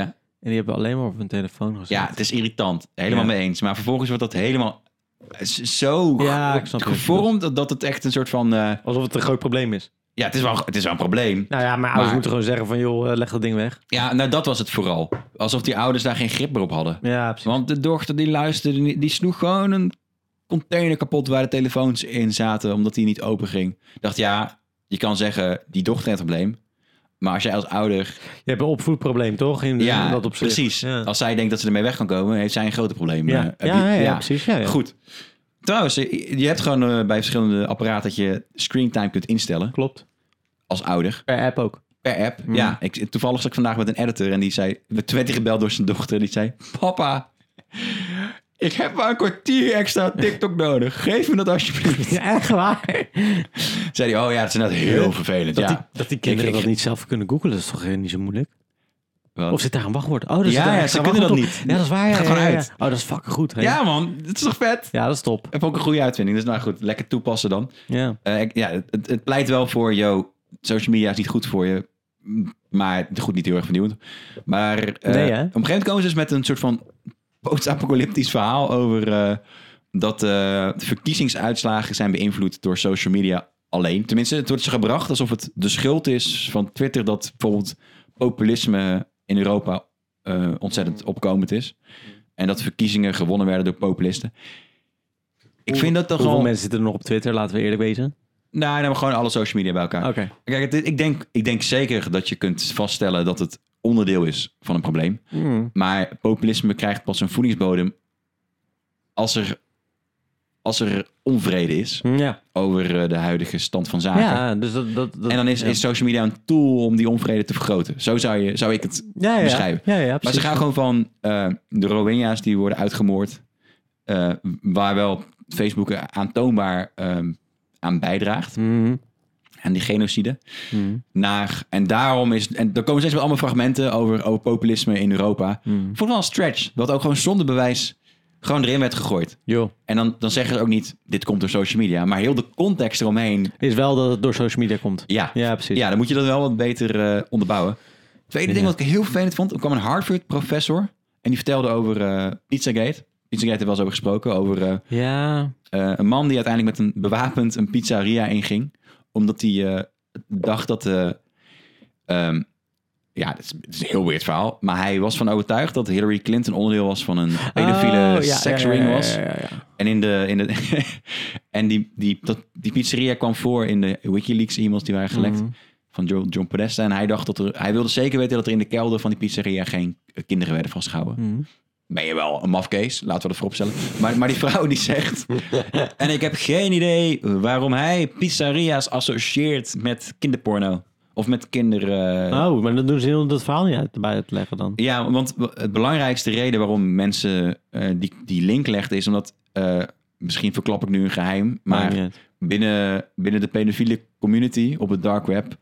En die hebben alleen maar op hun telefoon gezet. Ja, het is irritant. Helemaal Ja. mee eens. Maar vervolgens wordt dat helemaal zo Ja, ik snap wat je gevormd dat het echt een soort van... Alsof het een groot probleem is. ja, het is wel een probleem. Nou ja, maar ouders Maar- moeten gewoon zeggen van... joh, leg dat ding weg. Ja, nou dat was het vooral. Alsof die ouders daar geen grip meer op hadden. Ja, precies. Want de dochter die luisterde, die sloeg gewoon een container kapot waar de telefoons in zaten, omdat die niet open ging. Ik dacht, ja, je kan zeggen, die dochter heeft een probleem. Maar als jij als ouder... Je hebt een opvoedprobleem, toch? In Ja, dat opzicht. precies. Ja. Als zij denkt dat ze ermee weg kan komen, heeft zij een groter probleem. Ja. Heb Ja, je- ja, precies. Ja, ja. Goed. Trouwens, je hebt gewoon bij verschillende apparaten dat je screentime kunt instellen. Klopt. Als ouder. Per app ook. Per app. Mm. Ja, toevallig zat ik vandaag met een editor en die zei... werd hij gebeld door zijn dochter en die zei... Papa, ik heb maar een kwartier extra TikTok nodig. Geef me dat alsjeblieft. Ja, echt waar. Zei hij, oh ja, dat is inderdaad heel vervelend. Dat die kinderen Ik- dat niet zelf kunnen googlen, dat is toch niet zo moeilijk? Wat? Of zit daar een wachtwoord? Oh, zit Ja, daar ja, extra ze kunnen dat wachtwoord op. niet. Ja, dat is waar. Ja, Gaat gewoon ja, ja. uit. Oh, dat is fucking goed. Hè? Ja man, het is toch vet? Ja, dat is top. Heb ook een goede uitvinding. Dus nou goed, lekker toepassen dan. Ja. Het pleit wel voor, social media is niet goed voor je. Maar goed, niet heel erg vernieuwend. Maar Nee, hè? op een gegeven moment komen ze dus met een soort van post-apocalyptisch verhaal over dat de verkiezingsuitslagen zijn beïnvloed door social media alleen. Tenminste, het wordt ze gebracht alsof het de schuld is van Twitter dat bijvoorbeeld populisme in Europa ontzettend opkomend is. En dat verkiezingen gewonnen werden door populisten. Ik vind dat toch Hoeveel wel... mensen zitten er nog op Twitter, laten we eerlijk wezen? Nou, dan gewoon alle social media bij elkaar. Oké. Kijk, ik denk zeker dat je kunt vaststellen dat het onderdeel is van een probleem. Mm. Maar populisme krijgt pas een voedingsbodem als er onvrede is Ja. over de huidige stand van zaken. Ja, dus dat En dan is ja. social media een tool om die onvrede te vergroten. Zo zou ik het Ja, beschrijven. Ja, ja, Maar precies. ze gaan gewoon van de Rohingya's die worden uitgemoord, waar wel Facebook aantoonbaar aan bijdraagt. Mhm. En die genocide. Mhm. En daarom is... En er komen steeds wel allemaal fragmenten over populisme in Europa. Mhm. Ik vond het wel een stretch. Dat ook gewoon zonder bewijs gewoon erin werd gegooid. Jo. En dan zeggen ze ook niet, dit komt door social media. Maar heel de context eromheen. Is wel dat het door social media komt. Ja, Ja, precies. ja dan moet je dat wel wat beter onderbouwen. Tweede ding Ja. wat ik heel vervelend vond. Er kwam een Harvard-professor. En die vertelde over Pizzagate. Pizzagate hebben we wel eens over gesproken. Over Ja. een man die uiteindelijk met bewapend een pizzeria inging. Omdat hij dacht dat... het is een heel weird verhaal. Maar hij was van overtuigd dat Hillary Clinton onderdeel was van een pedofiele seksring was. Ja. En en die pizzeria kwam voor in de WikiLeaks e-mails die waren gelekt. Mhm. Van John Podesta. En hij dacht hij wilde zeker weten dat er in de kelder van die pizzeria geen kinderen werden vastgehouden. Mhm. Ben je wel een mafkees, laten we dat vooropstellen. Maar die vrouw die zegt... en ik heb geen idee waarom hij pizzeria's associeert met kinderporno. Of met kinderen... Oh, maar dan doen ze heel dat verhaal niet uit te leggen dan. Ja, want het belangrijkste reden waarom mensen die link legden... is omdat... misschien verklap ik nu een geheim... Maakt niet maar uit. binnen de pedofiele community op het dark web...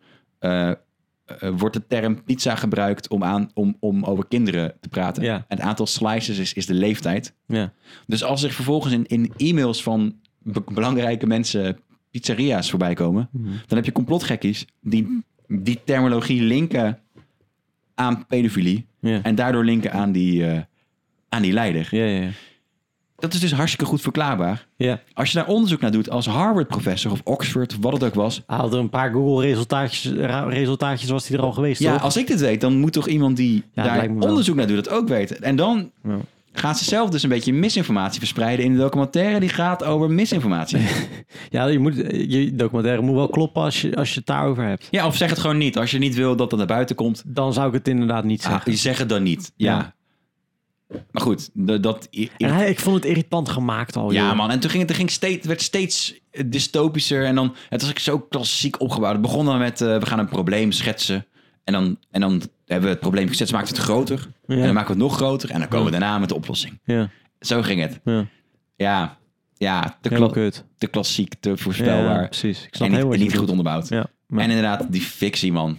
wordt de term pizza gebruikt om over kinderen te praten. Ja. En het aantal slices is de leeftijd. Ja. Dus als er vervolgens in e-mails van belangrijke mensen pizzeria's voorbij komen... dan heb je complotgekkies die terminologie linken aan pedofilie... Ja. en daardoor linken aan die leider. Ja. Dat is dus hartstikke goed verklaarbaar. Ja. Als je daar onderzoek naar doet als Harvard-professor of Oxford, wat het ook was... Hij had er een paar Google-resultaatjes was hij er al geweest, Ja, toch? als ik dit weet, dan moet toch iemand die Ja, het daar lijkt me wel. onderzoek naar doet dat ook weten. En dan Ja. gaan ze zelf dus een beetje misinformatie verspreiden in de documentaire die gaat over misinformatie. Ja, je documentaire moet wel kloppen als je het daarover hebt. Ja, of zeg het gewoon niet. Als je niet wil dat dat naar buiten komt, Dan zou ik het inderdaad niet zeggen. je zegt het dan niet. Ja. Maar goed, Ik vond het irritant gemaakt al. ja joh. man, en toen werd het steeds dystopischer en dan, het was ook zo klassiek opgebouwd. Het begon dan met, we gaan een probleem schetsen en dan hebben we het probleem geschetst, maken we het groter Ja. en dan maken we het nog groter en dan komen we daarna met de oplossing. Ja. Zo ging het. Ja. Ja, Helemaal kut. te klassiek, te voorspelbaar Ja, precies. Ik en snap niet, heel wat en je niet goed bedoelt. onderbouwd. Ja. Maar- En inderdaad, die fictie man.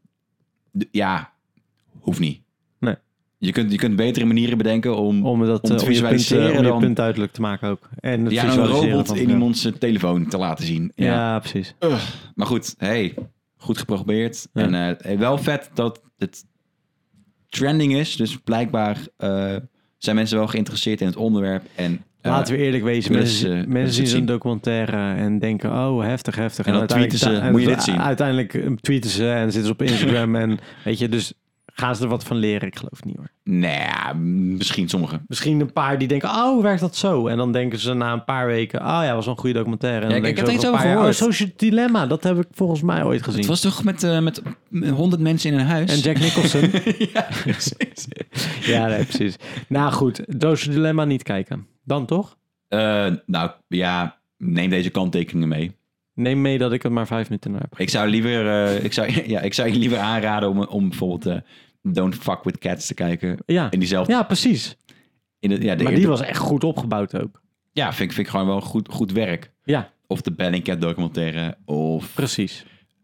Hoeft niet. Nee. Je kunt betere manieren bedenken om Om te visualiseren je dan... punt duidelijk te maken ook. En het Ja, een visualiseren robot van- in iemands telefoon te laten zien. Ja, precies. Maar goed, goed geprobeerd. Ja. En wel vet dat het trending is. Dus blijkbaar zijn mensen wel geïnteresseerd in het onderwerp. En laten we eerlijk wezen, mensen zien zo'n documentaire en denken, oh, heftig. En dan tweeten ze, moet je dit zien? Uiteindelijk tweeten ze en zitten ze op Instagram en weet je, dus gaan ze er wat van leren? Ik geloof het niet hoor. Nee, misschien sommigen. Misschien een paar die denken, oh, werkt dat zo? En dan denken ze na een paar weken, oh ja, was wel een goede documentaire. En Ja, dan ik heb denken er ze iets over gehoord. Social Dilemma, dat heb ik volgens mij ooit gezien. Het was toch met 100 mensen in een huis? En Jack Nicholson. Ja, precies. Ja, nee, precies. Nou goed, Social Dilemma niet kijken. Dan toch? Nou ja, neem deze kanttekeningen mee. Neem mee dat ik het maar 5 minuten naar heb. Ik zou je liever aanraden om bijvoorbeeld Don't Fuck With Cats te kijken. Ja, In diezelfde. ja precies. Maar die was echt goed opgebouwd ook. Ja, vind ik gewoon wel goed werk. Ja, Of de Bellingcat documentaire. Of precies.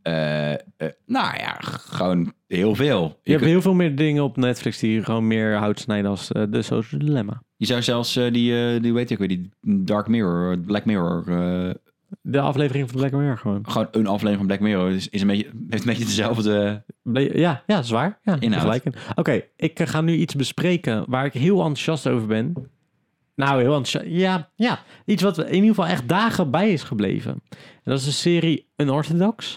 nou ja, gewoon heel veel. Je hebt heel veel meer dingen op Netflix die gewoon meer hout snijden als de Social Dilemma. Je zou zelfs die weet ik weer, die Dark Mirror, Black Mirror. De aflevering van Black Mirror gewoon. Gewoon een aflevering van Black Mirror is heeft een beetje dezelfde. Ja, dat is waar. Ja, Inhoud. gelijk. Oké, ik ga nu iets bespreken waar ik heel enthousiast over ben. Nou, heel enthousiast. Ja. Iets wat in ieder geval echt dagen bij is gebleven. En dat is de serie Unorthodox.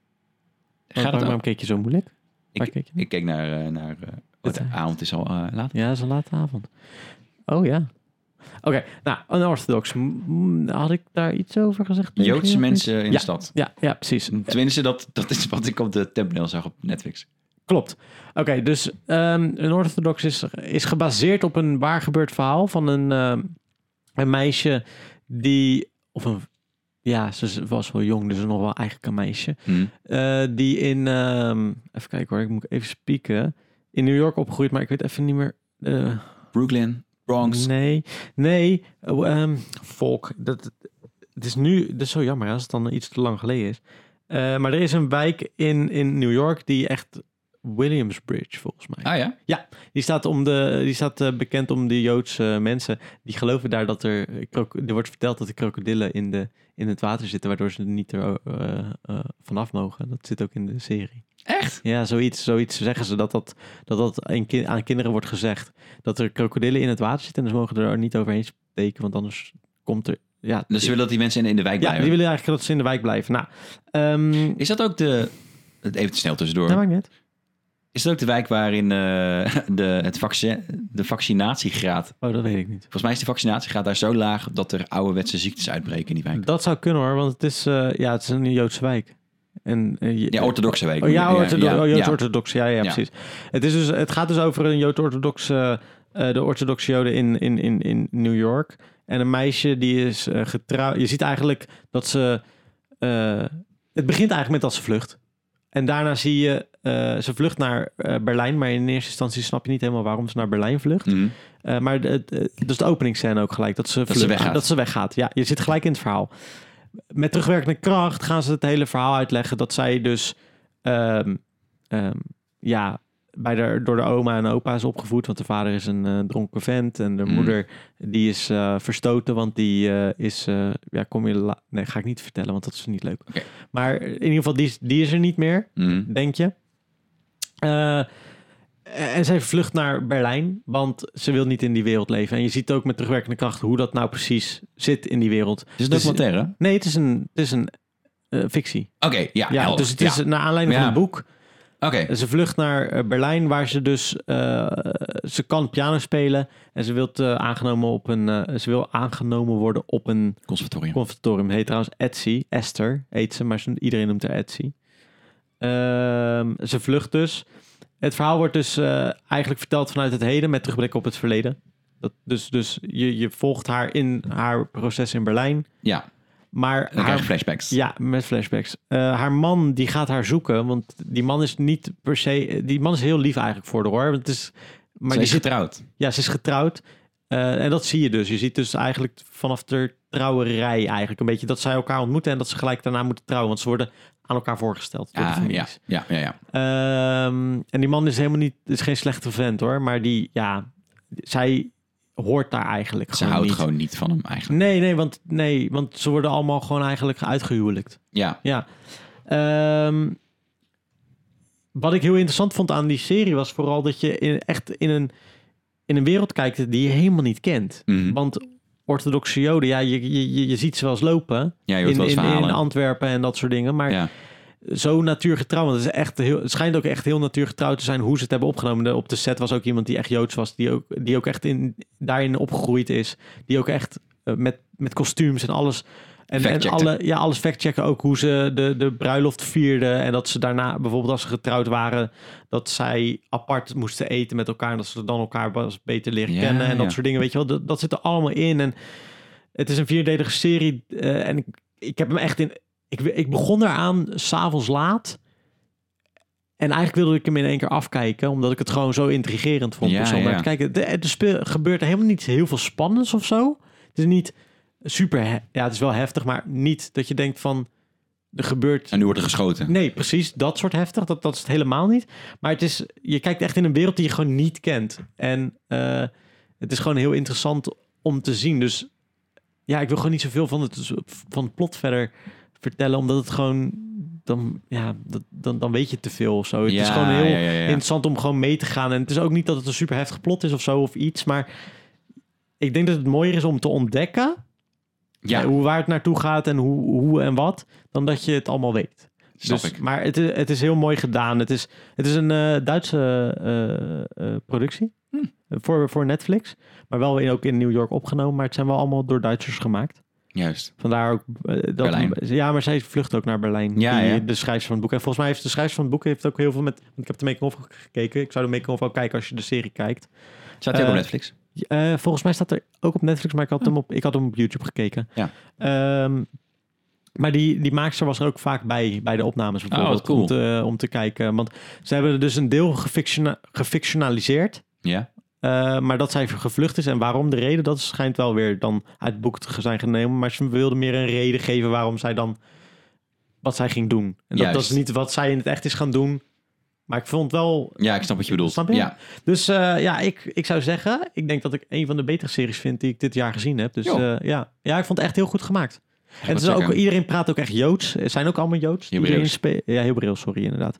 Waarom keek je zo moeilijk? Ik keek naar de avond is al laat. Ja, het is een late avond. Oh ja. Oké, nou, Unorthodox. Had ik daar iets over gezegd? Joodse mensen in de stad. Ja, precies. Tenminste, dat is wat ik op de thumbnail zag op Netflix. Klopt. Oké, dus Unorthodox is gebaseerd op een waar gebeurd verhaal van een meisje die... Ja, ze was wel jong, dus nog wel eigenlijk een meisje. Die in... even kijken hoor, ik moet even spieken. In New York opgegroeid, maar ik weet even niet meer... Brooklyn, Bronx. Nee. Volk. Het is nu... Dat is zo jammer als het dan iets te lang geleden is. Maar er is een wijk in New York die echt... Williamsbridge, volgens mij. Ah ja? Ja, die staat bekend om de Joodse mensen. Die geloven daar dat er wordt verteld dat de krokodillen in het water zitten, waardoor ze er niet vanaf mogen. Dat zit ook in de serie. Echt? Ja, zoiets zeggen ze dat aan kinderen wordt gezegd. Dat er krokodillen in het water zitten en ze mogen er niet overheen steken, want anders komt er... Ja, dus ze willen dat die mensen in de wijk blijven? Ja, die willen eigenlijk dat ze in de wijk blijven. Nou, is dat ook even te snel tussendoor. Dat maakt niet uit. Is dat ook de wijk waarin de vaccinatiegraad... Oh, dat weet ik niet. Volgens mij is de vaccinatiegraad daar zo laag dat er ouderwetse ziektes uitbreken in die wijk. Dat zou kunnen hoor, want het is een Joodse wijk. Orthodoxe wijk. Joods-orthodox. Ja, precies. Het gaat dus over een Jood-orthodoxe... de orthodoxe Joden in New York. En een meisje die is getrouwd. Je ziet eigenlijk dat ze... het begint eigenlijk met dat ze vlucht. En daarna zie je... ze vlucht naar Berlijn, maar in eerste instantie snap je niet helemaal waarom ze naar Berlijn vlucht. Mm. Maar dus de openingsscène ook gelijk, dat ze weggaat. Ja, je zit gelijk in het verhaal. Met terugwerkende kracht gaan ze het hele verhaal uitleggen dat zij dus door de oma en opa is opgevoed, want de vader is een dronken vent en de moeder die is verstoten, want die is... nee, ga ik niet vertellen, want dat is niet leuk. Okay. Maar in ieder geval, die is er niet meer, denk je. En zij vlucht naar Berlijn, want ze wil niet in die wereld leven. En je ziet ook met terugwerkende kracht hoe dat nou precies zit in die wereld. Het is een documentaire? Nee, het is een fictie. Oké, ja. Dus het is naar aanleiding van een boek. Okay. Ze vlucht naar Berlijn, waar ze dus... ze kan piano spelen en ze wil aangenomen worden op een... Conservatorium. Heet trouwens Etsy. Esther heet ze, maar iedereen noemt haar Etsy. Ze vlucht dus. Het verhaal wordt dus eigenlijk verteld vanuit het heden met terugblik op het verleden. Dus je volgt haar in haar proces in Berlijn. Ja. Maar dan krijg je flashbacks. Ja, met flashbacks. Haar man die gaat haar zoeken, want die man is niet per se... Die man is heel lief eigenlijk voor haar, hoor. Want het is, maar ze is getrouwd. Ja, ze is getrouwd. En dat zie je dus. Je ziet dus eigenlijk vanaf de trouwerij eigenlijk een beetje dat zij elkaar ontmoeten en dat ze gelijk daarna moeten trouwen, want ze worden aan elkaar voorgesteld door de families. Ja. En die man is helemaal niet... is geen slechte vent, hoor. Maar zij hoort daar eigenlijk ze houdt gewoon niet van hem eigenlijk. Nee, want ze worden allemaal gewoon eigenlijk uitgehuwelijkt. Ja. wat ik heel interessant vond aan die serie was vooral dat je echt in een wereld kijkt die je helemaal niet kent. Want orthodoxe Joden, ja, je ziet ze wel eens lopen Ja, je hoort wel eens verhalen. in Antwerpen en dat soort dingen. Maar zo natuurgetrouw, want het schijnt ook echt heel natuurgetrouw te zijn hoe ze het hebben opgenomen. Op de set was ook iemand die echt Joods was, die ook echt daarin opgegroeid is. Die ook echt met kostuums en alles... En alles factchecken ook hoe ze de bruiloft vierden. En dat ze daarna, bijvoorbeeld als ze getrouwd waren, dat zij apart moesten eten met elkaar. En dat ze dan elkaar beter leren kennen. En dat soort dingen, weet je wel. Dat zit er allemaal in. En het is een 4-delige serie. En ik heb hem echt ik begon eraan 's avonds laat. En eigenlijk wilde ik hem in één keer afkijken. Omdat ik het gewoon zo intrigerend vond. Maar kijk, er gebeurt er helemaal niet heel veel spannends of zo. Het is niet... het is wel heftig, maar niet dat je denkt van er gebeurt... En nu wordt er geschoten. Nee, precies, dat soort heftig, dat is het helemaal niet. Maar je kijkt echt in een wereld die je gewoon niet kent. En het is gewoon heel interessant om te zien. Dus ja, ik wil gewoon niet zoveel van het plot verder vertellen, omdat het gewoon... Dan weet je te veel of zo. Het is gewoon heel interessant om gewoon mee te gaan. En het is ook niet dat het een super heftig plot is of zo of iets, maar ik denk dat het mooier is om te ontdekken... Ja. Waar het naartoe gaat en hoe en wat, dan dat je het allemaal weet. Snap ik. Maar het is heel mooi gedaan. Het is een Duitse productie voor Netflix. Maar wel ook in New York opgenomen. Maar het zijn wel allemaal door Duitsers gemaakt. Juist. Vandaar ook... Berlijn. Ja, maar zij vlucht ook naar Berlijn. De schrijfster van het boek. En volgens mij heeft de schrijfster van het boek heeft ook heel veel met... Want ik heb de making-of gekeken. Ik zou de making-of wel kijken als je de serie kijkt. Staat hij ook op Netflix? Volgens mij staat er ook op Netflix, maar ik had hem op YouTube gekeken. Ja. Maar die maakster was er ook vaak bij de opnames bijvoorbeeld, cool. om te kijken. Want ze hebben dus een deel gefictionaliseerd. Ja. Maar dat zij gevlucht is en waarom de reden, dat schijnt wel weer dan uit het boek te zijn genomen. Maar ze wilden meer een reden geven waarom zij dan wat zij ging doen. En dat is niet wat zij in het echt is gaan doen. Maar ik vond wel... Ja, ik snap wat je bedoelt. Snap je? Ja. Dus ik zou zeggen... Ik denk dat ik een van de betere series vind die ik dit jaar gezien heb. Dus ik vond het echt heel goed gemahet. En het is ook, iedereen praat ook echt Joods. Het zijn ook allemaal Joods. Hebreeuws, sorry, inderdaad.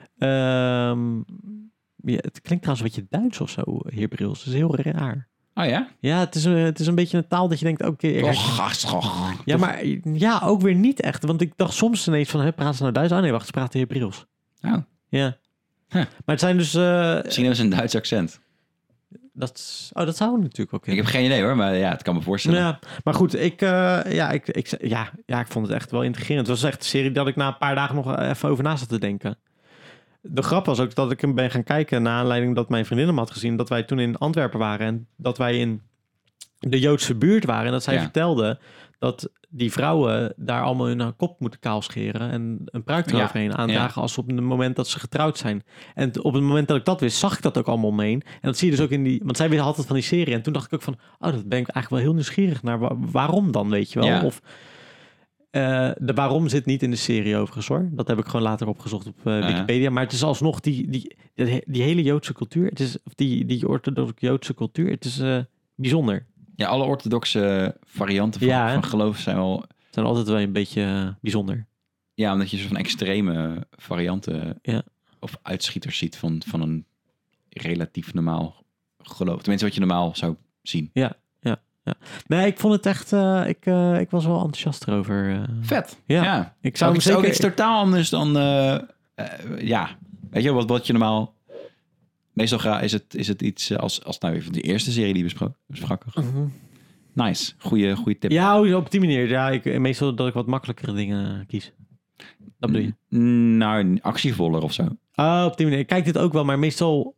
Het klinkt trouwens een beetje Duits of zo, Hebreeuws. Dat is heel raar. Oh ja? Ja, het is een beetje een taal dat je denkt... Ja, maar ook weer niet echt. Want ik dacht soms ineens van... praten ze nou Duits? Oh nee, wacht, ze praten Hebreeuws. Oh. Ja. Maar het zijn dus... Misschien hebben ze een Duits accent. Dat zou natuurlijk ook. Ik heb geen idee hoor, maar ja, het kan me voorstellen. Ja, maar goed, ik vond het echt wel intrigerend. Het was echt een serie dat ik na een paar dagen nog even over na zat te denken. De grap was ook dat ik hem ben gaan kijken naar aanleiding dat mijn vriendin hem had gezien. Dat wij toen in Antwerpen waren en dat wij in de Joodse buurt waren. En dat zij vertelde dat die vrouwen daar allemaal hun kop moeten kaalscheren en een pruik eroverheen aandragen als op het moment dat ze getrouwd zijn. En op het moment dat ik dat wist, zag ik dat ook allemaal omheen. En dat zie je dus ook in die... Want zij wist altijd van die serie. En toen dacht ik ook van... dat ben ik eigenlijk wel heel nieuwsgierig naar. Waarom dan, weet je wel? Ja. Of de waarom zit niet in de serie overigens hoor. Dat heb ik gewoon later opgezocht op Wikipedia. Maar het is alsnog die hele Joodse cultuur. Het is die orthodoxe Joodse cultuur. Het is bijzonder. Ja, alle orthodoxe varianten van geloof zijn altijd wel een beetje bijzonder. Ja, omdat je zo van extreme varianten of uitschieters ziet van een relatief normaal geloof. Tenminste, wat je normaal zou zien. Ja. Nee, ik vond het echt... Ik was wel enthousiast erover. Vet. Ja. Ik zou het ook iets totaal anders dan... Weet je, wat je normaal... Meestal is het iets als nou even de eerste serie die besprak. Nice. Goeie tip. Ja, op die manier. Ja, meestal dat ik wat makkelijkere dingen kies. Dat bedoel je? Nou, actievoller of zo. Op die manier. Ik kijk dit ook wel, maar meestal...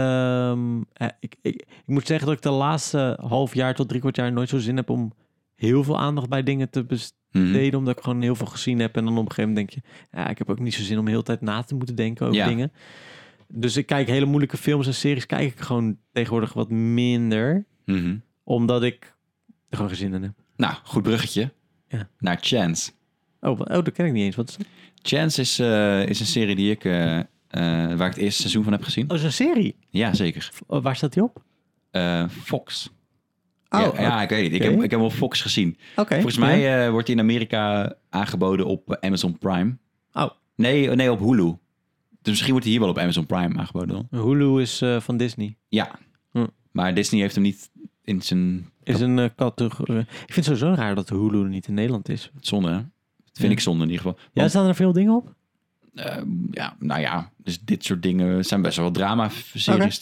Ik moet zeggen dat ik de laatste half jaar tot 3/4 jaar nooit zo zin heb om heel veel aandacht bij dingen te besteden. Omdat ik gewoon heel veel gezien heb. En dan op een gegeven moment denk je... ik heb ook niet zo zin om de hele tijd na te moeten denken over dingen. Dus ik kijk hele moeilijke films en series kijk ik gewoon tegenwoordig wat minder. Omdat ik er gewoon geen zin in heb. Nou, goed bruggetje. Ja. Naar Chance. Oh, dat ken ik niet eens. Wat is dat? Chance is een serie die ik... waar ik het eerste seizoen van heb gezien. Oh, is een serie? Ja, zeker. Waar staat die op? Fox. Oh, ik weet niet. Ik heb hem op Fox gezien. Volgens mij wordt hij in Amerika aangeboden op Amazon Prime. Oh. Nee, op Hulu. Dus misschien wordt hij hier wel op Amazon Prime aangeboden dan. Hulu is van Disney. Ja, Hm. maar Disney heeft hem niet in zijn... Is een categorie. Ik vind het sowieso raar dat Hulu niet in Nederland is. Zonde, hè? Dat vind ik zonde in ieder geval. Ja, staan er veel dingen op? Ja, nou ja, dus dit soort dingen zijn best wel drama-series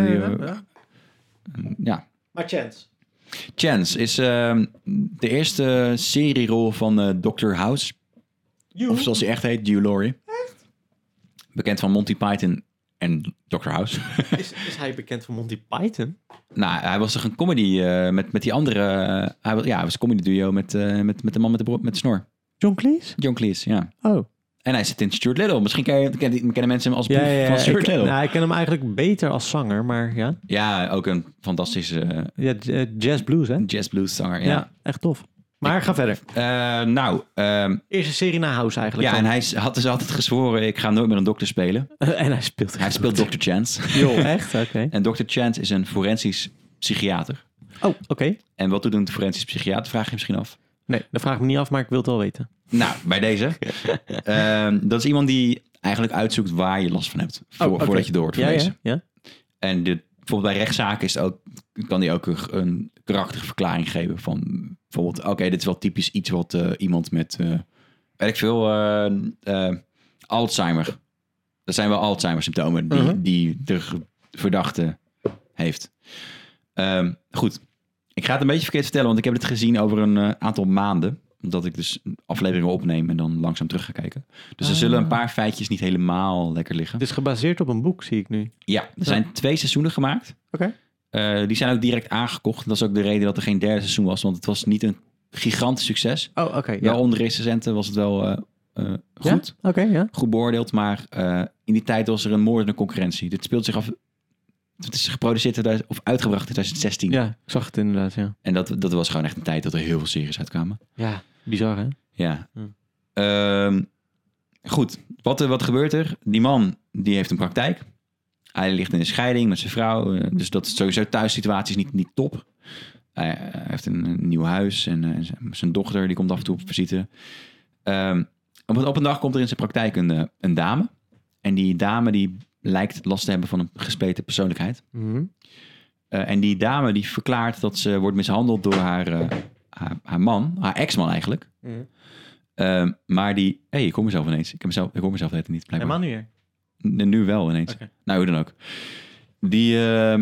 ja. Maar Chance. Chance is de eerste serierol van Dr. House. Of zoals hij echt heet, Hugh Laurie. Bekend van Monty Python en Dr. House. Is hij bekend van Monty Python? Nou, hij was toch een comedy met die andere... hij was een comedy duo met de man met de snor. John Cleese? John Cleese, ja. Oh. En hij zit in Stuart Little. Misschien kennen mensen hem als boef van Stuart Little. Nou, ik ken hem eigenlijk beter als zanger, maar ja. Ja, ook een fantastische... jazz blues, hè? Jazz blues zanger, Ja, echt tof. Maar ga verder. Eerste serie na House eigenlijk. Ja, en hij had dus altijd gezworen... ik ga nooit meer een dokter spelen. En hij speelt. Hij speelt Dr. Chance. Jo, echt? Oké. En Dr. Chance is een forensisch psychiater. Oh, oké. En wat doet een forensisch psychiater? Vraag je misschien af. Nee, dat vraag ik me niet af, maar ik wil het wel weten. Nou, bij deze. Dat is iemand die eigenlijk uitzoekt waar je last van hebt. Voordat je door wordt verwezen. Ja. En bijvoorbeeld bij rechtszaken kan hij ook een karakterige verklaring geven van bijvoorbeeld, oké, dit is wel typisch iets wat iemand met, weet ik veel, Alzheimer. Dat zijn wel Alzheimer-symptomen die de verdachte heeft. Goed. Ik ga het een beetje verkeerd vertellen, want ik heb het gezien over een aantal maanden. Omdat ik dus afleveringen opneem en dan langzaam terug ga kijken. Dus er zullen een paar feitjes niet helemaal lekker liggen. Het is gebaseerd op een boek, zie ik nu. Ja, er zijn 2 seizoenen gemaakt. Oké. Die zijn ook direct aangekocht. Dat is ook de reden dat er geen 3e seizoen was. Want het was niet een gigantisch succes. Oh, oké. Wel onder recensenten was het wel goed. Ja? Oké. Goed beoordeeld. Maar in die tijd was er een moordende concurrentie. Dit speelt zich af... Het is geproduceerd of uitgebracht in 2016. Ja, ik zag het inderdaad, ja. En dat was gewoon echt een tijd dat er heel veel series uitkwamen. Ja, bizar hè? Ja. Goed, wat gebeurt er? Die man, die heeft een praktijk. Hij ligt in een scheiding met zijn vrouw. Dus dat is sowieso thuissituatie is niet top. Hij heeft een nieuw huis en zijn dochter die komt af en toe op visite. Op een dag komt er in zijn praktijk een dame. En die dame die lijkt last te hebben van een gespleten persoonlijkheid. Mm-hmm. En die dame die verklaart dat ze wordt mishandeld door haar man, haar ex-man eigenlijk. Mm-hmm. Maar die... ik hoor mezelf ineens. Ik hoor mezelf het niet. Helemaal nu weer? Nu wel ineens. Okay. Nou, hoe dan ook. Die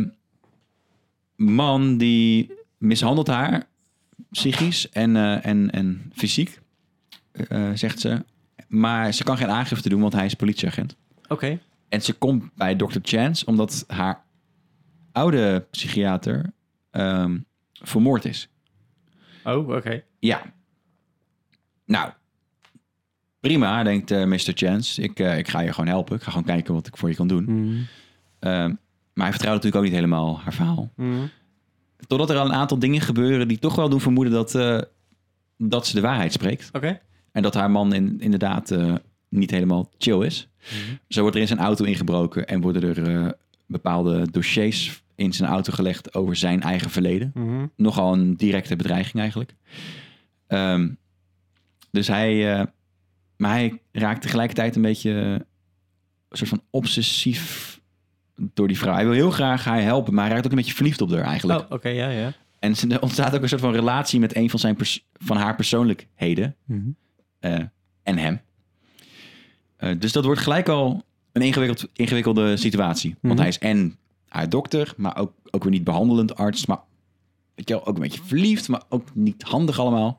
man die mishandelt haar psychisch en fysiek, zegt ze. Maar ze kan geen aangifte doen, want hij is politieagent. Oké. En ze komt bij Dr. Chance omdat haar oude psychiater vermoord is. Oh, oké. Ja. Nou, prima, denkt Mr. Chance. Ik ga je gewoon helpen. Ik ga gewoon kijken wat ik voor je kan doen. Mm. Maar hij vertrouwt natuurlijk ook niet helemaal haar verhaal. Mm. Totdat er al een aantal dingen gebeuren die toch wel doen vermoeden dat ze de waarheid spreekt. Oké. En dat haar man inderdaad niet helemaal chill is. Mm-hmm. Zo wordt er in zijn auto ingebroken en worden er bepaalde dossiers in zijn auto gelegd over zijn eigen verleden. Mm-hmm. Nogal een directe bedreiging eigenlijk. Dus maar hij raakt tegelijkertijd een beetje een soort van obsessief door die vrouw. Hij wil heel graag haar helpen, maar hij raakt ook een beetje verliefd op haar eigenlijk. Oh, oké, ja. En er ontstaat ook een soort van relatie met een van haar persoonlijkheden. Mm-hmm. En hem. Dus dat wordt gelijk al een ingewikkelde situatie. Mm-hmm. Want hij is en haar dokter, maar ook weer niet behandelend arts. Maar weet je wel, ook een beetje verliefd, maar ook niet handig allemaal.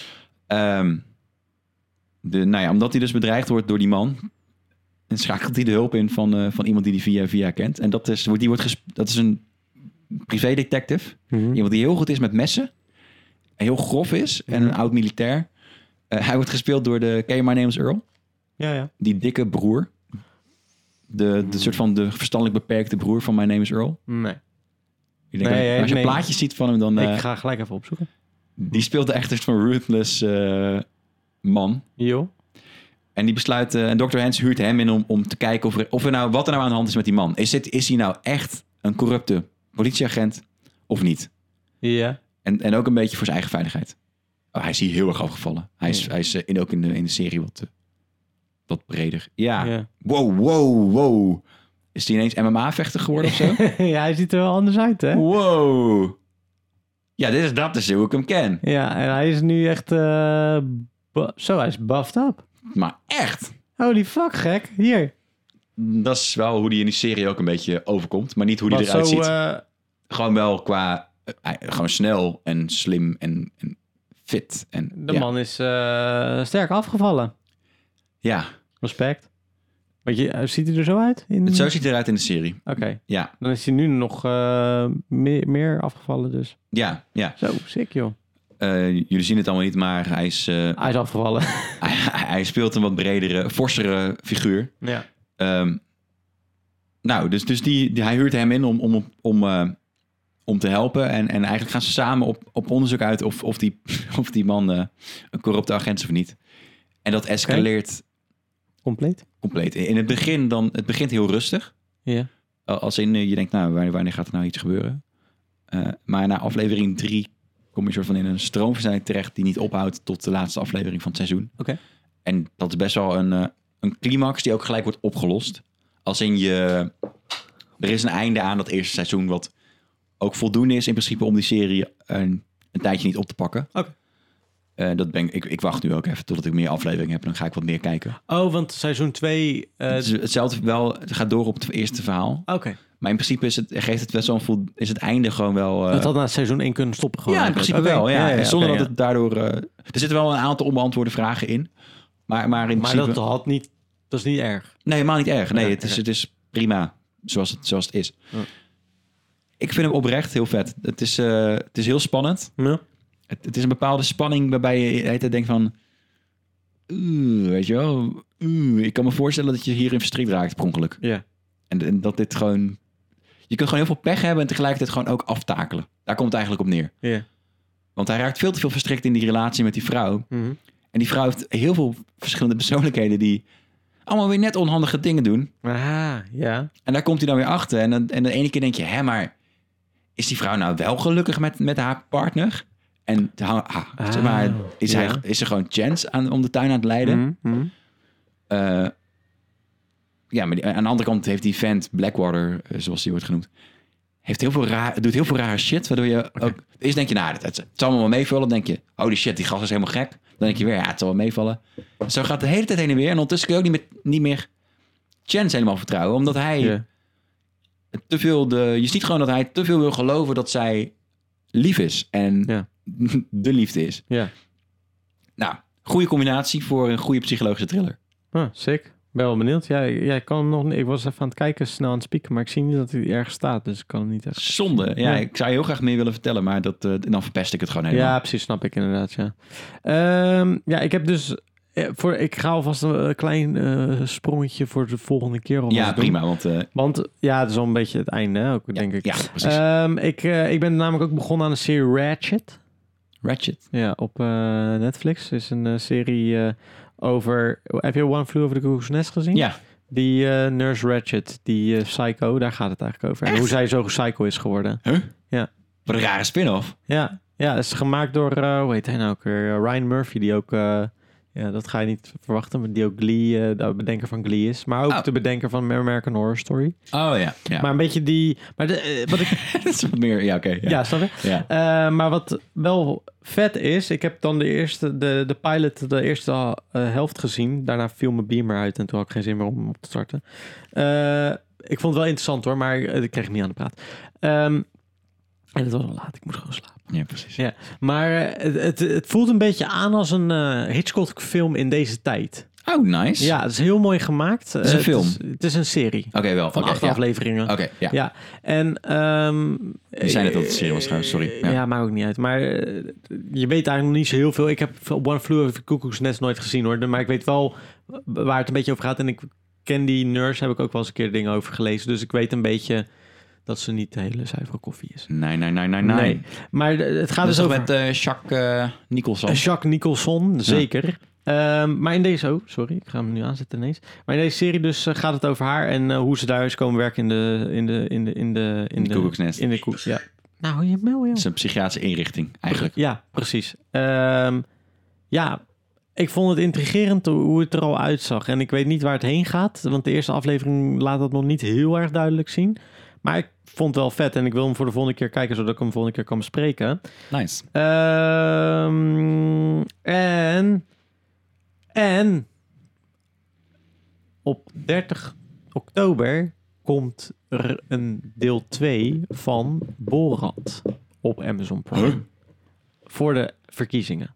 Omdat hij dus bedreigd wordt door die man, en schakelt hij de hulp in van iemand die via kent. En dat is een privédetective. Mm-hmm. Iemand die heel goed is met messen. En heel grof is. Mm-hmm. En een oud militair. Hij wordt gespeeld door ken je My Name is Earl? Ja. Die dikke broer. De soort van de verstandelijk beperkte broer van My Name is Earl. Nee. Als je plaatjes ziet van hem, dan... ik ga gelijk even opzoeken. Die speelt echt een soort van ruthless man. Jo. En die besluit... en Dr. Hans huurt hem in om te kijken wat er nou aan de hand is met die man. Is hij nou echt een corrupte politieagent of niet? Ja. En ook een beetje voor zijn eigen veiligheid. Hij is hier heel erg afgevallen. Hij is ook in de serie wat wat breder. Ja. Ja. Wow. Is die ineens MMA-vechter geworden of zo? Ja, hij ziet er wel anders uit, hè? Wow. Ja, dat is hoe ik hem ken. Ja, en hij is nu echt... hij is buffed up. Maar echt, Holy fuck, gek. Hier. dat is wel hoe die in die serie ook een beetje overkomt. Maar niet hoe die Wat eruit zo, ziet. Gewoon wel qua... gewoon snel en slim en fit. En, de man is sterk afgevallen. Ja, Respect. Want ziet hij er zo uit? zo ziet hij eruit in de serie. Oké. Ja, Dan is hij nu nog meer afgevallen dus. ja. Zo, sick joh. Jullie zien het allemaal niet, maar hij is... Hij is afgevallen. hij speelt een wat bredere, forsere figuur. Ja. Nou, dus hij huurt hem in om te helpen. En eigenlijk gaan ze samen op onderzoek uit of die man een corrupte agent is of niet. En dat escaleert compleet. In het begin het begint heel rustig. Ja. Als je denkt, nou, wanneer gaat er nou iets gebeuren? Maar na aflevering 3 kom je soort van in een stroomversnelling terecht die niet ophoudt tot de laatste aflevering van het seizoen. Oké. En dat is best wel een climax die ook gelijk wordt opgelost. Als in er is een einde aan dat eerste seizoen wat ook voldoende is in principe om die serie een tijdje niet op te pakken. Oké. Ik wacht nu ook even totdat ik meer afleveringen heb. Dan ga ik wat meer kijken. Oh, want seizoen 2... hetzelfde wel, het gaat door op het eerste verhaal. Oké. Maar in principe geeft het best wel is het einde gewoon wel... Het had na seizoen 1 kunnen stoppen gewoon. Ja, in principe wel. Ja. Ja, zonder oké, dat het daardoor... er zitten wel een aantal onbeantwoorde vragen in. Maar in principe... dat is niet erg. Nee, helemaal niet erg. Nee, Ja, het is prima zoals het is. Ja. Ik vind hem oprecht heel vet. Het is heel spannend. Ja. Het is een bepaalde spanning waarbij je de hele tijd denkt van... weet je wel... ik kan me voorstellen dat je hierin verstrikt raakt per ongeluk. Ja. En dat dit gewoon... Je kunt gewoon heel veel pech hebben en tegelijkertijd gewoon ook aftakelen. Daar komt het eigenlijk op neer. Ja. Want hij raakt veel te veel verstrikt in die relatie met die vrouw. Mm-hmm. En die vrouw heeft heel veel verschillende persoonlijkheden die allemaal weer net onhandige dingen doen. Ah, ja. En daar komt hij dan weer achter. En de ene keer denk je, maar is die vrouw nou wel gelukkig met haar partner? En zeg maar, is er gewoon chance om de tuin aan het leiden? Mm-hmm. Ja, maar aan de andere kant heeft die vent, Blackwater, zoals die wordt genoemd, doet heel veel rare shit, waardoor je ook... Eerst denk je, het zal allemaal wel meevallen. Dan denk je, holy shit, die gast is helemaal gek. Dan denk je weer, het zal wel meevallen. Zo gaat de hele tijd heen en weer. En ondertussen kun je ook niet meer Chance helemaal vertrouwen. Omdat hij te veel... Je ziet gewoon dat hij te veel wil geloven dat zij lief is. En de liefde is. Ja. Nou, goede combinatie voor een goede psychologische thriller. Sick. Ben wel benieuwd. Ja, ik kan hem nog niet. Ik was even aan het kijken, snel aan het spieken, maar ik zie niet dat hij ergens staat, dus ik kan hem niet echt. Zonde. Ja, ik zou je heel graag meer willen vertellen, maar dan verpest ik het gewoon helemaal. Ja, precies, snap ik inderdaad. Ja, ik heb dus ik ga alvast een klein sprongetje voor de volgende keer alvast doen. Prima, want het is al een beetje het einde, hè, ook, denk ik. Ja, precies. Ik ben namelijk ook begonnen aan de serie Ratchet. Ja, op Netflix. Het is een serie over... Heb je One Flew Over the Cuckoo's Nest gezien? Ja. Die Nurse Ratchet, die psycho, daar gaat het eigenlijk over. En hoe zij zo psycho is geworden. Huh? Ja. Wat een rare spin-off. Ja, het is gemaakt door, hoe heet hij nou ook weer? Ryan Murphy, die ook... dat ga je niet verwachten, maar die ook Glee, de bedenker van Glee is. Maar ook de bedenker van American Horror Story. Oh ja. Maar een beetje die... Maar wat ik... Dat is wat meer... Ja, oké. Ja, snap je? Ja. Maar wat wel vet is... Ik heb dan de pilot, de eerste helft gezien. Daarna viel mijn beamer uit en toen had ik geen zin meer om op te starten. Ik vond het wel interessant hoor, maar ik kreeg hem niet aan de praat. En het was al laat, ik moest gewoon slapen. Ja, precies. Ja, maar het voelt een beetje aan als een Hitchcock-film in deze tijd. Oh, nice. Ja, het is heel mooi gemaakt. Het is een film? Het is een serie. Oké, wel. Van 8 afleveringen. Oké, ja. Ja, en... Die zijn het dat het serie was trouwens, sorry. Ja, maakt ook niet uit. Maar je weet eigenlijk nog niet zo heel veel. Ik heb One Flew Over the Cuckoo's Nest nooit gezien hoor. Maar ik weet wel waar het een beetje over gaat. En ik ken die nurse, heb ik ook wel eens een keer dingen over gelezen. Dus ik weet een beetje... dat ze niet de hele zuivere koffie is. Nee. Maar het gaat dus over... met Jacques Nicholson. Jacques Nicholson, zeker. Maar in deze... sorry, ik ga hem nu aanzetten ineens. Maar in deze serie dus gaat het over haar... en hoe ze daar is komen werken in de Cuckoo's Nest. Ja. Nou, je mel, joh. Het is een psychiatrische inrichting, eigenlijk. Ja, precies. Ik vond het intrigerend hoe het er al uitzag. En ik weet niet waar het heen gaat. Want de eerste aflevering laat dat nog niet heel erg duidelijk zien. Maar ik vond het wel vet. En ik wil hem voor de volgende keer kijken, zodat ik hem volgende keer kan bespreken. Nice. En op 30 oktober komt er een deel 2 van Borat op Amazon Prime. Voor de verkiezingen.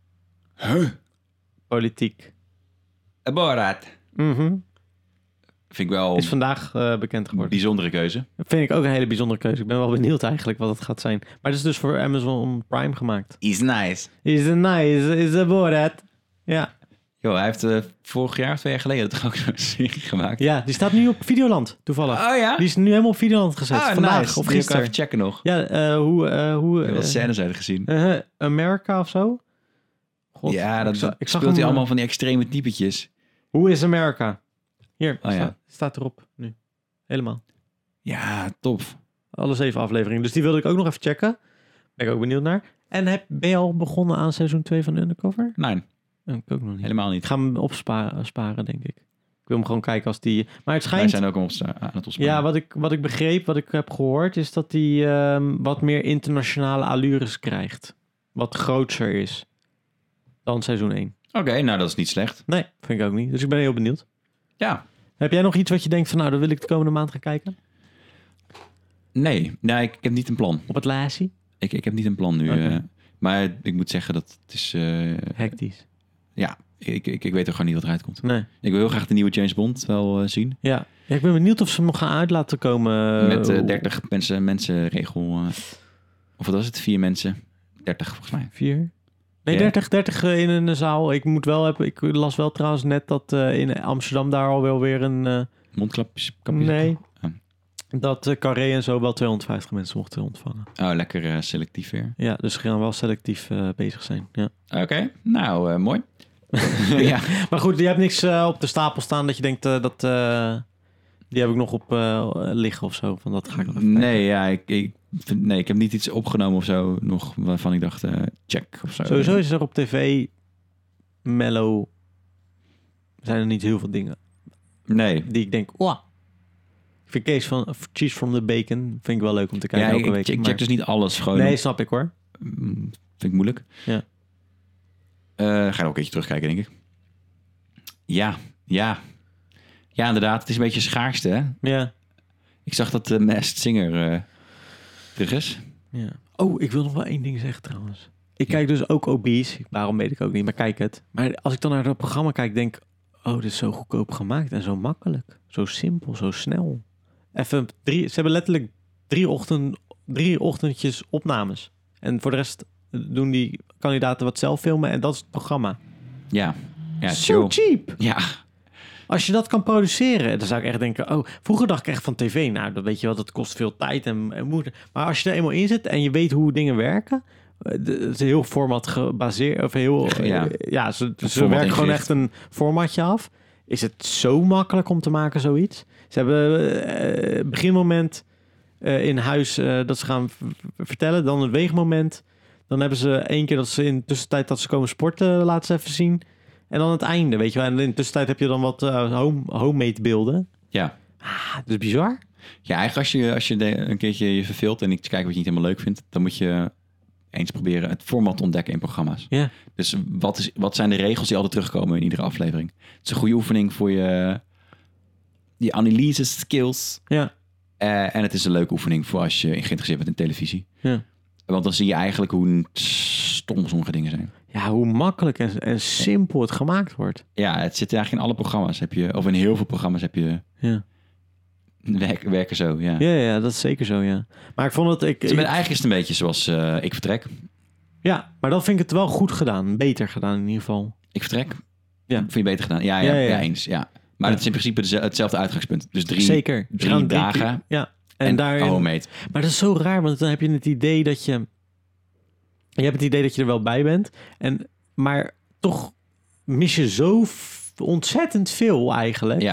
Politiek. Borat. Vind ik wel Is vandaag bekend een geworden. bijzondere keuze. Vind ik ook een hele bijzondere keuze. Ik ben wel benieuwd eigenlijk wat het gaat zijn. Maar het is dus voor Amazon Prime gemaakt. Is nice. Is een nice, is een Borat. Ja. Joh, hij heeft vorig jaar of 2 jaar geleden toch ook zo'n serie gemaakt. Ja, die staat nu op Videoland, toevallig. Oh ja? Die is nu helemaal op Videoland gezet. Vandaag nice. of Die gisteren. even checken nog. Ja, hoe... Ik heb wel scènes uit gezien. America of zo? God, ja, dat ik zag speelt hem, hij allemaal van die extreme typetjes. Hoe is America? Hier, Oh, ja. staat erop nu. Helemaal. Ja, tof. Alle 7 afleveringen. Dus die wilde ik ook nog even checken. Ben ik ook benieuwd naar. En ben je al begonnen aan seizoen 2 van Undercover? Nee, Ik ook nog niet. helemaal Ik niet. ga hem sparen, denk ik. Ik wil hem gewoon kijken als die... Maar het Wij schijnt... zijn ook aan het opsparen. Ja, wat ik begreep, wat ik heb gehoord, is dat die wat meer internationale allures krijgt. Wat grootser is dan seizoen 1. Oké, nou dat is niet slecht. Nee, vind ik ook niet. Dus ik ben heel benieuwd. Ja. Heb jij nog iets wat je denkt van, nou, dat wil ik de komende maand gaan kijken? Nee, ik heb niet een plan. Op het lijstje? Ik heb niet een plan nu. Oké. Maar ik moet zeggen dat het is... Hectisch. ja, ik weet er gewoon niet wat eruit komt. Nee. Ik wil heel graag de nieuwe James Bond wel zien. Ja, ik ben benieuwd of ze hem nog gaan uit laten komen. Met 30 mensen regel. Of wat was het? 4 mensen. 30 volgens mij. 4? Nee, Ja. 30 in een zaal. Ik las wel trouwens net dat in Amsterdam daar al wel weer een... Mondklapjes? nee. Oh. Dat Carré en zo wel 250 mensen mochten ontvangen. Oh, lekker selectief weer. Ja, dus ze gaan wel selectief bezig zijn. Ja. Oké, nou mooi. Ja. Maar goed, je hebt niks op de stapel staan dat je denkt dat... die heb ik nog op liggen of zo. Van dat ga ik nog even Nee, ja, ik heb niet iets opgenomen of zo nog waarvan ik dacht, check of zo. Sowieso is er op tv mellow... zijn er niet heel veel dingen Nee. die ik denk... Wow. Ik vind Cheese from the Bacon vind ik wel leuk om te kijken Ja, elke week. ik maar- check dus niet alles gewoon. Nee, snap ik hoor. Vind ik moeilijk. Ja. Ga je nog een keertje terugkijken, denk ik. Ja, inderdaad. Het is een beetje schaarste, hè? Ja. Ik zag dat de Masked Singer terug is. Ja. Oh, ik wil nog wel één ding zeggen trouwens. Ik kijk dus ook Obese. Waarom weet ik ook niet, maar kijk het. Maar als ik dan naar het programma kijk, denk ik... Oh, dit is zo goedkoop gemaakt en zo makkelijk. Zo simpel, zo snel. Ze hebben letterlijk 3 ochtendjes opnames. En voor de rest doen die kandidaten wat zelf filmen. En dat is het programma. Ja, Zo chill. cheap. Ja, Als je dat kan produceren, dan zou ik echt denken... Oh, vroeger dacht ik echt van tv. Nou, dat weet je wel, dat kost veel tijd en moeite. Maar als je er eenmaal in zit en je weet hoe dingen werken... Het is heel format gebaseerd. Of heel, ze werken gewoon echt een formatje af. Is het zo makkelijk om te maken, zoiets? Ze hebben beginmoment in huis dat ze gaan vertellen. Dan het weegmoment. Dan hebben ze 1 keer dat ze in de tussentijd dat ze komen sporten laten ze even zien. En dan het einde, weet je wel. En in de tussentijd heb je dan wat homemade beelden. ja. Dat is bizar. Ja, eigenlijk als je een keertje je verveelt en iets kijkt wat je niet helemaal leuk vindt, dan moet je eens proberen het format te ontdekken in programma's. Ja. Dus wat zijn de regels die altijd terugkomen in iedere aflevering? Het is een goede oefening voor je analyse skills. Ja. En het is een leuke oefening voor als je geïnteresseerd bent in televisie. Ja. Want dan zie je eigenlijk hoe stom sommige dingen zijn. Ja, hoe makkelijk en simpel het gemaakt wordt. Ja, het zit eigenlijk in alle programma's. Of in heel veel programma's heb je Ja. werken zo, ja. Ja, dat is zeker zo, ja. Maar ik vond het... Eigenlijk is het een beetje zoals Ik Vertrek. Ja, maar dan vind ik het wel goed gedaan. Beter gedaan in ieder geval. Ik Vertrek? Ja. Vind je beter gedaan? Ja, eens. Ja. Maar het is in principe hetzelfde uitgangspunt. Dus Zeker. 3 dagen Ja. en daar. homemade. Maar dat is zo raar, want dan heb je het idee dat je... Je hebt het idee dat je er wel bij bent. Maar toch mis je zo ontzettend veel eigenlijk. Ja.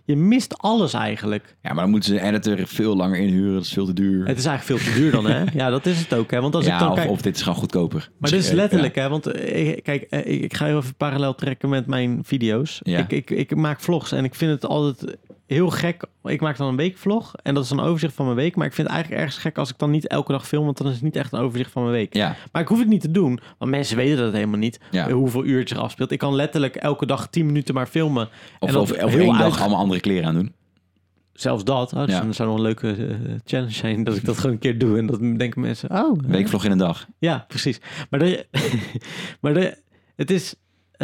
je mist alles eigenlijk. Ja, maar dan moeten ze een editor veel langer inhuren. Dat is veel te duur. Het is eigenlijk veel te duur dan, hè? Ja, dat is het ook, hè? Want als ik dan kijk... of dit is gewoon goedkoper. Maar dit is letterlijk, hè? Want ik ga even parallel trekken met mijn video's. Ja. Ik maak vlogs en ik vind het altijd heel gek. Ik maak dan een weekvlog en dat is een overzicht van mijn week. Maar ik vind het eigenlijk ergens gek als ik dan niet elke dag film, want dan is het niet echt een overzicht van mijn week. Ja. Maar ik hoef het niet te doen, want mensen weten dat helemaal niet. Ja. Hoeveel uur het zich afspeelt. Ik kan letterlijk elke dag 10 minuten maar filmen. Of één dag allemaal andere kleren aan doen. Zelfs dat. Dat zou nog een leuke challenge zijn dat ik dat gewoon een keer doe. En dat denken mensen, Weekvlog in een dag. Ja, precies. Het is...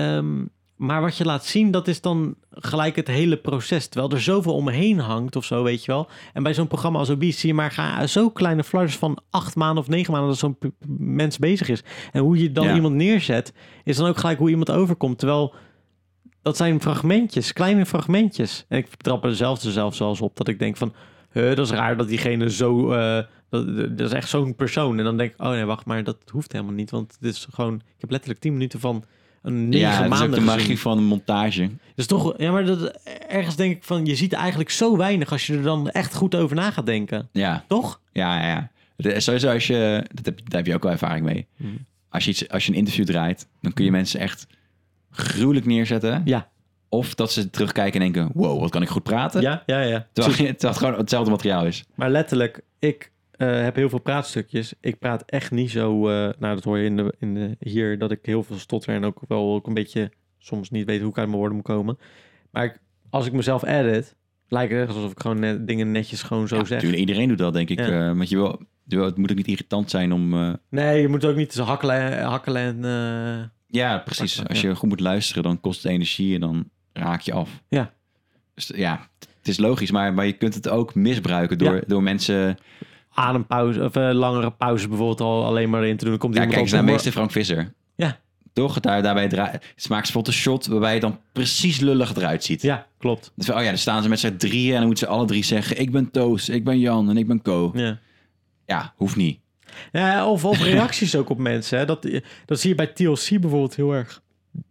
maar wat je laat zien, dat is dan gelijk het hele proces. Terwijl er zoveel omheen hangt of zo, weet je wel. En bij zo'n programma als Obese zie je maar zo kleine fluiters van 8 maanden of 9 maanden dat zo'n mens bezig is. En hoe je dan iemand neerzet, is dan ook gelijk hoe iemand overkomt. Terwijl dat zijn fragmentjes, kleine fragmentjes. En ik trap er zelfs zelfs op dat ik denk van... dat is raar dat diegene zo... dat is echt zo'n persoon. En dan denk ik, oh nee, wacht, maar dat hoeft helemaal niet. Want dit is gewoon... Ik heb letterlijk 10 minuten van een 9 maanden dat is ook de magie gezien. van de montage. Dus toch... Ja, maar ergens denk ik van... Je ziet eigenlijk zo weinig als je er dan echt goed over na gaat denken. Ja. Toch? Ja. Sowieso als je... Daar heb je ook wel ervaring mee. Als je een interview draait, dan kun je mensen echt gruwelijk neerzetten. Ja. Of dat ze terugkijken en denken, wow, wat kan ik goed praten? Ja. Terwijl het gewoon hetzelfde materiaal is. Maar letterlijk, ik heb heel veel praatstukjes. Ik praat echt niet zo... nou, dat hoor je hier, dat ik heel veel stotter en ook een beetje soms niet weet hoe ik uit mijn woorden moet komen. Maar als ik mezelf edit, lijkt het alsof ik gewoon dingen netjes gewoon zo zeg. Natuurlijk, iedereen doet dat, denk ik. Ja. Want het moet ook niet irritant zijn om... Nee, je moet ook niet hakkelen en... Ja, precies. Als je goed moet luisteren, dan kost het energie en dan raak je af. Ja. Dus ja, het is logisch, maar je kunt het ook misbruiken door mensen... Adempauze, of langere pauzes bijvoorbeeld al alleen maar in te doen. Komt kijk eens naar meester Frank Visser. Ja. Toch? Daarbij smaakspot een shot waarbij je dan precies lullig eruit ziet. Ja, klopt. Dus dan staan ze met z'n drieën en dan moeten ze alle drie zeggen... Ik ben Toos, ik ben Jan en ik ben Co. Ja, hoeft niet. Ja, of reacties ook op mensen. Hè. Dat zie je bij TLC bijvoorbeeld heel erg.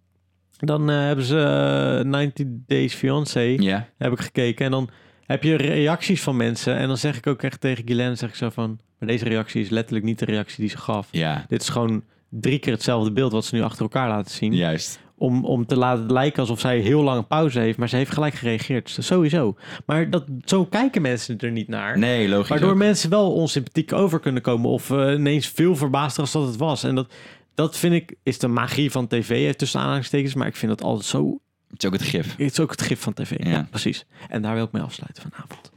Dan hebben ze 90 Days Fiancé. Heb ik gekeken. En dan heb je reacties van mensen. En dan zeg ik ook echt tegen Guylaine, zeg ik zo van... Maar deze reactie is letterlijk niet de reactie die ze gaf. Ja. Dit is gewoon 3 keer hetzelfde beeld wat ze nu achter elkaar laten zien. Juist. Om te laten lijken alsof zij heel lang pauze heeft. Maar ze heeft gelijk gereageerd. Dus sowieso. Maar zo kijken mensen er niet naar. Nee, logisch. Waardoor ook. mensen wel onsympathiek over kunnen komen. Of ineens veel verbaasder als dat het was. En dat vind ik, is de magie van tv, tussen aanhalingstekens. Maar ik vind dat altijd zo... Het is ook het gif. Het is ook het gif van tv. Ja, precies. En daar wil ik mee afsluiten vanavond.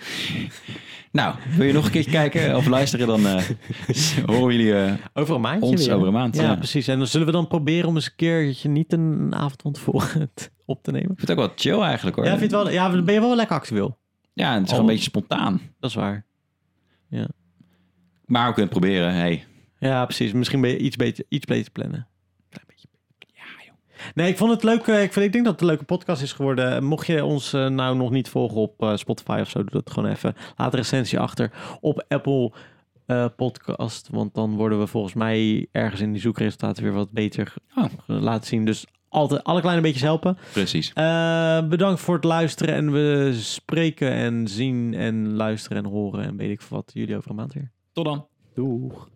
Nou, wil je nog een keertje kijken of luisteren, dan horen jullie over een maandje ons weer. Over een maand. Ja, precies. En dan zullen we dan proberen om eens een keertje niet een avond van tevoren op te nemen. Ik vind het ook wel chill eigenlijk, hoor. Ja, dan ben je wel lekker actueel. Ja, het is gewoon een beetje spontaan. Dat is waar. Ja. Maar we kunnen het proberen, hey. Ja, precies. Misschien ben je iets beter plannen. Klein beetje. Ja, joh. Nee, ik vond het leuk. Ik denk dat het een leuke podcast is geworden. Mocht je ons nou nog niet volgen op Spotify of zo, doe dat gewoon even. Laat een recensie achter op Apple Podcast. Want dan worden we volgens mij ergens in die zoekresultaten weer wat beter laten zien. Dus altijd alle kleine beetjes helpen. Precies. Bedankt voor het luisteren. En we spreken en zien en luisteren en horen. En weet ik wat jullie over een maand weer. Tot dan. Doeg.